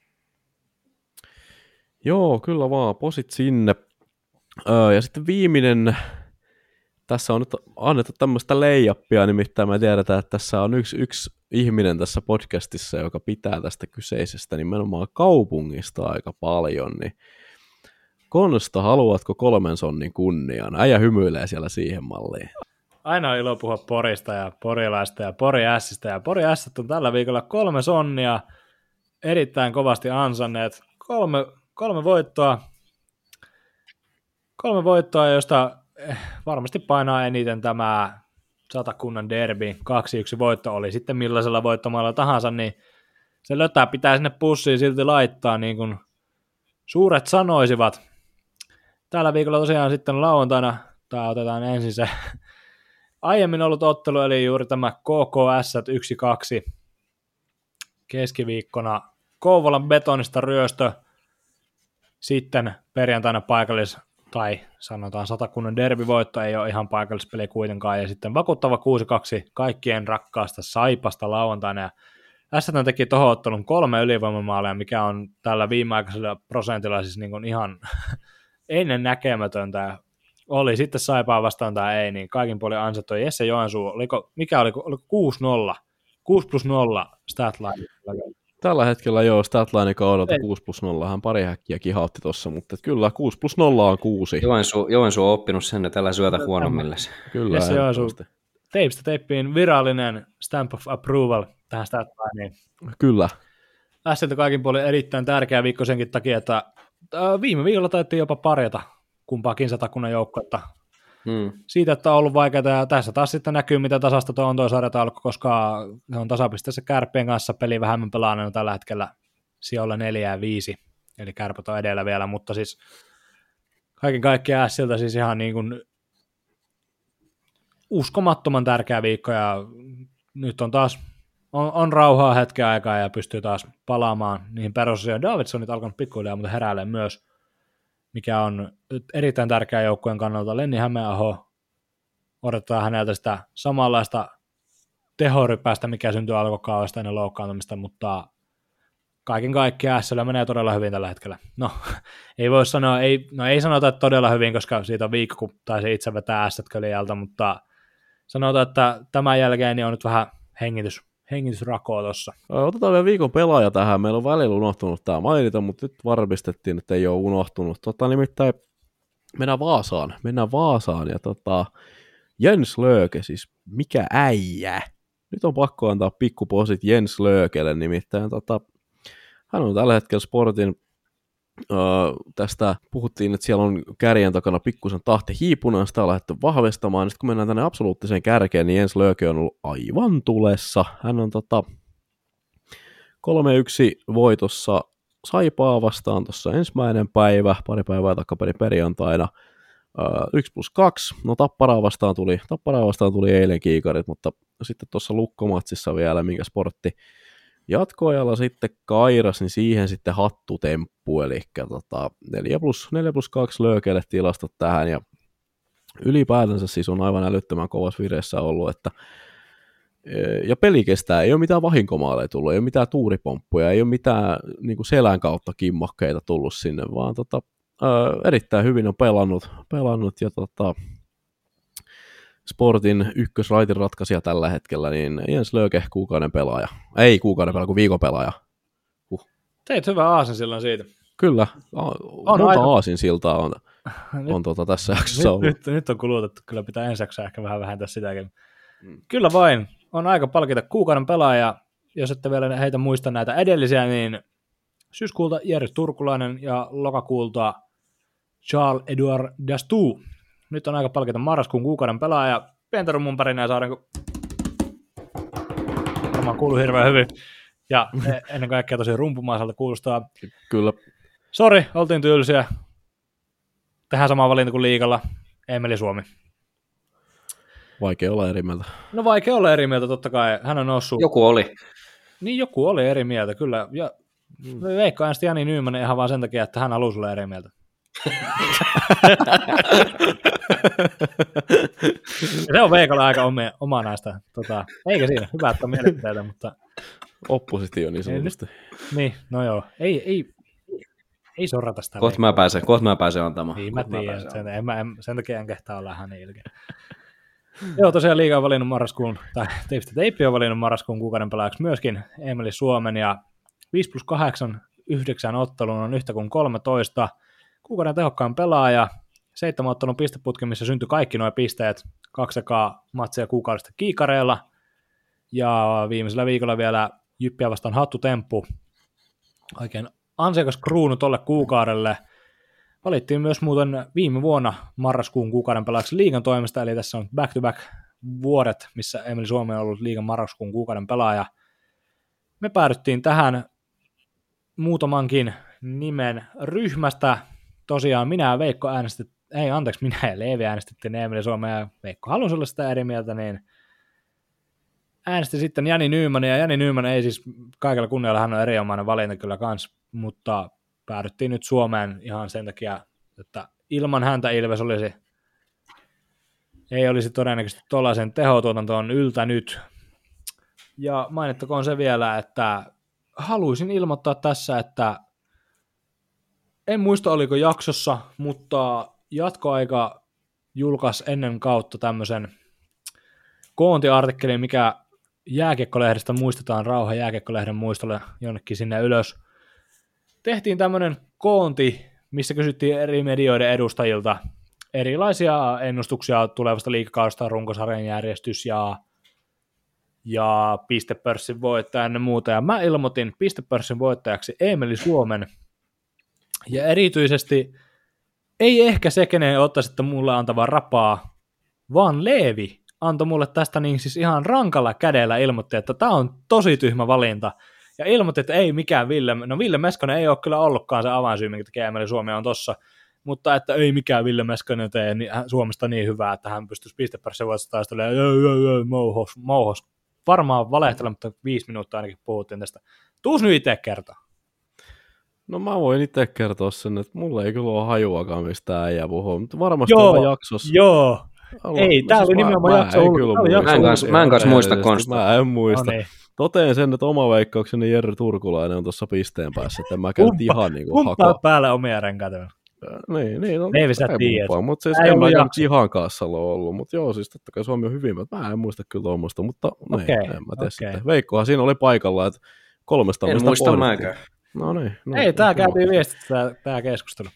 Joo, kyllä vaan, posit sinne. Ja sitten viimeinen, tässä on nyt annettu tämmöistä leijappia, nimittäin me tiedetään, että tässä on yksi ihminen tässä podcastissa, joka pitää tästä kyseisestä nimenomaan kaupungista aika paljon, niin Konsta, haluatko 3 sonnin kunnian? Äijä hymyilee siellä siihen malliin. Aina on ilo puhua Porista ja porilaista ja Pori Ässistä, ja Pori Ässät on tällä viikolla 3 sonnia, erittäin kovasti ansanneet, 3 voittoa, 3 voittoa, josta varmasti painaa eniten tämä Satakunnan derby, 2-1 voitto oli sitten millaisella voittomalla tahansa, niin se lötää pitää sinne pussiin silti laittaa, niin kuin suuret sanoisivat. Tällä viikolla tosiaan sitten lauantaina, tai otetaan ensin se aiemmin ollut ottelu, eli juuri tämä KKS 1-2 keskiviikkona Kouvolan betonista ryöstö, sitten perjantaina tai sanotaan Satakunnan derbyvoitto, ei ole ihan paikallispeli kuitenkaan, ja sitten vakuuttava 6-2 kaikkien rakkaasta Saipasta lauantaina, ja Ässät teki tohon ottelun 3 ylivoimamaalia, mikä on tällä viimeaikaisella prosentilla siis niin kuin ihan ennen näkemätöntä. Oli sitten Saipaa vastaan tai ei, niin kaikin puolin ansattu. Jesse Joensuu, oliko 6-0? 6+0 statline. Tällä hetkellä joo, statline kaudelta 6+0, hän pari häkkiä kihautti tuossa, mutta kyllä 6+0 on 6. Joensuu on oppinut sen, että älä syötä huonommille. Kyllä, Jesse Joensuu, teipistä teippiin virallinen stamp of approval tähän statlineen. Kyllä. Ässiltä kaikin puolin erittäin tärkeä viikko senkin takia, että viime viikolla taidettiin jopa parjata kumpaakin Satakunnan joukkuetta. Siitä, että on ollut vaikeaa, ja tässä taas sitten näkyy, mitä tasasta tuo on tuo sarjataulukko, koska ne on tasapisteessä Kärppien kanssa peli vähemmän pelaaneena tällä hetkellä sijoilla 4 ja 5, eli Kärpät on edellä vielä, mutta siis kaiken kaikkiaan Ässiltä siis ihan niin kuin uskomattoman tärkeä viikko, ja nyt on taas on rauhaa hetken aikaa ja pystyy taas palaamaan niihin perusasioihin. Davidsonit alkanut pikkuhiljaa, mutta heräilee myös, mikä on erittäin tärkeä joukkueen kannalta. Lenni Hämeenaho, odotetaan häneltä sitä samanlaista tehorypästä, mikä syntyy alkukaudesta ennen loukkaantumista, mutta kaiken kaikkiaan SL menee todella hyvin tällä hetkellä. No, ei voi sanoa, ei sanota, että todella hyvin, koska siitä on viikko, kun taisi itse vetää Ässät-köliältä, mutta sanotaan, että tämän jälkeen niin on nyt vähän hengitysrakoa tuossa. Otetaan vielä viikon pelaaja tähän. Meillä on välillä unohtunut tämä mainita, mutta nyt varmistettiin, että ei ole unohtunut. Nimittäin mennään Vaasaan ja Jens Lööke, siis mikä äijä. Nyt on pakko antaa pikkuposit Jens Löökelle, nimittäin hän on tällä hetkellä Sportin, tästä puhuttiin, että siellä on kärjen takana pikkusen tahti hiipunaan, sitä on lähdetty vahvistamaan. Sitten kun mennään tänne absoluuttiseen kärkeen, niin Jens Lööke on ollut aivan tulessa. Hän on 3-1 voitossa Saipaa vastaan tuossa ensimmäinen päivä, pari päivää takaperin perjantaina. 1+2, no Tapparaa vastaan tuli eilen kiikarit, mutta sitten tuossa lukkomatsissa vielä, minkä Sportti jatkoajalla sitten kairas, niin siihen sitten hattutemppu, eli 4+2 Löökeelle tilastot tähän, ja ylipäätänsä siis on aivan älyttömän kovassa vireessä ollut, että ja peli kestää, ei ole mitään vahinkomaaleja tullut, ei ole mitään tuuripomppuja, ei ole mitään niin kuin selän kautta kimmokkeita tullut sinne, vaan erittäin hyvin on pelannut ja Sportin ykkösraitin ratkaisija tällä hetkellä, niin Jens Löke kuukauden pelaaja. Ei kuukauden pelaaja, kuin viikon pelaaja. Teit hyvä aasinsillan siitä. Kyllä, monta aasinsiltaa on tässä jaksossa ollut. Nyt on kulutettu, kyllä pitää ensi jaksoa ehkä vähän vähentää sitäkin. Kyllä vain, on aika palkita kuukauden pelaaja. Jos ette vielä heitä muista näitä edellisiä, niin syyskuulta Jere Turkulainen ja lokakuulta Charles-Edouard Dastou. Nyt on aika palkita marraskuun kuukauden pelaaja. Pientä rummun pärinää saadaan, kun varmaan kuuluu hirveän hyvin. Ja ennen kaikkea tosi rumpumaiselta kuulostaa. Kyllä. Sori, oltiin tylsiä. Tehdään sama valinta kuin liigalla. Emeli Suomi. Vaikea olla eri mieltä. No vaikea olla eri mieltä, totta kai. Hän on noussut. Joku oli. Niin, joku oli eri mieltä, kyllä. Ja Veikko äänesti Jani Nyymanen ihan vaan sen takia, että hän halusi olla eri mieltä. Se on Veikolla aika oma näistä. Eikä siinä, hyvä, että on mielipiteitä, mutta... Oppositio niin sanotusti. Niin, no joo. Ei sorrata sitä. Kohta mä pääsen antamaan. Niin, mä tiedän. Sen takia en kehtaa olla hänen ilkeä. Joo, tosiaan liiga on valinnut marraskuun, tai Teippi on valinnut marraskuun kuukauden pelaajaksi myöskin Emeli Suomen, ja 5+8, 9 ottelun on yhtä kuin 13. Kuukauden tehokkaan pelaaja, 7 ottelun pisteputki, missä syntyi kaikki nuo pisteet, 2 matseja kuukaudesta kiikareilla, ja viimeisellä viikolla vielä Jyppiä vastaan hattutemppu. Oikein ansiokas kruunu tolle kuukaudelle. Valittiin myös muuten viime vuonna marraskuun kuukauden pelaajaksi liigan toimesta, eli tässä on back-to-back vuodet, missä Emeli Suomi on ollut liigan marraskuun kuukauden pelaaja. Me päädyttiin tähän muutamankin nimen ryhmästä. Tosiaan minä ja Veikko minä ja Leevi äänestettiin Emeli Suomea ja Veikko halusi olla sitä eri mieltä, niin äänesti sitten Jani Nyymanen, ja Jani Nyymanen ei siis kaikella kunnialla, hän on erinomainen valinta kyllä kans, mutta päädyttiin nyt Suomeen ihan sen takia, että ilman häntä Ilves ei olisi todennäköisesti tuollaisen tehotuotantoon yltänyt. Ja mainittakoon se vielä, että haluaisin ilmoittaa tässä, että en muista oliko jaksossa, mutta jatkoaika julkaisi ennen kautta tämmöisen koontiartikkelin, mikä Jääkiekkolehdestä muistetaan, Rauha Jääkiekkolehden muistolle jonnekin sinne ylös. Tehtiin tämmöinen koonti, missä kysyttiin eri medioiden edustajilta erilaisia ennustuksia tulevasta liigakaudesta, runkosarjan järjestys ja pistepörssin voittaja ennen muuta. Ja mä ilmoitin pistepörssin voittajaksi Emeli Suomen. Ja erityisesti ei ehkä se, kenen ottaisi sitten mulle antavaa rapaa, vaan Leevi antoi mulle tästä niin siis ihan rankalla kädellä, ilmoitti, että tämä on tosi tyhmä valinta. Ja ilmoitti, että ei mikään Ville Meskonen ei ole kyllä ollutkaan se avainsyy, minkä takia Emeli Suomi on tossa, mutta että ei mikään Ville Meskonen tee Suomesta niin hyvää, että hän pystyisi pistepörssin voitossa taistelemaan, mouhos. Varmaan valehtella, mutta 5 minuuttia ainakin puhuttiin tästä. Tuus nyt itse kertoa. No mä voin itse kertoa sen, että mulla ei kyllä ole hajuakaan mistään äijää puhua, mutta varmasti on jaksossa. Joo. Ei, tää oli nimenomaan jakso. Mä en kanssa muista Konsta. Mä en muista. No niin. Toteen sen, että oma veikkaukseni Jere Turkulainen on tuossa pisteen päässä, että mä käyn ihan niinku hakaa. Päälle omia renkaita. Niin, no, Leevi sä tiedät. Mutta siis en mä ihan kassalla ollut, mutta joo, siis totta kai Suomi on hyvin, mä en muista kyllä tuommoista, mutta en mä tee sitten. Veikkohan siinä oli paikalla, että 300 en muista mäkään. No niin. Ei, tää käytiin viestissä tää keskustelu.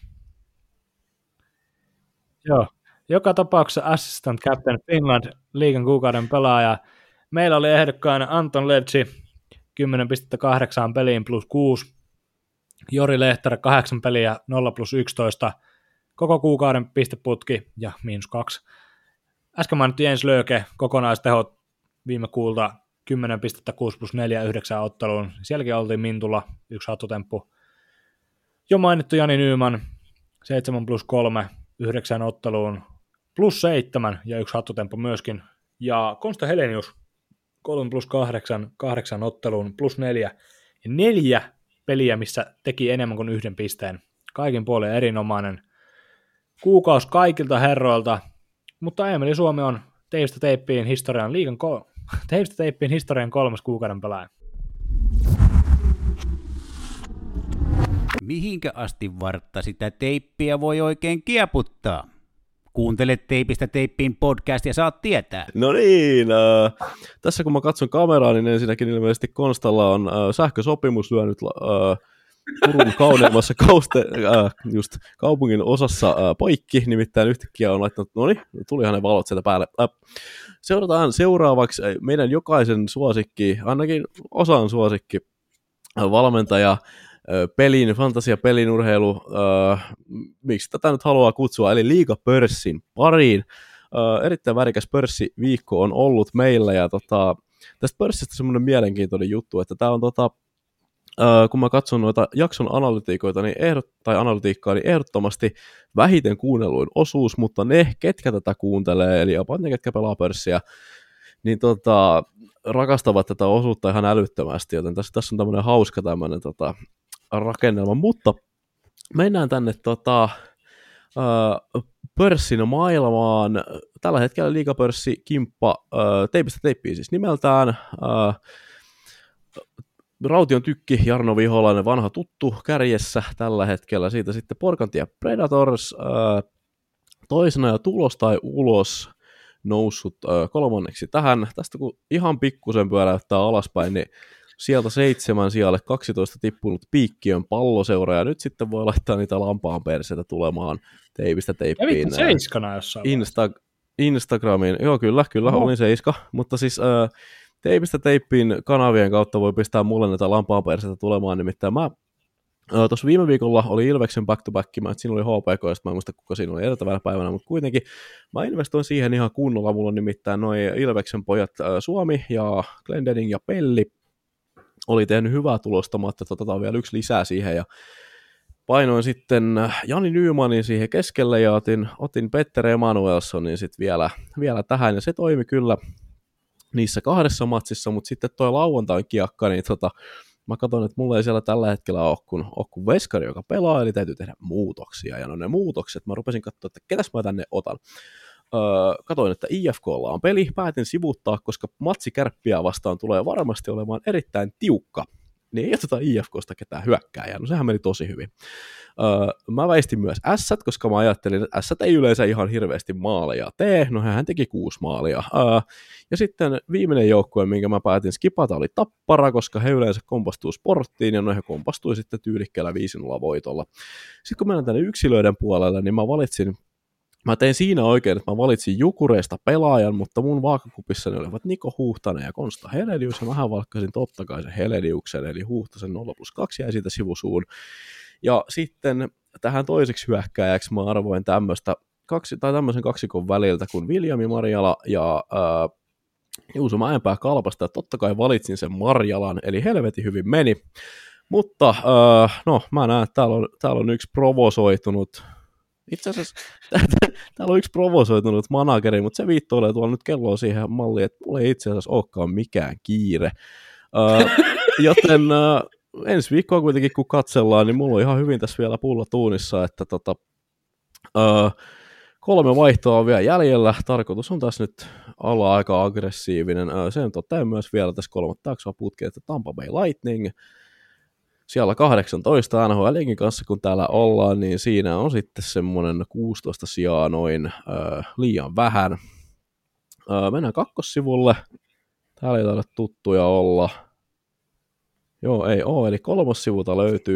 Joo. Joka tapauksessa Assistant Captain Finland, liigan kuukauden pelaaja. Meillä oli ehdokkaana Anton Levci, 10,8 peliin +6. Jori Lehterä 8 peliä 0+11. Koko kuukauden pisteputki ja -2. Äsken mainittu Jens Löke, kokonaistehot viime kuulta 10 pistettä 6+4 9 otteluun. Sielläkin oltiin Mintulla, 1 hattutemppu. Jo mainittu Jani Nyyman, 7+3 9 otteluun. +7 ja 1 hattutemppu myöskin. Ja Konsta Helenius 3+8 8 otteluun +4 ja 4 peliä, missä teki enemmän kuin 1 pisteen. Kaikin puolin erinomainen kuukausi kaikilta herroilta. Mutta Emeli Suomi on Teipistä Teippiin historian 3. kuukauden pelaaja. Mihinkä asti vartta sitä teippiä voi oikein kieputtaa? Kuuntele Teipistä Teippiin podcast ja saat tietää. No niin, tässä kun mä katson kameraa, niin ensinnäkin ilmeisesti Konstalla on sähkösopimus lyönyt Turun kauneimmassa just kaupungin osassa poikki, nimittäin yhtäkkiä on laittanut, tulihan ne valot sieltä päälle. Seurataan seuraavaksi meidän jokaisen suosikki, ainakin osan suosikki, valmentaja, fantasiapelin urheilu, miksi tätä nyt haluaa kutsua, eli liigapörssin pariin. Erittäin värikäs pörssiviikko on ollut meillä, ja tästä pörssistä semmoinen mielenkiintoinen juttu, että tämä on kun mä katson noita jakson analytiikkaa, niin ehdottomasti vähiten kuunnelluin osuus, mutta ne, ketkä tätä kuuntelee, eli about ne, ketkä pelaa pörssiä, niin rakastavat tätä osuutta ihan älyttömästi, joten tässä on tämmöinen hauska tämmöinen rakennelma, mutta mennään tänne pörssin maailmaan. Tällä hetkellä liigapörssi kimppa Teipistä Teippiin siis nimeltään. Raution Tykki, Jarno Viholainen, vanha tuttu kärjessä tällä hetkellä. Siitä sitten Porkantia Predators toisena ja tulos tai ulos noussut kolmanneksi tähän. Tästä kun ihan pikkusen pyöräyttää alaspäin, niin sieltä 7 sijalle 12 tippunut Piikkiön Palloseura, ja nyt sitten voi laittaa niitä lampaan perseitä tulemaan Teipistä Teippiin. Ja vittu 7 jossain Instagramiin. Joo, kyllä, olin 7, mutta siis Teipistä Teippiin kanavien kautta voi pistää mulle näitä lampaan perseitä tulemaan, nimittäin mä tuossa viime viikolla oli Ilveksen back-to-back, siinä oli HPK, ja mä en muista, kuka siinä oli edeltävänä päivänä, mutta kuitenkin mä investoin siihen ihan kunnolla, mulla on nimittäin noi Ilveksen pojat Suomi ja Glendening ja Pelli oli tehnyt hyvää tulosta, mä ajattelin, että otetaan vielä yksi lisää siihen, ja painoin sitten Jani Nymanin siihen keskelle, ja otin Petter Emanuelssonin sitten vielä tähän, ja se toimi kyllä niissä 2 matsissa, mutta sitten toi lauantain kiekka, niin mä katson, että mulla ei siellä tällä hetkellä ole kun veskari, joka pelaa, eli täytyy tehdä muutoksia, ja no ne muutokset, mä rupesin katsoa, että ketäs mä tänne otan. Katoin, että IFK:lla on peli, päätin sivuuttaa, koska matsi Kärppiä vastaan tulee varmasti olemaan erittäin tiukka, niin ei oteta IFK:sta ketään hyökkääjää, no sehän meni tosi hyvin. Mä väistin myös Ässät, koska mä ajattelin, että Ässät ei yleensä ihan hirveästi maaleja tee, no hän teki 6 maalia. Ja sitten viimeinen joukkue, minkä mä päätin skipata, oli Tappara, koska he yleensä kompastuu Sporttiin, ja no he kompastui sitten tyylikkäällä 5-0 voitolla. Sitten kun mennään tänne yksilöiden puolelle, niin mä tein siinä oikein, että mä valitsin Jukureista pelaajan, mutta mun vaakakupissani olivat Niko Huhtanen ja Konsta Helenius, ja mähän valkkasin totta kai sen Heleniuksen, eli Huhtasen 0+2 jäi siitä sivusuun. Ja sitten tähän toiseksi hyökkääjäksi mä arvoin tämmöisen kaksikon väliltä kuin Viljami Marjala ja Juuso Mäenpää Kalpasta, että totta kai valitsin sen Marjalan, eli helvetin hyvin meni. Mutta mä näen, että täällä on yksi provosoitunut, itse asiassa täällä on yksi provosoitunut manageri, mutta se viittoilee tuolla nyt kelloa siihen malliin, että mulla ei itse asiassa olekaan mikään kiire. Joten ensi viikkoa kuitenkin kun katsellaan, niin mulla on ihan hyvin tässä vielä pulla tuunissa, että 3 vaihtoa on vielä jäljellä. Tarkoitus on tässä nyt olla aika aggressiivinen. Sen totean myös vielä tässä 3. jaksoa putkeen, että Tampa Bay Lightning siellä 18 NHL:nkin kanssa, kun täällä ollaan, niin siinä on sitten semmoinen 16 sijaa noin liian vähän. Mennään kakkossivulle. Täällä ei taida tuttuja olla. Joo, ei ole, eli 3. sivulta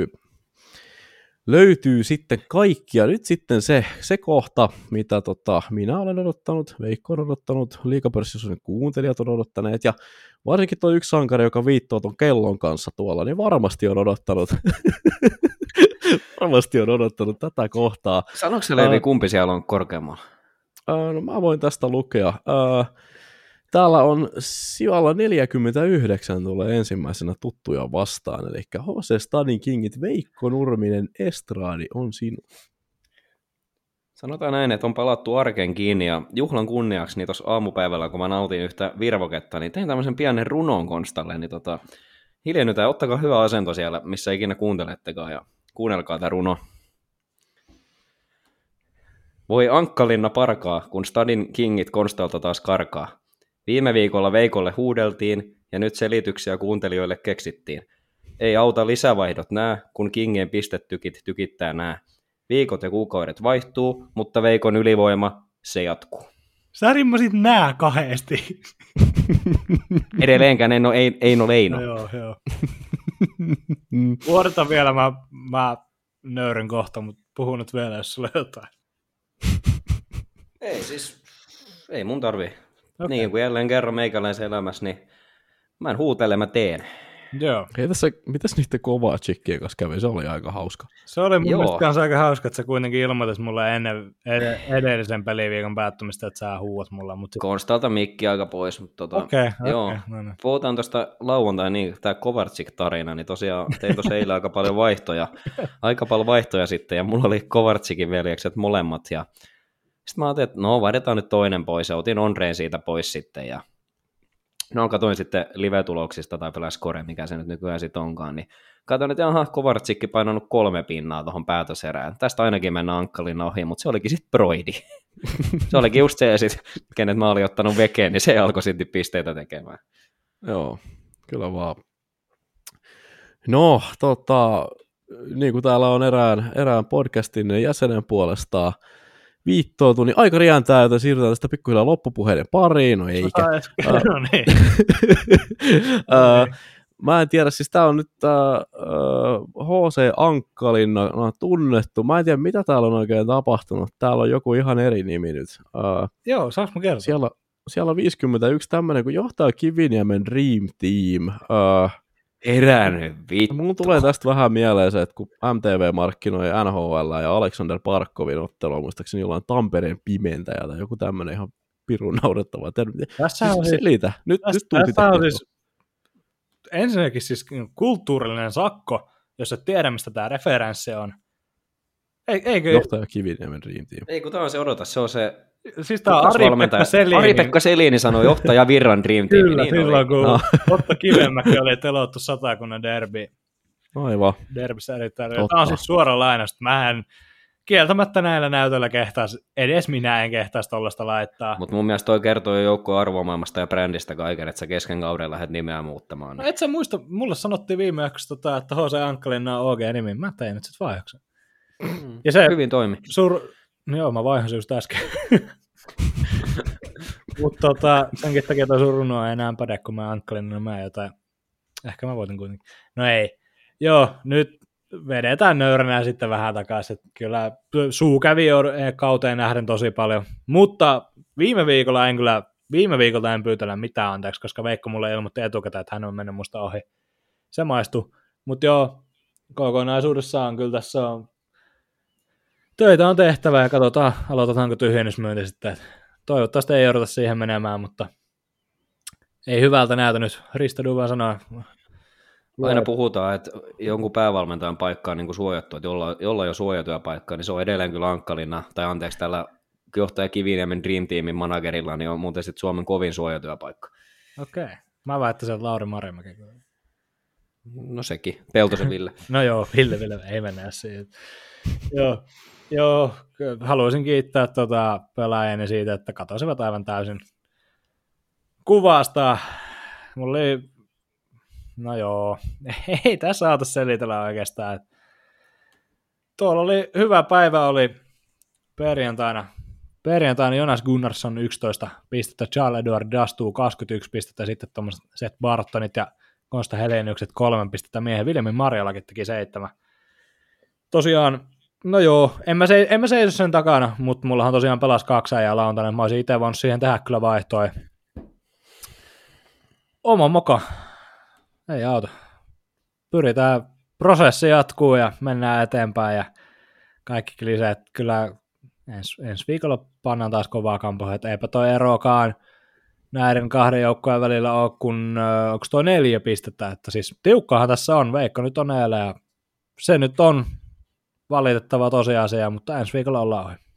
löytyy sitten kaikkia. Nyt sitten se kohta, mitä minä olen odottanut, Veikko on odottanut, liigapörssin kuuntelijat on odottaneet, ja varsinkin tuo yksi sankari, joka viittoo tuon kellon kanssa tuolla, niin varmasti on odottanut tätä kohtaa. Sanoiko se Leevi, kumpi siellä on korkeammalla? No, mä voin tästä lukea. Täällä on sijalla 49 tulee ensimmäisenä tuttuja vastaan, eli HC Stadin Kingit Veikko Nurminen Estradi on sinun. Sanotaan näin, että on palattu arkeen kiinni, ja juhlan kunniaksi niin tuossa aamupäivällä, kun mä nautin yhtä virvoketta, niin tein tämmöisen pienen runon Konstalle, niin hiljennytään, ottakaa hyvä asento siellä, missä ikinä kuuntelettekaan, ja kuunnelkaa tämä runo. Voi Ankkalinna parkaa, kun Stadin kingit Konstalta taas karkaa. Viime viikolla Veikolle huudeltiin, ja nyt selityksiä kuuntelijoille keksittiin. Ei auta lisävaihdot nää, kun kingien pistetykit tykittää nää. Viikot ja kuukaudet vaihtuu, mutta Veikon ylivoima, se jatkuu. Sä rimmasit nää kahdesti. Edelleenkään en ole Eino Leino. No, joo. Vuodeta vielä, mä nöyryn kohta, mutta puhun nyt vielä, jos sulla jotain. Ei mun tarvii. Okay. Niin kuin jälleen kerran meikäläisen elämässä, niin mä en huutele, mä teen. Joo. Hei, mitäs niiden Kovacikkien kanssa kävi? Se oli aika hauska. Se oli mun mielestä kanssa aika hauska, että sä kuitenkin ilmoitit mulle ennen edellisen peliviikon päättymistä, että sä huuat mulle. Konstalta mikki aika pois, mutta Okei. Puhutaan tuosta lauantai, niin tämä Kovacic-tarina, niin tosiaan tein tuossa eilen aika paljon vaihtoja sitten, ja mulla oli Kovacikin veljekset molemmat, ja sitten mä ajattelin, että vaihdetaan nyt toinen pois, ja otin Ondreen siitä pois sitten, ja katoin sitten live-tuloksista tai Flash-Core, mikä se nyt nykyään sitten onkaan, niin katsoin, että Kovartsikki painanut 3 pinnaa tuohon päätöserään. Tästä ainakin mennään Ankkalina ohi, mutta se olikin sitten Broidi. Se olikin just se, kenet mä olin ottanut vekeen, niin se alkoi sitten pisteitä tekemään. Joo, kyllä vaan. No, niin kuin täällä on erään podcastin jäsenen puolestaan viittoutu, niin aika rientää, joten siirrytään tästä pikkuhiljaa loppupuheiden pariin, no eikä. No niin. Mä en tiedä, siis tää on nyt H.C. Ankkalinna tunnettu. Mä en tiedä, mitä täällä on oikein tapahtunut. Täällä on joku ihan eri nimi nyt. Joo, saanko mä kertoa? Siellä on 51 tämmönen, kun johtaa Kiviniemen Dream Team. Herännyt vittu. Mun tulee tästä vähän mieleen se, että kun MTV markkinoi NHL ja Alexander Barkovin ottelua, muistaakseni jollain Tampereen pimentäjä tai joku tämmönen ihan pirun naurettava. Tässä on selitä. Nyt siis ensinnäkin siis kulttuurillinen sakko, jos et tiedä, mistä tämä referenssi on. Eikö? Johtaja Kiviniemen Dream Team. Ei, kun tämä on se, odota, se on se... Siis tämä on Ari-Pekka Selin. Ari-Pekka Selin sanoi johtaja Virran Dream Team. Kyllä, niin silloin kun Otto Kivenmäki oli telottu Satakunnan derby. Aivan. Derbyssä erittäin. Tämä on siis suora lainaus. Mähän kieltämättä näillä näytöillä kehtaisi, edes minä en kehtaisi tollaista laittaa. Mutta mun mielestä toi kertoo jo joukkojen arvomaailmasta ja brändistä kaiken, että sä kesken kauden lähdet nimeä muuttamaan. No et sä muista, mulle sanottiin viime jaksossa, että H.C. Ankkalinna on OG-nimi. Mä tein nyt sit vaihoksen. Ja se hyvin toimi. Joo, mä vaihosin just äsken. Mutta senkin takia toi sun runo ei enää päde, kun mä Ankkalinna mä jotain. Ehkä mä voitin kuitenkin. No ei. Joo, nyt vedetään nöyränä sitten vähän takaisin. Kyllä suu kävi jo kauteen nähden tosi paljon. Mutta viime viikolta en pyytellä mitään anteeksi, koska Veikko mulle ilmoitti etukäteen, että hän on mennyt musta ohi. Se maistuu. Mutta joo, kokonaisuudessaan kyllä tässä on töitä on tehtävä ja katsotaan, aloitetaanko tyhjennysmyynti sitten. Toivottavasti ei jouduta siihen menemään, mutta ei hyvältä näytä nyt. Risto Duva sanoo. Aina puhutaan, että jonkun päävalmentajan paikka on niin kuin suojattu, että jolla on jo suojatuja paikkaa, niin se on edelleen kyllä Ankkalinna, tai anteeksi, tällä johtaja Kiviniemen Dream Teamin managerilla, niin on muuten sitten Suomen kovin suojatuja paikka. Okei. Mä väittäisin, että Lauri Marimäki. No sekin, Peltosen Ville. No joo, Ville, ei mennä siihen. Joo, haluaisin kiittää pelaajani siitä, että katosivat aivan täysin kuvasta. Mulla oli, no joo, ei tässä saata selitellä oikeastaan. Tuolla oli hyvä päivä, oli perjantaina Jonas Gunnarsson 11 pistettä, Charles Edward Dastu 21 pistettä, sitten tuommoiset Seth Bartonit ja Konsta Heleniukset 3 pistettä, miehen Vilhelmin Marjalakin teki 7. Tosiaan, no joo, en mä seiso sen takana, mutta mullahan tosiaan pelasi 2 äijää lauantaina, mä olisin itse voinut siihen tehdä kyllä vaihtoa. Oma moka, ei auta. Pyritään, prosessi jatkuu ja mennään eteenpäin ja kaikki kliseet kyllä ensi viikolla pannaan taas kovaa kampoa, että eipä toi erokaan näiden kahden joukkojen välillä ole, kun onko toi 4 pistettä, että siis tiukkaahan tässä on, Veikko nyt on eellä ja se nyt on valitettava tosiasia, mutta ensi viikolla ollaan ohi.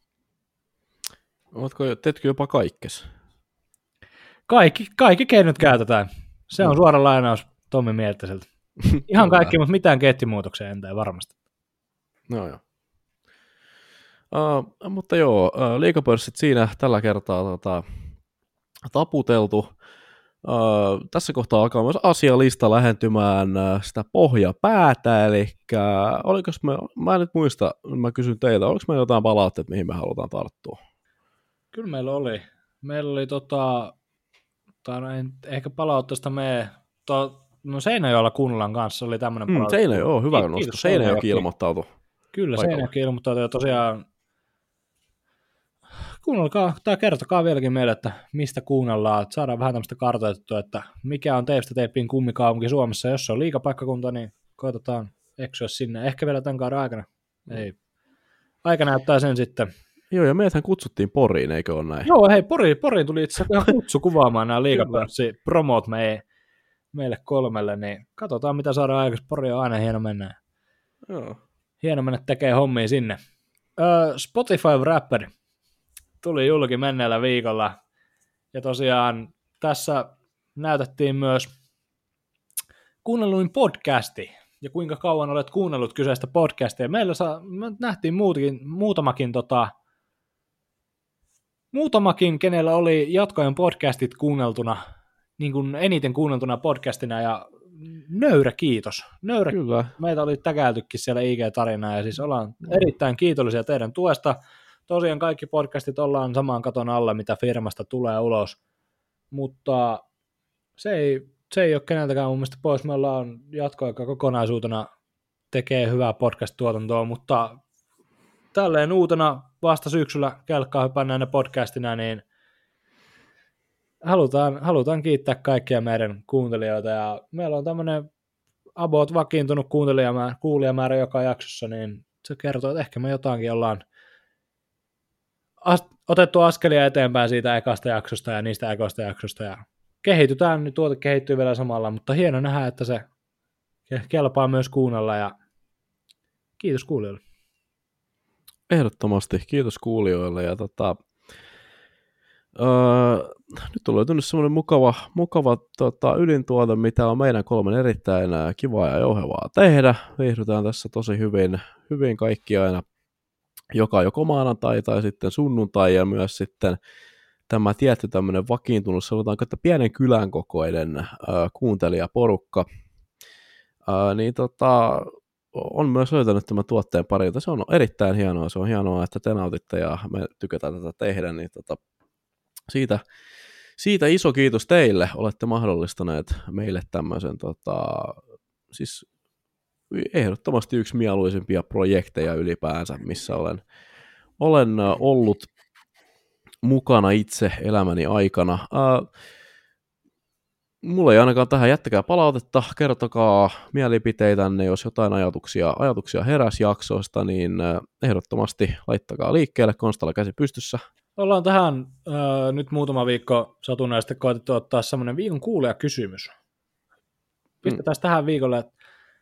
Teetkö jopa kaikkes? Kaikki keinot käytetään. Se on suora lainaus Tommi Miettäseltä. Ihan kaikki, mutta mitään kettimuutoksia en tee varmasti. No joo. Mutta joo, liigapörssit siinä tällä kertaa taputeltu. Tässä kohtaa alkaa myös asialista lähentymään sitä pohjapäätä, eli olikos mä en nyt muista, mä kysyn teiltä, oliko meillä jotain palautteet, mihin me halutaan tarttua? Kyllä meillä oli. Meillä oli ehkä palautteesta no Seinäjoella kuunnellaan kanssa, oli tämmöinen palaute. Seinäjoki, hyvä nosto. Seinäjoki ilmoittautui. Kyllä, Seinäjoki ilmoittautui, ja tosiaan kuunnelkaa tai kertokaa vieläkin meille, että mistä kuunnellaan, että saadaan vähän tämmöistä kartoitettua, että mikä on teistä teippiin kummikaupunki Suomessa. Jos se on liigapaikkakunta, niin koitetaan eksyä sinne. Ehkä vielä tämän kauden aikana. Ei. Aika näyttää sen sitten. Joo, ja meidäthän kutsuttiin Poriin, eikö ole näin? Joo, hei, Poriin tuli itse asiassa ihan kutsu kuvaamaan nämä liigapörssi-promot meille 3, niin katsotaan mitä saadaan aikaisemmin. Pori on aina hieno mennä. Joo. Hieno mennä tekee hommia sinne. Spotify Wrapper tuli julki menneellä viikolla, ja tosiaan tässä näytettiin myös kuunnelluin podcasti, ja kuinka kauan olet kuunnellut kyseistä podcastia. Meillä me nähtiin muutamakin, kenellä oli Jatkoajan podcastit kuunneltuna, niin kuin eniten kuunneltuna podcastina, ja nöyrä kiitos. Kyllä. Meitä oli täkäytykin siellä IG-tarinaa, ja siis ollaan erittäin kiitollisia teidän tuesta. Tosiaan kaikki podcastit ollaan saman katon alla, mitä firmasta tulee ulos, mutta se ei ole keneltäkään mun mielestä pois. Me ollaan Jatkoaika kokonaisuutena tekee hyvää podcast-tuotantoa, mutta tälleen uutena vasta syksyllä kelkkaa hypännäänä podcastina, niin halutaan kiittää kaikkia meidän kuuntelijoita, ja meillä on tämmöinen about vakiintunut kuulijamäärä joka jaksossa, niin se kertoo, että ehkä me jotainkin ollaan otettu askelia eteenpäin siitä ekasta jaksosta ja niistä ekoista jaksosta, ja kehitytään, niin tuote kehittyy vielä samalla, mutta hieno nähdä, että se kelpaa myös kuunnella, ja kiitos kuulijoille. Ehdottomasti, kiitos kuulijoille, ja nyt on löytynyt semmoinen mukava ydintuote, mitä on meidän 3 erittäin kivaa ja jouhevaa tehdä. Viihdytään tässä tosi hyvin kaikki aina, joko maanantai tai sitten sunnuntai, ja myös sitten tämä tietty tämmöinen vakiintunut, sanotaanko, että pienen kylän kokoinen kuuntelijaporukka, niin on myös löytänyt tämän tuotteen parilta. Se on erittäin hienoa, se on hienoa, että te nautitte ja me tykätään tätä tehdä, niin siitä iso kiitos teille, olette mahdollistaneet meille tämmöisen, siis ehdottomasti yksi mieluisimpia projekteja ylipäänsä, missä olen ollut mukana itse elämäni aikana. Mulla ei ainakaan tähän, jättäkää palautetta, kertokaa mielipiteitänne, jos jotain ajatuksia heräsi jaksoista, niin ehdottomasti laittakaa liikkeelle, Konstalla käsi pystyssä. Ollaan tähän nyt muutama viikko satunnaisesti koetettu ottaa semmoinen viikon kuulijakysymys. Pistetään tähän viikolle, että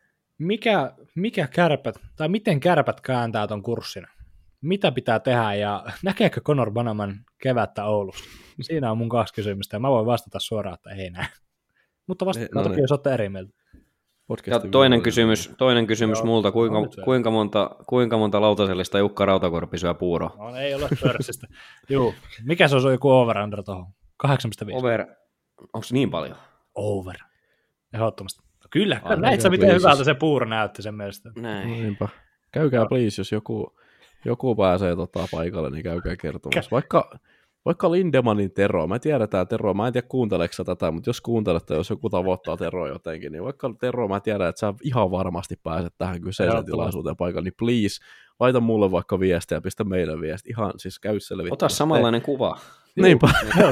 miten kärpät kääntää ton kurssin? Mitä pitää tehdä ja näkeekö Conor Bannerman kevättä Oulussa? Siinä on mun 2 kysymystä ja mä voin vastata suoraan, että ei näe. Mutta vastatkaa toki, jos olette eri mieltä. Ja toinen kysymys multa, kuinka monta lautasellista Jukka Rautakorpi syö puuroa? No, ei ole pörssistä. Juu. Mikä se on joku over-under tuohon? 8,5. Over. Onko niin paljon? Over. Ehdottomasti. No, kyllä, näit sä miten hyvältä se puuro näytti sen mielestä. Näin. Niinpä. Käykää please, jos joku pääsee paikalle, niin käykää kertomassa. Vaikka Lindemanin Tero, mä tiedetään Tero, mä en tiedä kuunteleeko sä tätä, mutta jos kuuntelette, jos joku tavoittaa Teroa jotenkin, niin vaikka Tero, mä tiedän, että sä ihan varmasti pääset tähän kyseiseen tilaisuuteen paikalle, niin please, laita mulle vaikka viestiä, pistä meille viesti, ihan siis käy selvittä. Ota samanlainen kuva. Niinpä.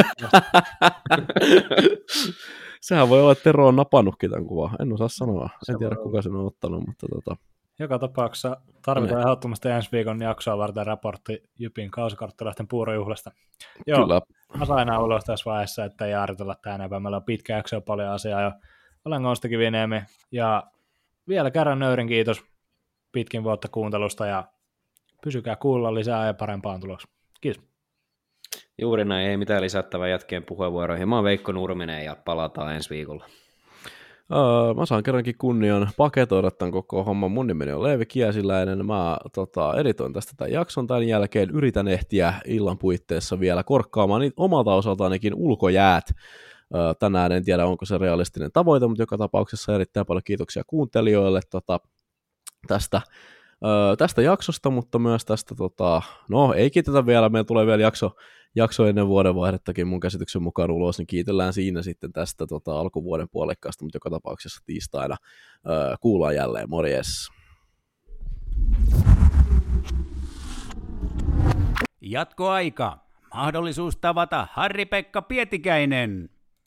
Sehän voi olla, että Tero on napannutkin tämän kuvan, en osaa sanoa, en tiedä kuka sen on ottanut, mutta Joka tapauksessa tarvitaan ehdottomasti ensi viikon jaksoa varten raportti Jypin kausikorttilaisten puurojuhlasta. Joo, kyllä. Mä sain aina ulos tässä vaiheessa, että ei aaritella tämä enempää. Meillä on pitkä jakso ja paljon asiaa jo. Olen Konsta Kiviniemi ja vielä kerran nöyrin kiitos pitkin vuotta kuuntelusta ja pysykää kuulla lisää ja parempaan tulokseen. Kiitos. Juuri näin, ei mitään lisättävää jätkeen puheenvuoroihin. Mä oon Veikko Nurminen ja palataan ensi viikolla. Mä saan kerrankin kunnian paketoida tämän koko homman. Mun nimeni on Leevi Kiesiläinen. Mä editoin tästä tämän jakson. Tämän jälkeen yritän ehtiä illan puitteissa vielä korkkaamaan niitä omalta osaltaan ainakin ulkojäät. Tänään en tiedä, onko se realistinen tavoite, mutta joka tapauksessa erittäin paljon kiitoksia kuuntelijoille tästä jaksosta, mutta myös tästä, ei kiitetä vielä, meillä tulee vielä jakso ennen vuodenvaihdettakin mun käsityksen mukaan ulos, niin kiitellään siinä sitten tästä alkuvuoden puolekkaasta, mutta joka tapauksessa tiistaina kuullaan jälleen, morjes! Jatkoaika. Mahdollisuus tavata Harri-Pekka Pietikäinen.